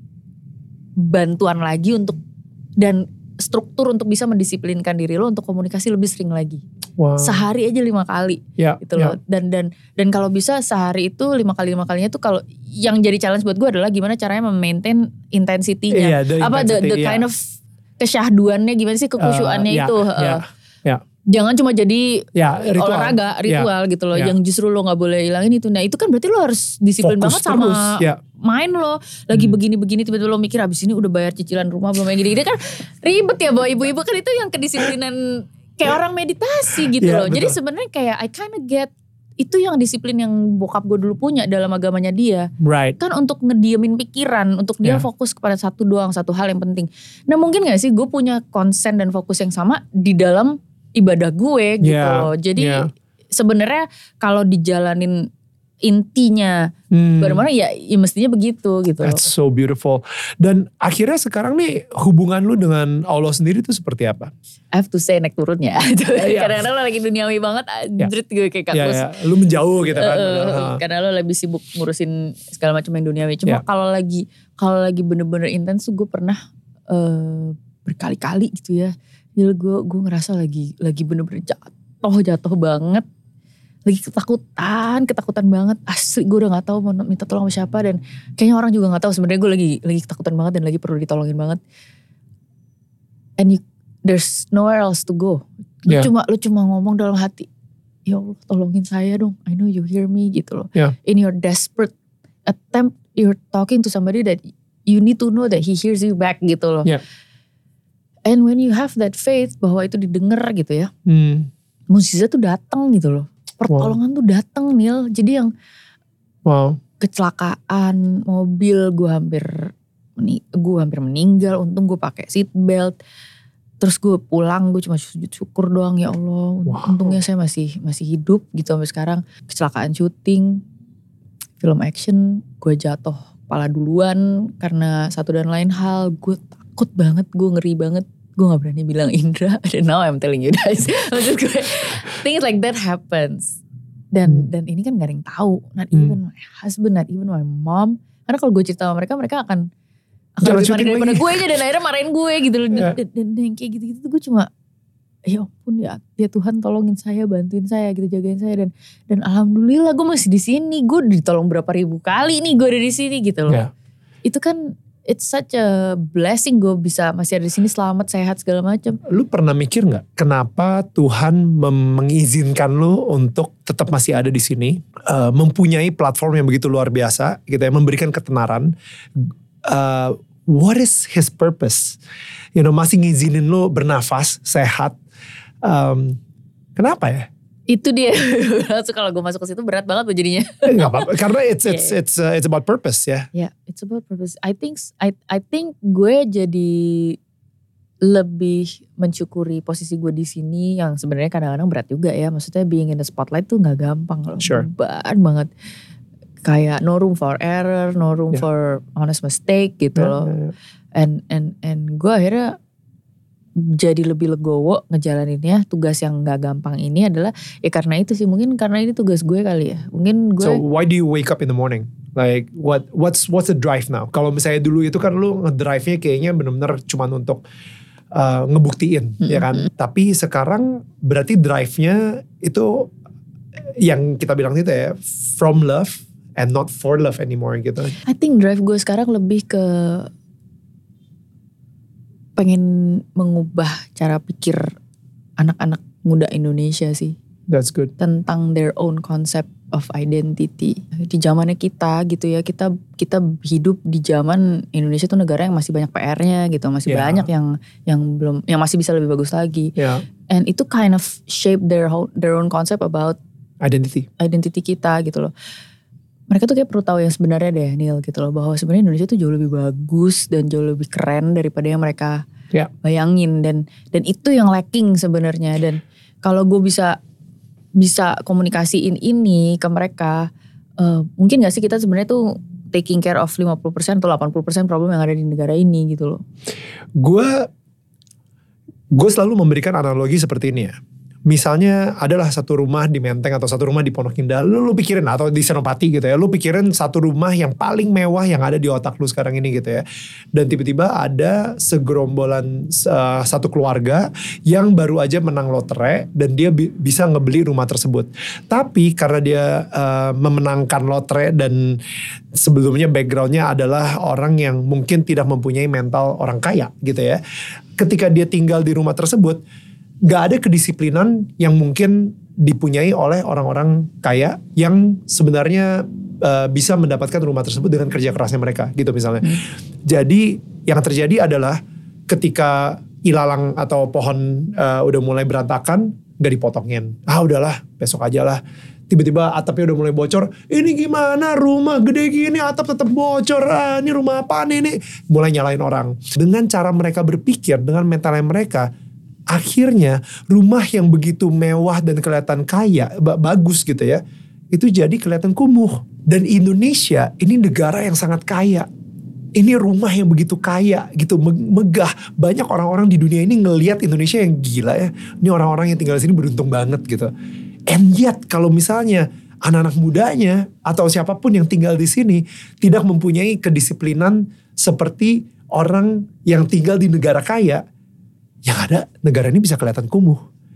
bantuan lagi untuk dan struktur untuk bisa mendisiplinkan diri lo untuk komunikasi lebih sering lagi. Wow. Sehari aja lima kali yeah, gitu loh. Yeah. Dan dan dan kalau bisa sehari itu lima kali lima kalinya tuh kalau yang jadi challenge buat gue adalah gimana caranya memaintain intensity-nya. Yeah, apa intensity, the, the yeah. kind of kesyahduannya gimana sih kekusyuannya uh, yeah, itu. Uh, yeah, yeah. Jangan cuma jadi ya, ritual. olahraga, ritual ya, gitu loh. ya. Yang justru lo gak boleh hilangin itu. Nah itu kan berarti lo harus disiplin Fokus banget sama terus, ya. main lo. Lagi hmm. begini-begini tiba-tiba lo mikir abis ini udah bayar cicilan rumah belum, yang gini-gini kan ribet ya bawa ibu-ibu kan. Itu yang kedisiplinan kayak orang meditasi gitu ya, loh. betul. Jadi sebenarnya kayak I kinda get itu yang disiplin yang bokap gue dulu punya dalam agamanya dia. Right. Kan untuk ngediemin pikiran, untuk dia yeah. fokus kepada satu doang, satu hal yang penting. Nah mungkin gak sih gue punya konsen dan fokus yang sama di dalam ibadah gue gitu yeah, loh. Jadi yeah. sebenarnya kalau dijalanin intinya hmm. bagaimana ya, ya mestinya begitu gitu. That's so beautiful. Dan akhirnya sekarang nih hubungan lu dengan Allah sendiri tuh seperti apa? I have to say naik turunnya. yeah. Kadang-kadang lo lagi duniawi banget, anjrit yeah. gue kayak kakus. Yeah, yeah. Lu menjauh gitu kan. Uh, uh, karena lo lebih sibuk ngurusin segala macam yang duniawi. Cuma yeah. kalau lagi kalau lagi bener-bener intens tuh gue pernah uh, berkali-kali gitu ya. Jadi gue gue ngerasa lagi lagi bener-bener jatuh jatuh banget, lagi ketakutan ketakutan banget. Asli gue udah nggak tahu mau minta tolong sama siapa, dan kayaknya orang juga nggak tahu sebenarnya gue lagi lagi ketakutan banget dan lagi perlu ditolongin banget. And you, there's nowhere else to go. Lu yeah. cuma lu cuma ngomong dalam hati, ya Allah tolongin saya dong. I know you hear me gitu loh. Yeah. In your desperate attempt, you're talking to somebody that you need to know that he hears you back gitu loh. Yeah. And when you have that faith bahwa itu didengar gitu ya, hmm. mukjizat tuh datang gitu loh, pertolongan wow. tuh datang Nil. Jadi yang wow. kecelakaan mobil gue hampir gue hampir meninggal, untung gue pakai seat belt. Terus gue pulang gue cuma sujud syukur doang, ya Allah, wow. untungnya saya masih masih hidup gitu sampai sekarang. Kecelakaan syuting film action, gue jatuh kepala duluan karena satu dan lain hal. Gue takut banget, gue ngeri banget. Gue gak berani bilang Indra, and now I'm telling you guys. Maksud gue, things like that happens. Dan hmm. dan ini kan gak ada yang tahu. Not hmm. even my husband, not even my mom. Karena kalau gue cerita sama mereka, mereka akan akan lebih panik daripada gue aja. Dan akhirnya marahin gue gitu loh. Yeah. Dan, dan, dan kayak gitu-gitu tuh gue cuma, ya ampun ya, ya Tuhan tolongin saya, bantuin saya gitu, jagain saya. Dan dan alhamdulillah gue masih di sini. Gue ditolong berapa ribu kali nih gue ada di sini gitu loh. Yeah. Itu kan it's such a blessing gue bisa masih ada di sini selamat, sehat segala macam. Lu pernah mikir nggak kenapa Tuhan mengizinkan lu untuk tetap masih ada di sini, uh, mempunyai platform yang begitu luar biasa, gitu ya, memberikan ketenaran. Uh, what is His purpose? You know, masih ngizinin lu bernafas, sehat. Um, kenapa ya? Itu dia. Kalau gue masuk ke situ berat banget jadinya. Gak apa-apa, karena it's it's yeah. it's uh, it's about purpose ya. Ya, yeah, it's about purpose. I think I I think gue jadi lebih mensyukuri posisi gue di sini yang sebenarnya kadang-kadang berat juga ya. Maksudnya being in the spotlight tuh nggak gampang loh. Sure. Beban banget. Kayak no room for error, no room yeah. for honest mistake gitu yeah, loh. Yeah, yeah. And and and gue akhirnya jadi lebih legowo ngejalaninnya. Tugas yang gak gampang ini adalah ya karena itu sih, mungkin karena ini tugas gue kali ya. Mungkin gue. So why do you wake up in the morning? Like what what's what's the drive now? Kalau misalnya dulu itu kan lu ngedrive-nya kayaknya benar-benar cuma untuk uh, ngebuktiin mm-hmm. ya kan. Tapi sekarang berarti drive-nya itu yang kita bilang itu ya, from love and not for love anymore gitu. I think drive gue sekarang lebih ke pengen mengubah cara pikir anak-anak muda Indonesia sih. That's good. Tentang their own concept of identity di zamannya kita gitu ya. Kita kita hidup di zaman Indonesia tuh negara yang masih banyak P R-nya gitu, masih Yeah. banyak yang yang belum, yang masih bisa lebih bagus lagi. Yeah. And itu kind of shape their whole, their own concept about Identity. identity kita gitu loh. Mereka tuh kayak perlu tahu yang sebenarnya deh Neil gitu loh, bahwa sebenarnya Indonesia tuh jauh lebih bagus dan jauh lebih keren daripada yang mereka Yeah. bayangin, dan dan itu yang lacking sebenarnya. Dan kalau gue bisa bisa komunikasiin ini ke mereka, uh, mungkin gak sih kita sebenarnya tuh taking care of lima puluh persen atau delapan puluh persen problem yang ada di negara ini gitu loh. Gue gue selalu memberikan analogi seperti ini ya. Misalnya adalah satu rumah di Menteng atau satu rumah di Pondok Indah, lu, lu pikirin, atau di Senopati gitu ya, lu pikirin satu rumah yang paling mewah yang ada di otak lu sekarang ini gitu ya. Dan tiba-tiba ada segerombolan uh, satu keluarga yang baru aja menang lotre dan dia bi- bisa ngebeli rumah tersebut. Tapi karena dia uh, memenangkan lotre dan sebelumnya backgroundnya adalah orang yang mungkin tidak mempunyai mental orang kaya gitu ya. Ketika dia tinggal di rumah tersebut, gak ada kedisiplinan yang mungkin dipunyai oleh orang-orang kaya yang sebenarnya uh, bisa mendapatkan rumah tersebut dengan kerja kerasnya mereka gitu misalnya. Hmm. Jadi yang terjadi adalah ketika ilalang atau pohon uh, udah mulai berantakan, gak dipotongin. Ah udahlah besok aja lah. Tiba-tiba atapnya udah mulai bocor. Ini gimana rumah gede gini atap tetap bocor. Ah, ini rumah apaan ini? Mulai nyalain orang. Dengan cara mereka berpikir, dengan mentalnya mereka, akhirnya rumah yang begitu mewah dan kelihatan kaya, bagus gitu ya, itu jadi kelihatan kumuh. Dan Indonesia ini negara yang sangat kaya. Ini rumah yang begitu kaya gitu, megah. Banyak orang-orang di dunia ini ngelihat Indonesia yang gila ya. Ini orang-orang yang tinggal di sini beruntung banget gitu. And yet kalau misalnya anak-anak mudanya atau siapapun yang tinggal di sini tidak mempunyai kedisiplinan seperti orang yang tinggal di negara kaya, yang ada negara ini bisa kelihatan kumuh.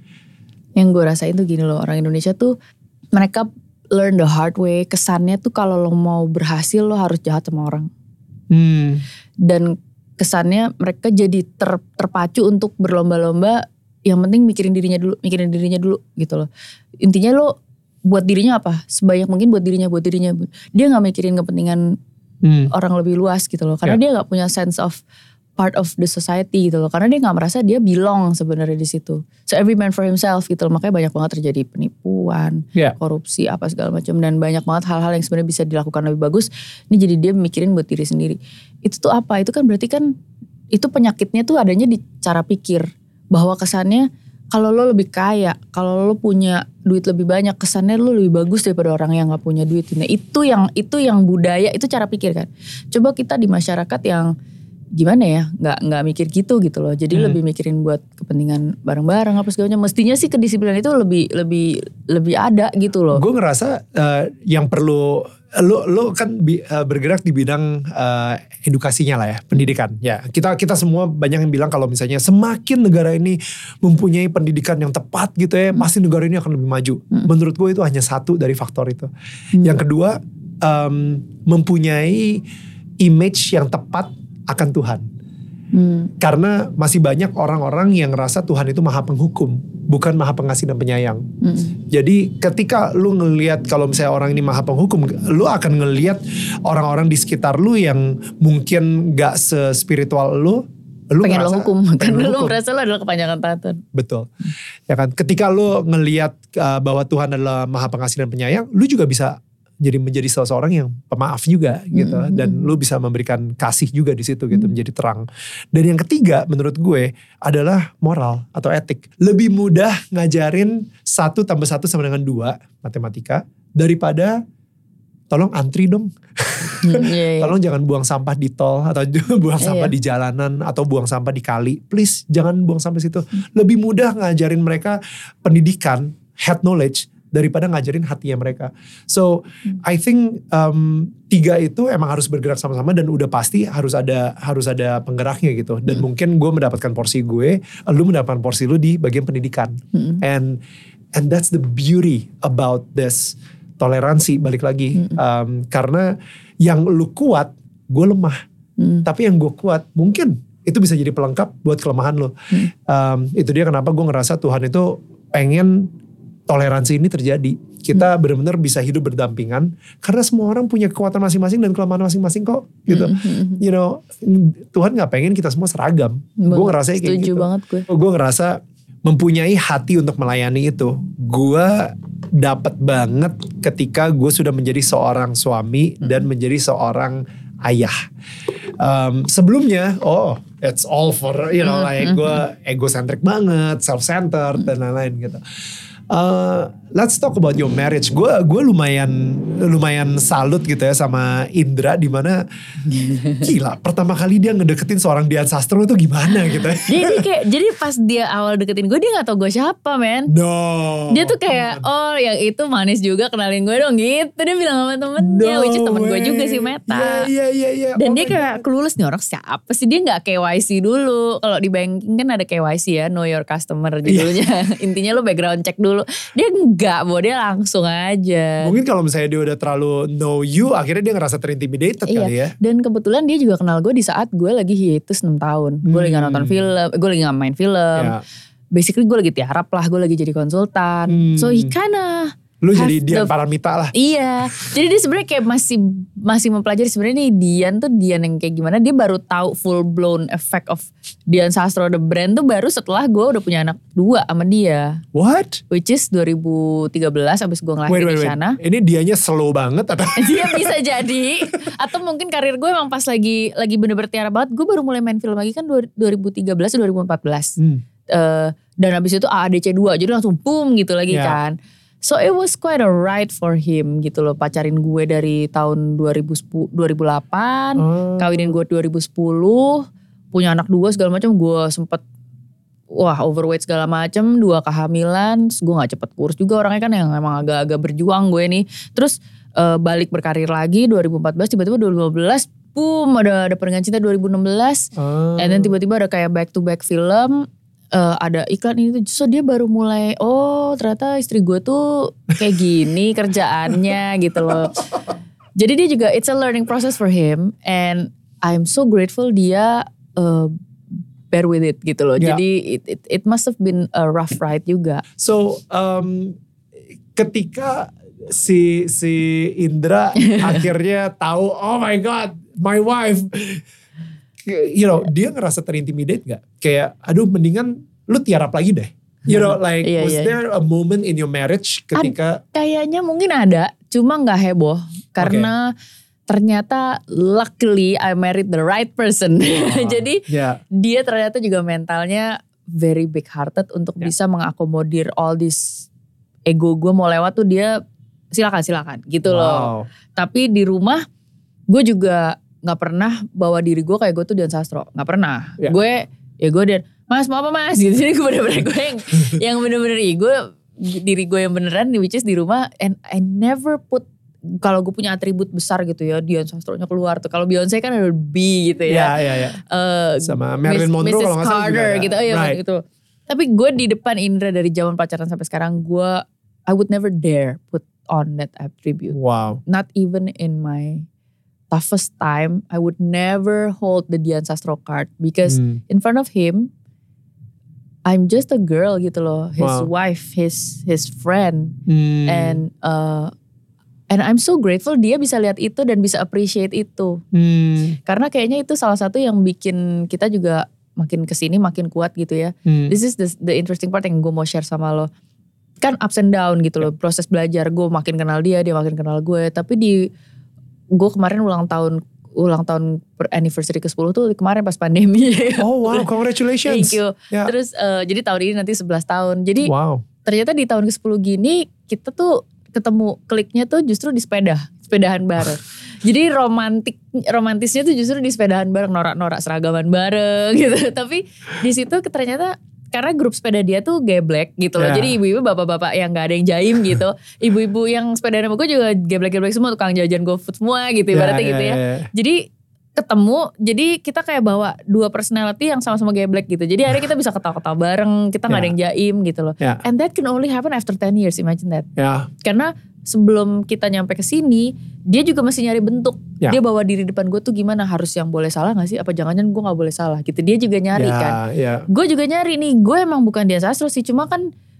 Yang gue rasain tuh gini loh, orang Indonesia tuh mereka learn the hard way. Kesannya tuh kalau lo mau berhasil lo harus jahat sama orang. Hmm. Dan kesannya mereka jadi ter, terpacu untuk berlomba-lomba. Yang penting mikirin dirinya dulu, mikirin dirinya dulu gitu loh. Intinya lo buat dirinya apa? Sebanyak mungkin buat dirinya, buat dirinya. Dia gak mikirin kepentingan hmm. orang lebih luas gitu loh. Karena yeah. dia gak punya sense of part of the society gitu loh, karena dia nggak merasa dia belong sebenarnya di situ. So every man for himself gitu loh, makanya banyak banget terjadi penipuan, yeah. korupsi apa segala macam, dan banyak banget hal-hal yang sebenarnya bisa dilakukan lebih bagus. Ini jadi dia mikirin buat diri sendiri. Itu tuh apa? Itu kan berarti kan itu penyakitnya tuh adanya di cara pikir, bahwa kesannya kalau lo lebih kaya, kalau lo punya duit lebih banyak, kesannya lo lebih bagus daripada orang yang nggak punya duit. Nah itu yang itu yang budaya, itu cara pikir kan. Coba kita di masyarakat yang gimana ya, nggak nggak mikir gitu gitu loh, jadi hmm. lebih mikirin buat kepentingan bareng-bareng apa segalanya. Mestinya sih kedisiplinan itu lebih lebih lebih ada gitu loh. Gue ngerasa uh, yang perlu lo lo kan bi, uh, bergerak di bidang uh, edukasinya lah ya, pendidikan ya. Kita kita semua banyak yang bilang kalau misalnya semakin negara ini mempunyai pendidikan yang tepat gitu ya, hmm. pasti negara ini akan lebih maju. Hmm. Menurut gue itu hanya satu dari faktor itu. Hmm. Yang kedua um, mempunyai image yang tepat akan Tuhan. Hmm. Karena masih banyak orang-orang yang ngerasa Tuhan itu maha penghukum, bukan maha pengasih dan penyayang. Hmm. Jadi ketika lu ngelihat kalau misalnya orang ini maha penghukum, lu akan ngelihat orang-orang di sekitar lu yang mungkin gak sespiritual lu, lu pengen ngerasa, lo hukum, pengen karena lo lu merasa lo adalah kepanjangan tangan. Betul. Ya kan, ketika lu ngelihat uh, bahwa Tuhan adalah maha pengasih dan penyayang, lu juga bisa jadi menjadi seseorang yang pemaaf juga gitu, mm-hmm. dan lu bisa memberikan kasih juga di situ gitu, mm-hmm. menjadi terang. Dan yang ketiga menurut gue adalah moral atau etik. Lebih mudah ngajarin satu tambah satu sama dengan dua matematika daripada tolong antri dong. Mm, yeah, yeah. Tolong jangan buang sampah di tol atau buang sampah yeah. di jalanan atau buang sampah di kali. Please jangan buang sampah situ. Lebih mudah ngajarin mereka pendidikan, head knowledge, daripada ngajarin hatinya mereka. So hmm. I think um, tiga itu emang harus bergerak sama-sama dan udah pasti harus ada harus ada penggeraknya gitu. Dan hmm. mungkin gue mendapatkan porsi gue, lu mendapatkan porsi lu di bagian pendidikan. Hmm. And and that's the beauty about this toleransi, balik lagi. Hmm. Um, karena yang lu kuat, gue lemah. Hmm. Tapi yang gue kuat mungkin itu bisa jadi pelengkap buat kelemahan lu. Hmm. Um, itu dia kenapa gue ngerasa Tuhan itu pengen toleransi ini terjadi. Kita benar-benar bisa hidup berdampingan karena semua orang punya kekuatan masing-masing dan kelemahan masing-masing kok gitu. Mm-hmm. You know, Tuhan gak pengen kita semua seragam. Gue ngerasa kayak gitu. Setuju banget gue. Gue ngerasa mempunyai hati untuk melayani itu. Gue dapat banget ketika gue sudah menjadi seorang suami mm-hmm. dan menjadi seorang ayah. Um, sebelumnya, oh, it's all for, you know, like gue egocentric banget, self-centered dan lain-lain gitu. Uh, let's talk about your marriage. Gue gue lumayan lumayan salut gitu ya sama Indra, di mana gila pertama kali dia ngedeketin seorang Dian Sastro itu gimana gitu. Jadi kayak jadi pas dia awal deketin gue dia nggak tahu gue siapa men. No. Dia tuh kayak oh yang itu manis juga kenalin gue dong gitu. Dia bilang sama temennya, no which is temen way. gue juga sih Meta. Iya iya iya. Dan oh dia kayak clueless nih orang siapa sih, dia nggak K Y C dulu. Kalau di banking kan ada K Y C ya, know your customer judulnya. Intinya lo background check dulu. Dia enggak, bahwa dia langsung aja. Mungkin kalau misalnya dia udah terlalu know you, akhirnya dia ngerasa terintimidated iya. kali ya. Dan kebetulan dia juga kenal gue di saat gue lagi hiatus enam tahun. Hmm. Gue lagi gak nonton film, gue lagi gak main film. Yeah. Basically gue lagi tiarap lah, gue lagi jadi konsultan. Hmm. So he kinda lu jadi Dian Paramita lah. Iya. Jadi dia sebenarnya kayak masih masih mempelajari sebenarnya nih Dian tuh Dian yang kayak gimana. Dia baru tahu full blown effect of Dian Sastro the brand tuh baru setelah gue udah punya anak dua sama dia. What? Which is dua ribu tiga belas abis gue ngelahirin di sana. Ini dianya slow banget atau? Dia bisa jadi. Atau mungkin karir gue emang pas lagi lagi bener-bener tiara banget. Gue baru mulai main film lagi kan dua ribu tiga belas dua ribu empat belas. Hmm. Uh, dan abis itu A A D C dua. Jadi langsung boom gitu lagi yeah. kan. So it was quite a ride for him gitu loh. Pacarin gue dari tahun dua ribu sepuluh, dua ribu delapan. Oh. Kawinin gue dua ribu sepuluh. Punya anak dua segala macam. Gue sempet wah overweight segala macam. Dua kehamilan. Gue gak cepet kurus juga orangnya kan yang emang agak-agak berjuang gue nih. Terus uh, balik berkarir lagi dua ribu empat belas. Tiba-tiba dua ribu lima belas. Boom ada, ada Peringan Cinta dua ribu enam belas. Oh. And then tiba-tiba ada kayak back to back film. Uh, ada iklan ini tuh, so dia baru mulai oh ternyata istri gue tuh kayak gini kerjaannya gitu loh. Jadi dia juga it's a learning process for him and I'm so grateful dia uh, bear with it gitu loh. Yeah. Jadi it, it it must have been a rough ride juga. So um, ketika si si Indra akhirnya tahu oh my god my wife. You know, dia ngerasa terintimidate gak? Kayak, aduh mendingan lu tiarap lagi deh. You know, like iya, was iya. there a moment in your marriage ketika? Ad, kayaknya mungkin ada, cuma gak heboh. Karena okay. ternyata luckily I married the right person. Oh, Jadi yeah. dia ternyata juga mentalnya very big hearted untuk yeah. bisa mengakomodir all this ego gue mau lewat tuh dia silakan silakan gitu wow. loh. Tapi di rumah gue juga gak pernah bawa diri gue kayak gue tuh Dian Sastro. Gak pernah. Yeah. Gue ya gue Dian, mas mau apa mas? Gitu. Jadi gue bener-bener gue yang, yang bener-bener gue diri gue yang beneran which is di rumah. And I never put, kalau gue punya atribut besar gitu ya Dian Sastronya keluar tuh. Kalau Beyonce kan ada B gitu ya. Iya iya iya. Sama Marilyn Miss, Monroe kalau gak salah Carter juga gitu. Oh, iya, right. gitu. Tapi gue di depan Indra dari zaman pacaran sampai sekarang gue I would never dare put on that attribute. Wow. Not even in my toughest time, I would never hold the Dian Sastro card because hmm. in front of him, I'm just a girl gitu loh, his wow. wife, his his friend, hmm. and uh, and I'm so grateful dia bisa lihat itu dan bisa appreciate itu, hmm. karena kayaknya itu salah satu yang bikin kita juga makin kesini makin kuat gitu ya. Hmm. This is the, the interesting part yang gue mau share sama lo. Kan ups and down gitu loh, proses belajar gue makin kenal dia, dia makin kenal gue, tapi di gue kemarin ulang tahun ulang tahun anniversary ke sepuluh tuh kemarin pas pandemi. Oh wow, congratulations. Thank you. Yeah. Terus uh, jadi tahun ini nanti sebelas tahun. Jadi wow. ternyata di tahun ke sepuluh gini kita tuh ketemu kliknya tuh justru di sepeda, sepedahan bareng. Jadi romantik romantisnya tuh justru di sepedahan bareng, norak-norak seragaman bareng gitu. Tapi di situ ternyata karena grup sepeda dia tuh geblek gitu loh. Yeah. Jadi ibu-ibu bapak-bapak yang gak ada yang jaim gitu. Ibu-ibu yang sepeda sama gue juga geblek-geblek semua. Tukang jajan GoFood semua gitu ibaratnya yeah, gitu ya. Yeah, yeah. Jadi ketemu. Jadi kita kayak bawa dua personality yang sama-sama geblek gitu. Jadi akhirnya kita bisa ketawa-ketawa bareng. Kita yeah. gak ada yang jaim gitu loh. Yeah. And that can only happen after ten years. Imagine that. Yeah. Karena sebelum kita nyampe ke sini, dia juga masih nyari bentuk. Ya. Dia bawa diri depan gue tuh gimana, harus yang boleh salah gak sih? Apa jangan-jangan gue gak boleh salah gitu. Dia juga nyari ya, kan. Ya. Gue juga nyari nih, gue emang bukan Dian Sastro sih. Cuma kan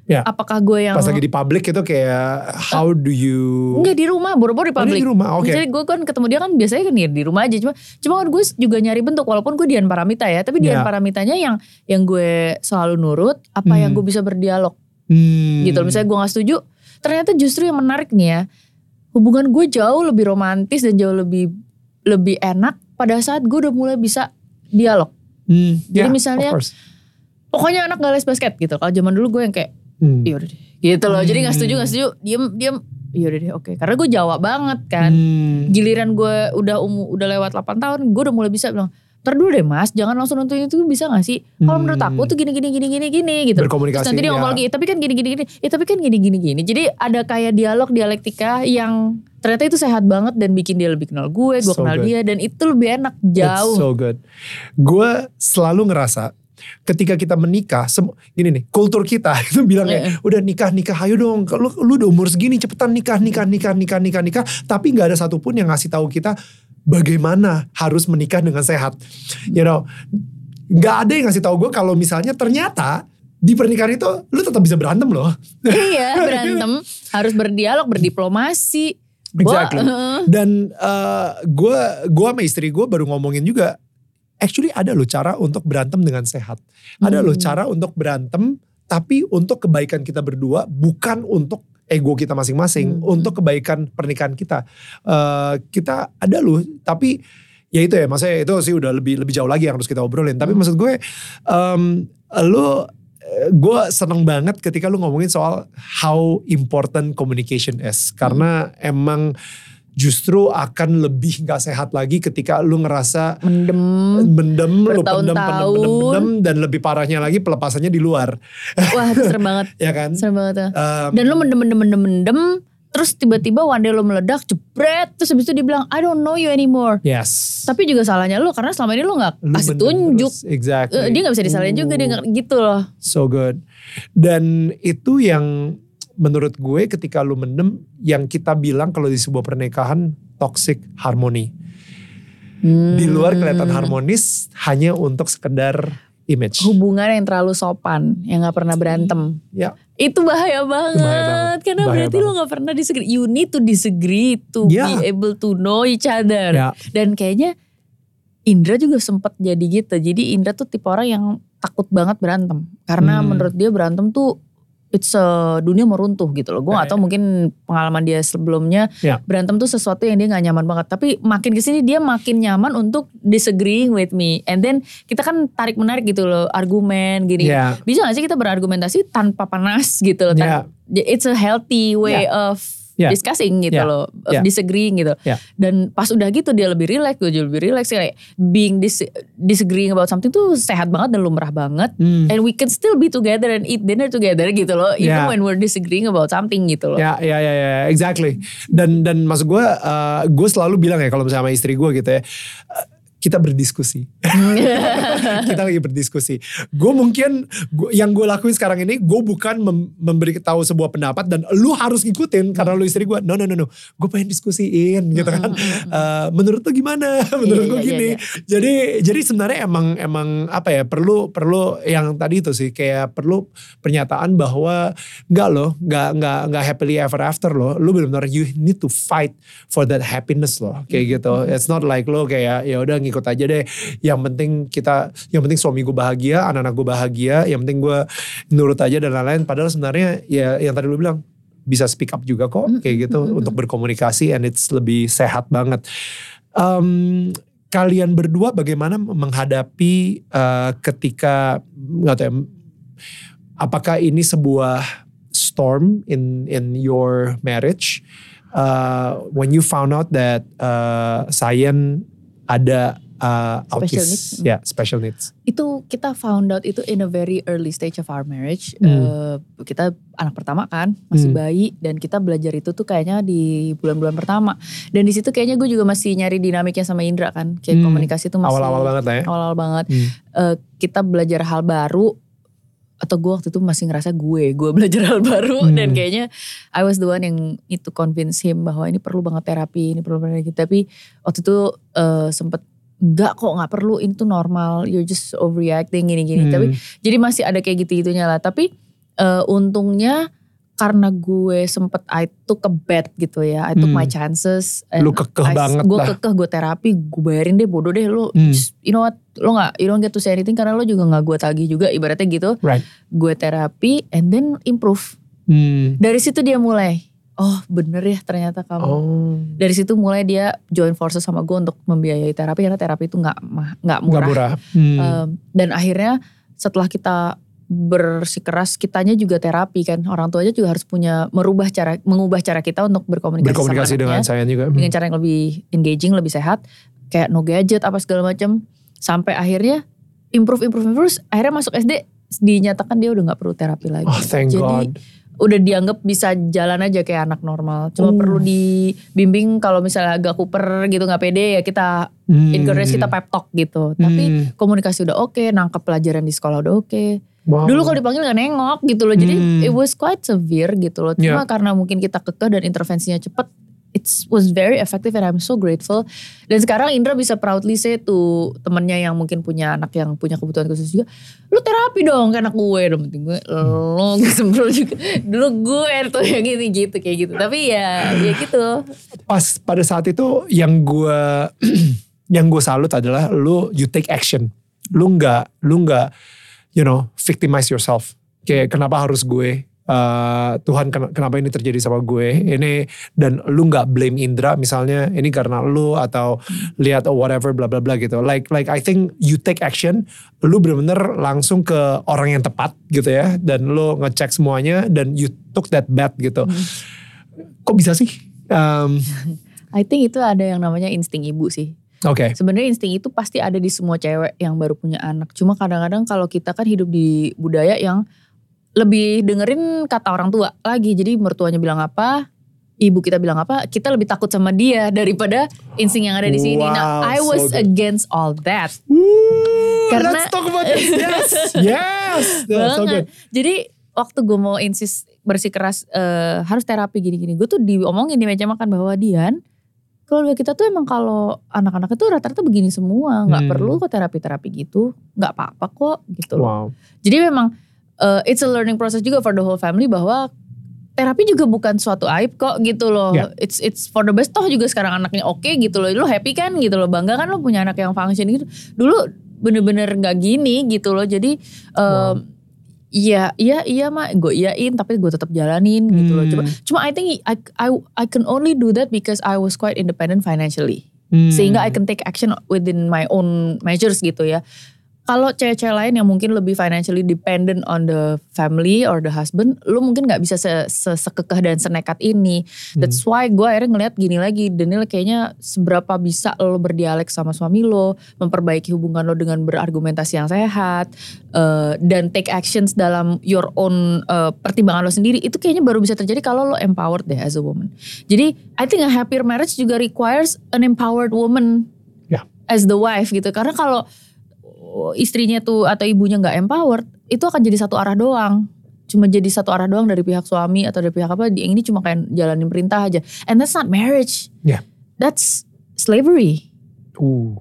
Ya. Apakah gue yang pas lagi di public itu kayak how do you enggak di rumah, boro-boro di Oh, public. di rumah, oke. Jadi gue kan ketemu dia kan biasanya kan di rumah aja, cuma cuma kan gue juga nyari bentuk walaupun gue Dian Paramita ya, tapi Dian Ya. Paramitanya yang yang gue selalu nurut, apa Hmm. yang gue bisa berdialog Hmm. gitu. Misalnya gue nggak setuju, ternyata justru yang menarik nih ya, hubungan gue jauh lebih romantis dan jauh lebih lebih enak pada saat gue udah mulai bisa dialog. Hmm. Jadi Yeah, misalnya, of course. pokoknya anak gak les basket gitu. Kalau zaman dulu gue yang kayak Hmm. iya udah deh gitu loh. Jadi gak setuju Hmm. gak setuju diem diem iya udah deh oke. Karena gue Jawa banget kan. Hmm. Giliran gue udah umur udah lewat delapan tahun, gue udah mulai bisa bilang, ntar dulu deh mas, jangan langsung nonton itu, bisa gak sih? Kalau menurut aku tuh gini gini gini gini gini gitu. Berkomunikasi, Terus nanti dia ngomong ya. lagi, tapi kan gini gini gini, ya tapi kan gini gini gini. Jadi ada kayak dialog dialektika yang ternyata itu sehat banget dan bikin dia lebih kenal gue, gue So kenal good. dia, dan itu lebih enak It's jauh. so good. Gue selalu ngerasa ketika kita menikah, sem- gini nih, kultur kita itu bilang kayak, udah nikah nikah, ayo dong, lu lu udah umur segini cepetan nikah nikah nikah nikah nikah nikah, tapi nggak ada satupun yang ngasih tahu kita bagaimana harus menikah dengan sehat, you know, nggak ada yang ngasih tahu gue kalau misalnya ternyata di pernikahan itu lu tetap bisa berantem loh. Iya berantem, harus berdialog, berdiplomasi. Exactly. Wah, Dan gue gue sama istri gue baru ngomongin juga, actually ada loh cara untuk berantem dengan sehat. Ada loh Hmm. cara untuk berantem tapi untuk kebaikan kita berdua, bukan untuk ego kita masing-masing, Hmm. untuk kebaikan pernikahan kita. Eh, kita ada loh, tapi ya itu ya, maksudnya itu sih udah lebih lebih jauh lagi yang harus kita obrolin. Tapi Hmm. maksud gue, um, lu gue seneng banget ketika lu ngomongin soal how important communication is. Karena emang justru akan lebih gak sehat lagi ketika lu ngerasa mendem. mendem, lu pendem, pendem, Bertahun-tahun. pendem, pendem, dan lebih parahnya lagi pelepasannya di luar. Wah itu serem banget. Ya kan? Serem banget tuh. Um, Dan lu mendem mendem mendem mendem, terus tiba-tiba one day lu meledak, jebret, terus habis itu dia bilang I don't know you anymore. yes. Tapi juga salahnya lu karena selama ini lu gak Lu kasih mendem tunjuk. terus. Exactly. Eh, Dia gak bisa disalahin juga, dia gak gitu loh. So good. Dan itu yang menurut gue ketika lu mendem, yang kita bilang kalau di sebuah pernikahan toxic harmony. Hmm. Di luar kelihatan harmonis hanya untuk sekedar image. Hubungan yang terlalu sopan, yang gak pernah berantem. Ya. Itu bahaya banget. bahaya banget. Karena Bahaya berarti lu gak pernah disagree. You need to disagree to Ya. be able to know each other. Ya. Dan kayaknya Indra juga sempet jadi gitu. Jadi Indra tuh tipe orang yang takut banget berantem. Karena Hmm. menurut dia berantem tuh it's a, dunia meruntuh gitu loh. Gue gak tahu mungkin pengalaman dia sebelumnya Ya. berantem tuh sesuatu yang dia gak nyaman banget. Tapi makin kesini dia makin nyaman untuk disagreeing with me. And then kita kan tarik menarik gitu loh, argumen gini. Ya. Bisa gak sih kita berargumentasi tanpa panas gitu loh. Tan- It's a healthy way of Ya. discussing gitu Ya. loh. Of Ya. disagreeing gitu. Ya. Dan pas udah gitu dia lebih relax, gue juga lebih relax. Kayak being dis- disagreeing about something tuh sehat banget dan lumrah banget. Hmm. And we can still be together and eat dinner together gitu loh. Even Ya. when we're disagreeing about something gitu loh. Ya, ya, ya, ya, exactly. Dan dan maksud gue, uh, gue selalu bilang ya kalau misalnya sama istri gue gitu ya, uh, kita berdiskusi. Kita lagi berdiskusi. Gue mungkin gua, yang gue lakuin sekarang ini, gue bukan mem, memberi tahu sebuah pendapat dan lu harus ngikutin karena lu istri gue. No, no, no, no. Gue pengen diskusiin gitu kan. Uh, menurut lu gimana? Menurut Iya, gue iya, gini. iya. Jadi jadi sebenarnya emang emang apa ya? Perlu perlu yang tadi itu sih, kayak perlu pernyataan bahwa enggak loh, enggak enggak enggak happily ever after loh. Lu benar-benar you need to fight for that happiness loh, kayak gitu. It's not like lo kayak ya udah ngikut aja deh. Yang penting kita, yang penting suami gue bahagia, anak-anak gue bahagia, yang penting gue nurut aja dan lain-lain. Padahal sebenarnya ya yang tadi lu bilang bisa speak up juga kok, kayak gitu untuk berkomunikasi, and it's lebih sehat banget. Um, kalian berdua bagaimana menghadapi uh, ketika nggak tahu ya, apakah ini sebuah storm in in your marriage uh, when you found out that uh, Sayan ada uh, Special autis, needs. ya, special needs. Itu kita found out itu in a very early stage of our marriage. Hmm. Eh, kita anak pertama kan, masih Hmm. bayi, dan kita belajar itu tuh kayaknya di bulan-bulan pertama. Dan di situ kayaknya gue juga masih nyari dinamiknya sama Indra kan, kayak Hmm. komunikasi itu masih Awal-awal banget lah ya. awal-awal banget. Hmm. Eh, kita belajar hal baru, atau gue waktu itu masih ngerasa gue, gue belajar hal baru, Hmm. dan kayaknya I was the one yang need to convince him bahwa ini perlu banget terapi, ini perlu banget gitu. Tapi waktu itu eh, sempet enggak kok, nggak perlu, ini tuh normal, you're just overreacting gini-gini. Hmm. Tapi jadi masih ada kayak gitu-gitunya lah. Tapi uh, untungnya karena gue sempet I took a bet gitu ya, I took hmm. my chances. Lu kekeh I, banget gue lah. Gue kekeh, gue terapi, gue bayarin deh, bodoh deh lu. Hmm. Just, you know what, lu gak, you don't get to say anything karena lu juga gak gue tagih juga, ibaratnya gitu. Right. Gue terapi and then improve. Hmm. Dari situ dia mulai, oh bener ya ternyata kamu. Oh. Dari situ mulai dia join forces sama gue untuk membiayai terapi, karena terapi itu gak, gak murah. Gak murah. Hmm. Um, dan akhirnya setelah kita bersikeras, kitanya juga terapi kan, orang tua aja juga harus punya merubah cara, mengubah cara kita untuk berkomunikasi, berkomunikasi sama dengan anaknya, saya juga dengan cara yang lebih engaging, lebih sehat, kayak no gadget apa segala macam, sampai akhirnya improve improve improve, akhirnya masuk S D dinyatakan dia udah nggak perlu terapi lagi. Oh, thank jadi God. Udah dianggap bisa jalan aja kayak anak normal, cuma uh. perlu dibimbing kalau misalnya agak kuper gitu nggak pede ya kita hmm. encourage, kita pep talk gitu, hmm. tapi komunikasi udah oke, okay, nangkep pelajaran di sekolah udah oke. Okay. Wow. Dulu kalau dipanggil gak nengok gitu loh. Jadi hmm. it was quite severe gitu loh. Cuma yeah. karena mungkin kita kekeh dan intervensinya cepet, it was very effective and I'm so grateful. Dan sekarang Indra bisa proudly say to temennya yang mungkin punya anak yang punya kebutuhan khusus juga, lu terapi dong ke anak gue. Dan penting gue, lo sembroh juga. Dulu gue tuh yang gini gitu kayak gitu. Tapi ya ya gitu. Pas pada saat itu yang gue yang gue salut adalah lu you take action. Lu gak, lu gak you know, victimize yourself. Kayak kenapa harus gue, uh, Tuhan kenapa ini terjadi sama gue, ini, dan lu gak blame Indra misalnya, ini karena lu, atau lihat oh whatever bla bla bla gitu. Like like I think you take action, lu bener-bener langsung ke orang yang tepat gitu ya, dan lu ngecek semuanya, dan you took that bet gitu. Hmm. Kok bisa sih? Um, I think itu ada yang namanya insting ibu sih. Oke. Okay. Sebenarnya insting itu pasti ada di semua cewek yang baru punya anak. Cuma kadang-kadang kalau kita kan hidup di budaya yang lebih dengerin kata orang tua lagi. Jadi mertuanya bilang apa, ibu kita bilang apa, kita lebih takut sama dia daripada insting yang ada di sini. Wow, nah, I was so against all that. Woo, Karena let's talk about this. Yes, yes. Banget. So good. Jadi waktu gue mau insist bersikeras uh, harus terapi gini-gini, gue tuh diomongin di meja makan bahwa Dian, keluarga kita tuh emang kalau anak-anak itu rata-rata begini semua, nggak hmm. perlu kok terapi-terapi gitu, nggak apa-apa kok gitu loh. Wow. Jadi memang uh, it's a learning process juga for the whole family bahwa terapi juga bukan suatu aib kok gitu loh. Yeah. It's it's for the best, toh juga sekarang anaknya oke okay, gitu loh, lo happy kan gitu loh, bangga kan lo punya anak yang function gitu. Dulu bener-bener nggak gini gitu loh, jadi. Um, wow. Iya, iya, iya mak, gue iyain tapi gue tetap jalanin gitu loh. Cuma, cuma I think I, I, I can only do that because I was quite independent financially. Hmm. Sehingga I can take action within my own measures gitu ya. Kalau cewek-cewek lain yang mungkin lebih financially dependent on the family or the husband, lu mungkin gak bisa sekekeh dan senekat ini. That's why gue akhirnya ngeliat gini lagi, Daniel kayaknya seberapa bisa lo berdialek sama suami lo, memperbaiki hubungan lo dengan berargumentasi yang sehat, uh, dan take actions dalam your own uh, pertimbangan lo sendiri, itu kayaknya baru bisa terjadi kalau lo empowered deh as a woman. Jadi I think a happier marriage juga requires an empowered woman yeah. as the wife gitu. Karena kalau istrinya tuh atau ibunya gak empowered, itu akan jadi satu arah doang. Cuma jadi satu arah doang dari pihak suami atau dari pihak apa, yang ini cuma kayak jalanin perintah aja. And that's not marriage. Yeah. That's slavery. Ooh.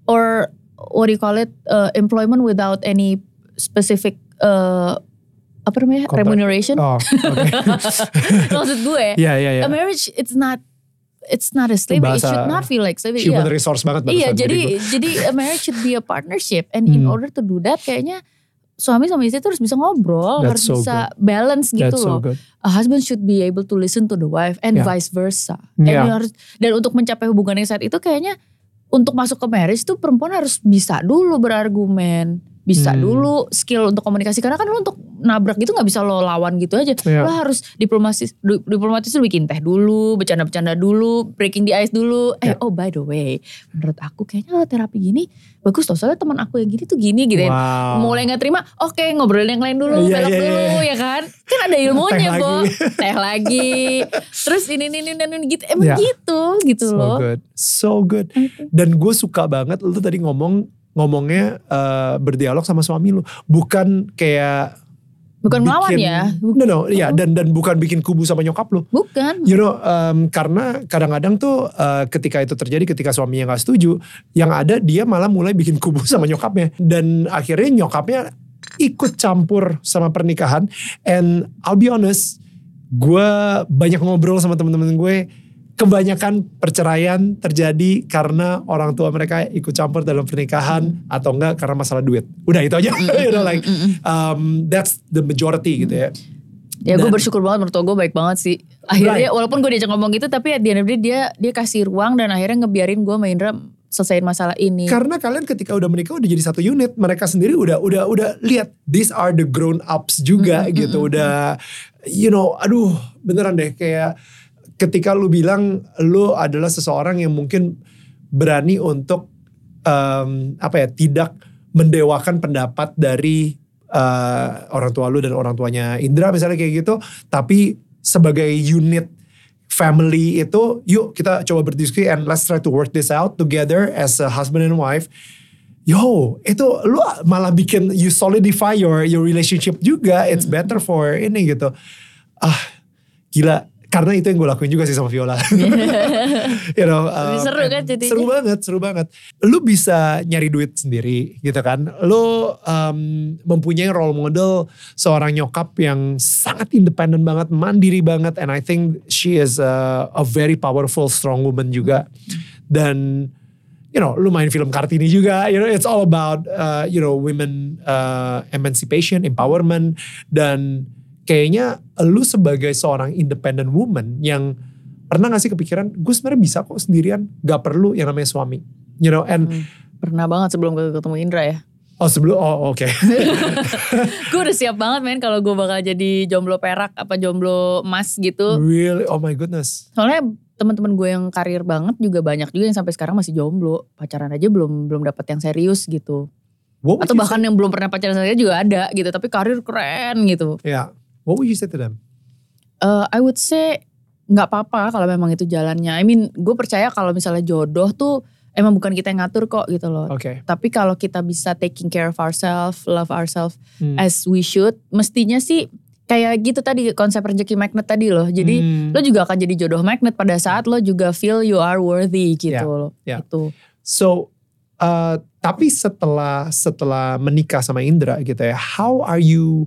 Or what do you call it, uh, employment without any specific uh, apa namanya, Contract. Remuneration. Oh, okay. Maksud gue, yeah, yeah, yeah. a marriage it's not It's not a slavery. It should not feel like slavery. Human yeah. resource banget. Iya, jadi jadi a marriage should be a partnership, and hmm. in order to do that, kayaknya suami sama istri itu harus bisa ngobrol, That's harus so bisa good. balance gitu That's loh. So good. A husband should be able to listen to the wife and yeah. vice versa. Yeah. And harus, dan untuk mencapai hubungan yang saat itu kayaknya untuk masuk ke marriage tuh perempuan harus bisa dulu berargumen. Bisa hmm. dulu skill untuk komunikasi, karena kan lo untuk nabrak gitu gak bisa lo lawan gitu aja. Yeah. Lo harus diplomatis, diplomatis tuh bikin teh dulu, bercanda-bercanda dulu, breaking the ice dulu. Yeah. Eh oh by the way, menurut aku kayaknya terapi gini bagus loh, soalnya teman aku yang gini tuh gini gitu. Wow. Mulai gak terima, oke okay, ngobrolin yang lain dulu, yeah, belok yeah, dulu yeah. ya kan. Kan ada ilmunya teh Bo. lagi. Teh lagi. Terus ini, ini, ini, ini gitu. Emang yeah. gitu, gitu so loh. So good, so good. Dan gue suka banget, lo tuh tadi ngomong, ngomongnya uh, berdialog sama suami lu, bukan kayak bukan melawan ya, no no ya, dan dan bukan bikin kubu sama nyokap lu, bukan, you know, um, karena kadang-kadang tuh uh, ketika itu terjadi, ketika suaminya nggak setuju, yang ada dia malah mulai bikin kubu sama nyokapnya, dan akhirnya nyokapnya ikut campur sama pernikahan. And I'll be honest, gue banyak ngobrol sama teman-teman gue. Kebanyakan perceraian terjadi karena orang tua mereka ikut campur dalam pernikahan mm. atau enggak karena masalah duit. Udah itu aja, mm. you know like um, that's the majority gitu ya. Ya gue bersyukur banget, menurut gue baik banget sih. Akhirnya right. walaupun gue diajak ngomong gitu, tapi at the end of the day dia dia kasih ruang dan akhirnya ngebiarin gue sama Indra selesaiin masalah ini. Karena kalian ketika udah menikah udah jadi satu unit, mereka sendiri udah udah udah lihat these are the grown ups juga mm-hmm. gitu. Udah you know, aduh beneran deh kayak ketika lu bilang lu adalah seseorang yang mungkin berani untuk um, apa ya tidak mendewakan pendapat dari uh, orang tua lu dan orang tuanya Indra misalnya kayak gitu, tapi sebagai unit family itu yuk kita coba berdiskusi and let's try to work this out together as a husband and wife. Yo, itu lu malah bikin you solidify your your relationship juga. It's better for ini gitu. Ah, gila. Karena itu yang gue lakuin juga sih sama Viola. you know, um, seru kan jadinya. Seru banget, seru banget. Lu bisa nyari duit sendiri gitu kan. Lu um, mempunyai role model seorang nyokap yang sangat independen banget, mandiri banget. And I think she is a, a very powerful, strong woman juga. Dan you know, lu main film Kartini juga. You know, it's all about uh, you know women uh, emancipation, empowerment. Dan kayaknya lu sebagai seorang independent woman yang pernah gak sih kepikiran, gue sebenarnya bisa kok sendirian, gak perlu yang namanya suami. You know, and hmm, pernah banget sebelum gue ketemu Indra ya. Oh sebelum, oh oke. Okay. Gue udah siap banget men kalau gue bakal jadi jomblo perak apa jomblo emas gitu. Really? Oh my goodness. Soalnya teman-teman gue yang karir banget juga banyak juga yang sampai sekarang masih jomblo, pacaran aja belum belum dapat yang serius gitu. Atau bahkan say? Yang belum pernah pacaran saya juga ada gitu, tapi karir keren gitu. Ya. Yeah. What would you say to them? Uh, I would say nggak apa-apa kalau memang itu jalannya. I mean, gue percaya kalau misalnya jodoh tuh emang bukan kita yang ngatur kok gitu loh. Okay. Tapi kalau kita bisa taking care of ourselves, love ourselves hmm. as we should, mestinya sih kayak gitu tadi konsep rezeki magnet tadi loh. Jadi hmm. lo juga akan jadi jodoh magnet pada saat lo juga feel you are worthy gitu yeah. loh. Yeah. Gitu. So, uh, tapi setelah setelah menikah sama Indra gitu ya, how are you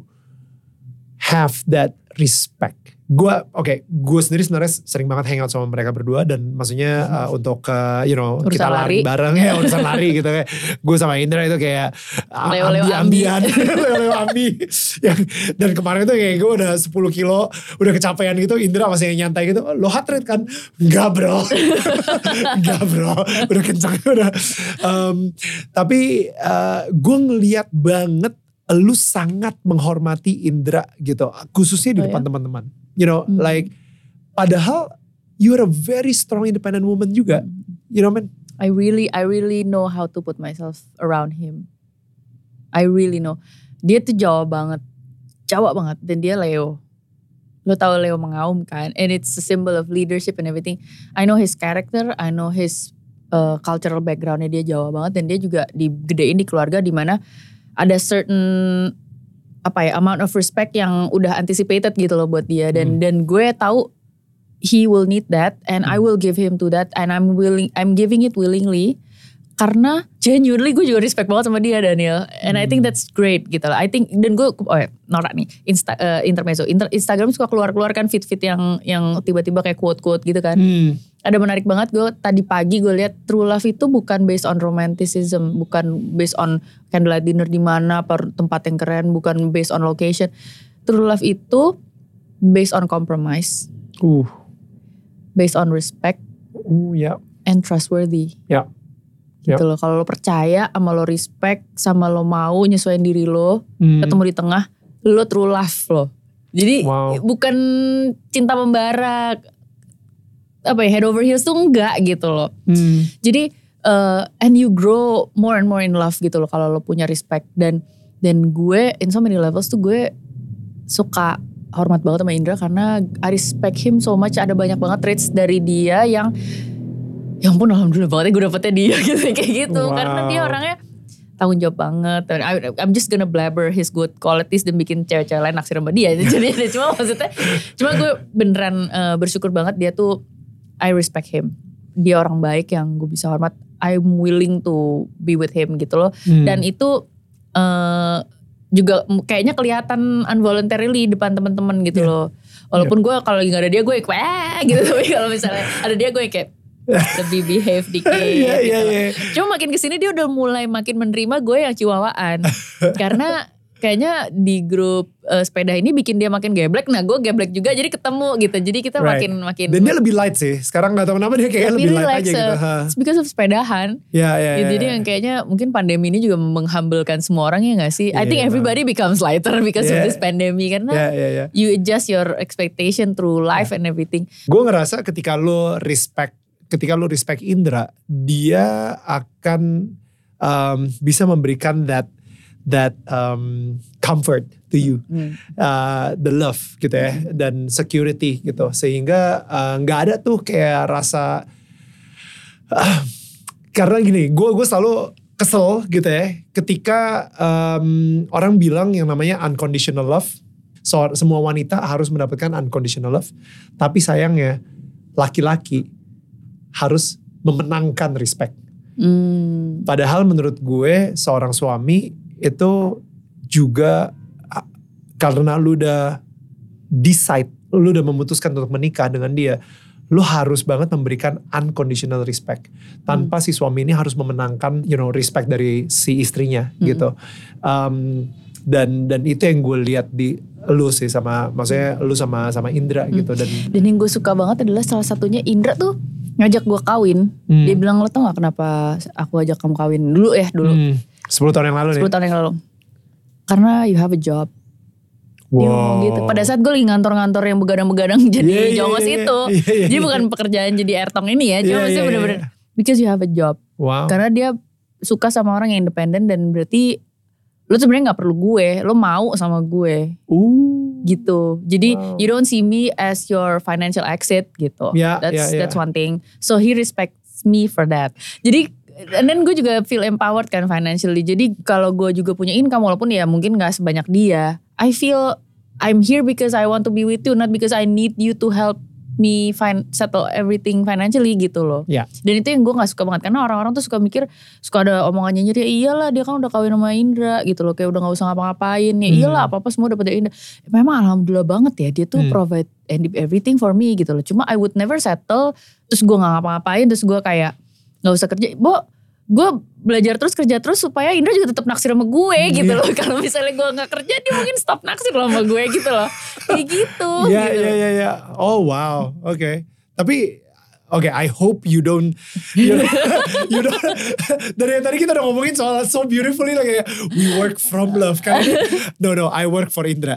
have that respect? Gue, oke, okay, gue sendiri sebenarnya sering banget hangout sama mereka berdua dan maksudnya uh, untuk uh, you know urusan kita lari, lari bareng ya urusan lari gitu kayak gue sama Indra itu kayak ambi-ambian, leo-leo ambi. Yang dan kemarin itu kayak gue udah sepuluh kilo udah kecapean gitu, Indra masih nyantai gitu. Lo heart rate kan? Enggak bro, enggak bro, udah kencang udah. Um, tapi uh, gue ngeliat banget lu sangat menghormati Indra gitu, khususnya di oh, depan ya? teman-teman. You know, hmm. like padahal you're a very strong independent woman juga. You know, man. I really, I really know how to put myself around him. I really know. Dia tuh Jawa banget, Jawa banget, dan dia Leo. Lo tau Leo mengaum kan, and it's a symbol of leadership and everything. I know his character, I know his uh, cultural backgroundnya, dia Jawa banget, dan dia juga digedein di keluarga di mana ada certain apa ya amount of respect yang udah anticipated gitu loh buat dia, dan hmm. dan gue tahu he will need that and hmm. I will give him to that and I'm willing I'm giving it willingly karena genuinely gue juga respect banget sama dia, Daniel, and hmm. I think that's great gitu loh. I think dan gue oh ya, norak nih Insta, uh, intermezzo Inter, Instagram suka keluar-keluar kan fit-fit yang yang tiba-tiba kayak quote-quote gitu kan. Hmm. Ada menarik banget, gue tadi pagi gue lihat true love itu bukan based on romanticism, bukan based on candlelight dinner di mana, tempat yang keren, bukan based on location. True love itu based on compromise, uh, based on respect, uh, yeah. and trustworthy. Ya. Yeah. Gitu yeah. loh. Kalau lo percaya sama lo respect, sama lo mau nyesuaiin diri lo, hmm. ketemu di tengah, lo true love lo. Jadi wow. bukan cinta membara. Apa ya, head over heels tuh enggak gitu loh. Hmm. Jadi uh, and you grow more and more in love gitu loh kalau lo punya respect. Dan dan gue in so many levels tuh gue suka hormat banget sama Indra karena I respect him so much. Ada banyak banget traits dari dia yang ya ampun alhamdulillah banget ya gue dapetnya dia gitu kayak gitu. Wow. Karena dia orangnya tanggung jawab banget. I, I'm just gonna blabber his good qualities dan bikin cewek-cewek lain naksir sama dia. Jadi cuma maksudnya cuma gue beneran uh, bersyukur banget dia tuh I respect him. Dia orang baik yang gue bisa hormat. I'm willing to be with him gitu loh. Hmm. Dan itu uh, juga kayaknya kelihatan involuntarily depan teman-teman gitu yeah. loh. Walaupun yeah. gue kalau lagi gak ada dia gue kayak gitu, tapi kalau misalnya ada dia gue kayak lebih behave dikit yeah, gitu. yeah, yeah. Cuma makin kesini dia udah mulai makin menerima gue yang chihuahuan. Karena kayaknya di grup uh, sepeda ini bikin dia makin geblek. Nah gue geblek juga jadi ketemu gitu. Jadi kita right. makin makin. Dan dia lebih light sih. Sekarang gak tahu kenapa dia kayak lebih light aja gitu. It's because of sepedahan. Ya, ya, gitu. ya, Jadi ya. yang kayaknya mungkin pandemi ini juga menghumblekan semua orang ya gak sih? I think yeah, everybody becomes lighter because yeah. of this pandemic. Karena yeah, yeah, yeah. you adjust your expectation through life yeah. and everything. Gue ngerasa ketika lo respect, ketika lo respect Indra, dia akan um, bisa memberikan that that um, comfort to you, hmm. uh, the love gitu ya, dan security gitu, sehingga nggak uh, ada tuh kayak rasa uh, karena gini, gue gue selalu kesel gitu ya, ketika um, orang bilang yang namanya unconditional love, so, semua wanita harus mendapatkan unconditional love, tapi sayangnya laki-laki harus memenangkan respect. Hmm. Padahal menurut gue seorang suami itu juga karena lu udah decide, lu udah memutuskan untuk menikah dengan dia, lu harus banget memberikan unconditional respect. Tanpa hmm. si suami ini harus memenangkan, you know, respect dari si istrinya hmm. gitu. Um, dan dan itu yang gue lihat di lu sih sama, maksudnya lu sama sama Indra hmm. gitu. Dan dan yang gue suka banget adalah salah satunya Indra tuh ngajak gue kawin. Hmm. Dia bilang, lo tau gak kenapa aku ajak kamu kawin dulu ya dulu. Hmm. sepuluh tahun yang lalu nih. sepuluh tahun yang lalu. Karena you have a job. Wow. Dia ngomong gitu. Pada saat gue lagi ngantor-ngantor yang begadang-begadang jadi yeah, yeah, jongos yeah, itu. Yeah, yeah, jadi yeah. bukan pekerjaan jadi ertong ini ya. Cuma yeah, maksudnya yeah, bener-bener. Yeah. Because you have a job. Wow. Karena dia suka sama orang yang independen dan berarti lo sebenarnya gak perlu gue. Lo mau sama gue. Ooh. Gitu. Jadi wow. you don't see me as your financial exit gitu. Yeah, that's yeah, yeah. that's one thing. So he respects me for that. Jadi and then gue juga feel empowered kan financially. Jadi kalau gue juga punya income walaupun ya mungkin gak sebanyak dia. I feel I'm here because I want to be with you. Not because I need you to help me find, settle everything financially gitu loh. Yeah. Dan itu yang gue gak suka banget. Karena orang-orang tuh suka mikir, suka ada omongannya nyeri, iyalah dia kan udah kawin sama Indra gitu loh. Kayak udah gak usah ngapa-ngapain. Ya hmm. iyalah apa-apa semua dapat dari Indra. Memang alhamdulillah banget ya. Dia tuh hmm. provide everything for me gitu loh. Cuma I would never settle. Terus gue gak ngapa-ngapain. Terus gue kayak gak usah kerja. Bo, gue belajar terus kerja terus supaya Indra juga tetap naksir sama gue gitu loh. Kalau misalnya gue gak kerja dia mungkin stop naksir loh sama gue gitu loh. Kayak gitu. Iya gitu. iya iya iya. Oh wow. Oke. Okay. Tapi oke, okay, I hope you don't you, you don't dari tadi kita udah ngomongin soal so beautifully like we work from love kan. No no, I work for Indra.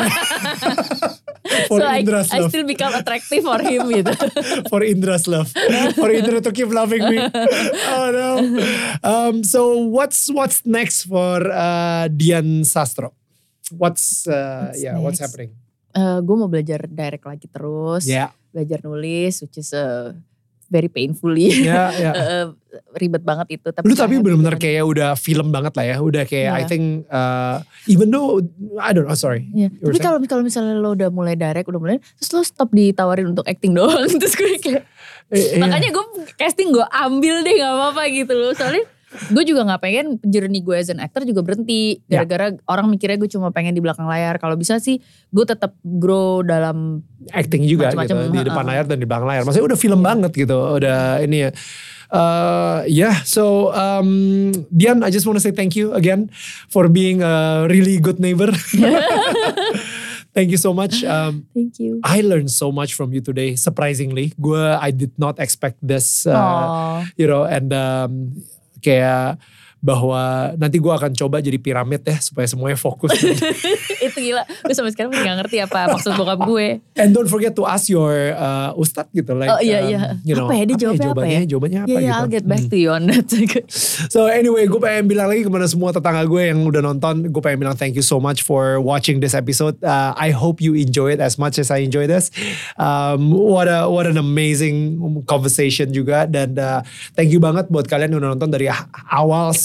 For so Indra's I, love. I still become attractive for him gitu. For Indra's love. For Indra to keep loving me. Oh no. Um, so what's what's next for uh, Dian Sastro? What's uh, what's yeah, next? What's happening? Uh, gue mau belajar direct lagi terus. Yeah. Belajar nulis which is uh, very painfully. Yeah, yeah. uh, ribet banget itu. Tapi lu tapi benar-benar kayak udah film banget lah ya. Udah kayak yeah. I think uh, even though I don't know, sorry. Yeah. Tapi kalau kalau misalnya lo udah mulai direct, udah mulai terus lo stop ditawarin untuk acting doang. Terus gue kayak eh, makanya gue casting gue ambil deh gak apa-apa gitu loh. Soalnya gue juga gak pengen journey gue as an actor juga berhenti. Gara-gara yeah. orang mikirnya gue cuma pengen di belakang layar. Kalau bisa sih gue tetap grow dalam acting juga gitu. Di depan layar dan di belakang layar. Maksudnya udah film yeah. banget gitu. Udah ini ya. Uh, yeah, so um, Dian, I just want to say thank you again for being a really good neighbor. Thank you so much. Um, Thank you. I learned so much from you today, surprisingly. Gue, I did not expect this, uh, you know, and um, kayak bahwa nanti gue akan coba jadi piramid ya supaya semuanya fokus. Itu gila, gue sampai sekarang gak ngerti apa maksud bokap gue. And don't forget to ask your uh, ustad gitu. Like, oh iya iya. Um, you know, apa ya dia jawabnya apa ya? Jawabannya apa yeah, gitu. Yeah, I'll get back hmm. to you on that. So anyway, gue pengen bilang lagi kepada semua tetangga gue yang udah nonton. Gue pengen bilang thank you so much for watching this episode. Uh, I hope you enjoy it as much as I enjoy this. Um, what a what an amazing conversation juga. Dan uh, thank you banget buat kalian yang udah nonton dari awal sampai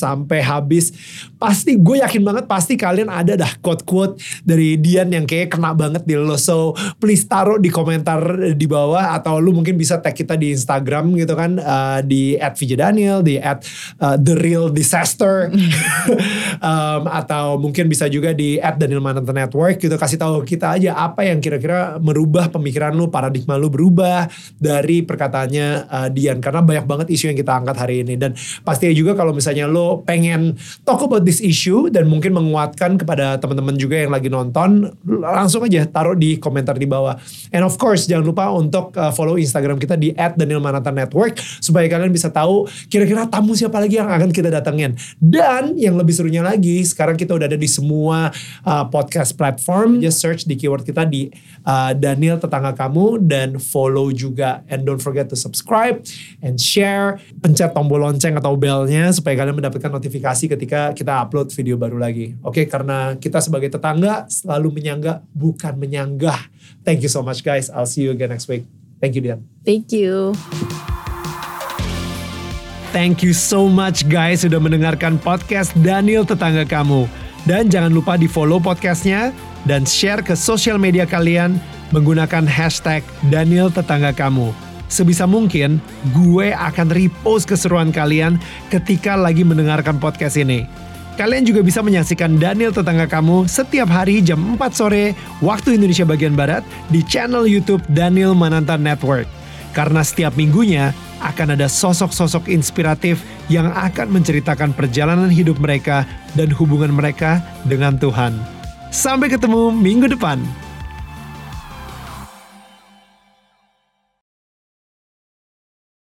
sampai habis. Pasti gue yakin banget pasti kalian ada dah quote-quote dari Dian yang kayak kena banget di lo. So please taruh di komentar di bawah, atau lu mungkin bisa tag kita di Instagram gitu kan, uh, di at vj daniel, di at uh, the real disaster, um, atau mungkin bisa juga di at Daniel Mananta Network gitu. Kasih tahu kita aja apa yang kira-kira merubah pemikiran lu, paradigma lu berubah dari perkataannya uh, Dian, karena banyak banget isu yang kita angkat hari ini. Dan pastinya juga kalau misalnya lo pengen talk about this issue dan mungkin menguatkan kepada teman-teman juga yang lagi nonton, langsung aja taruh di komentar di bawah. And of course jangan lupa untuk uh, follow Instagram kita di at Daniel Mananta Network supaya kalian bisa tahu kira-kira tamu siapa lagi yang akan kita datengin. Dan yang lebih serunya lagi, sekarang kita udah ada di semua uh, podcast platform. Just search di keyword kita di uh, Daniel Tetangga Kamu dan follow juga. And don't forget to subscribe and share. Pencet tombol lonceng atau belnya supaya kalian mendapatkan notifikasi ketika kita upload video baru lagi. Oke, karena kita sebagai tetangga selalu menyangga bukan menyanggah. Thank you so much guys. I'll see you again next week. Thank you Dian. Thank you. Thank you so much guys sudah mendengarkan podcast Daniel Tetangga Kamu. Dan jangan lupa di follow podcastnya dan share ke sosial media kalian menggunakan hashtag Daniel Tetangga Kamu. Sebisa mungkin gue akan repost keseruan kalian ketika lagi mendengarkan podcast ini. Kalian juga bisa menyaksikan Daniel Tetangga Kamu setiap hari jam empat sore waktu Indonesia bagian Barat di channel YouTube Daniel Mananta Network. Karena setiap minggunya akan ada sosok-sosok inspiratif yang akan menceritakan perjalanan hidup mereka dan hubungan mereka dengan Tuhan. Sampai ketemu minggu depan.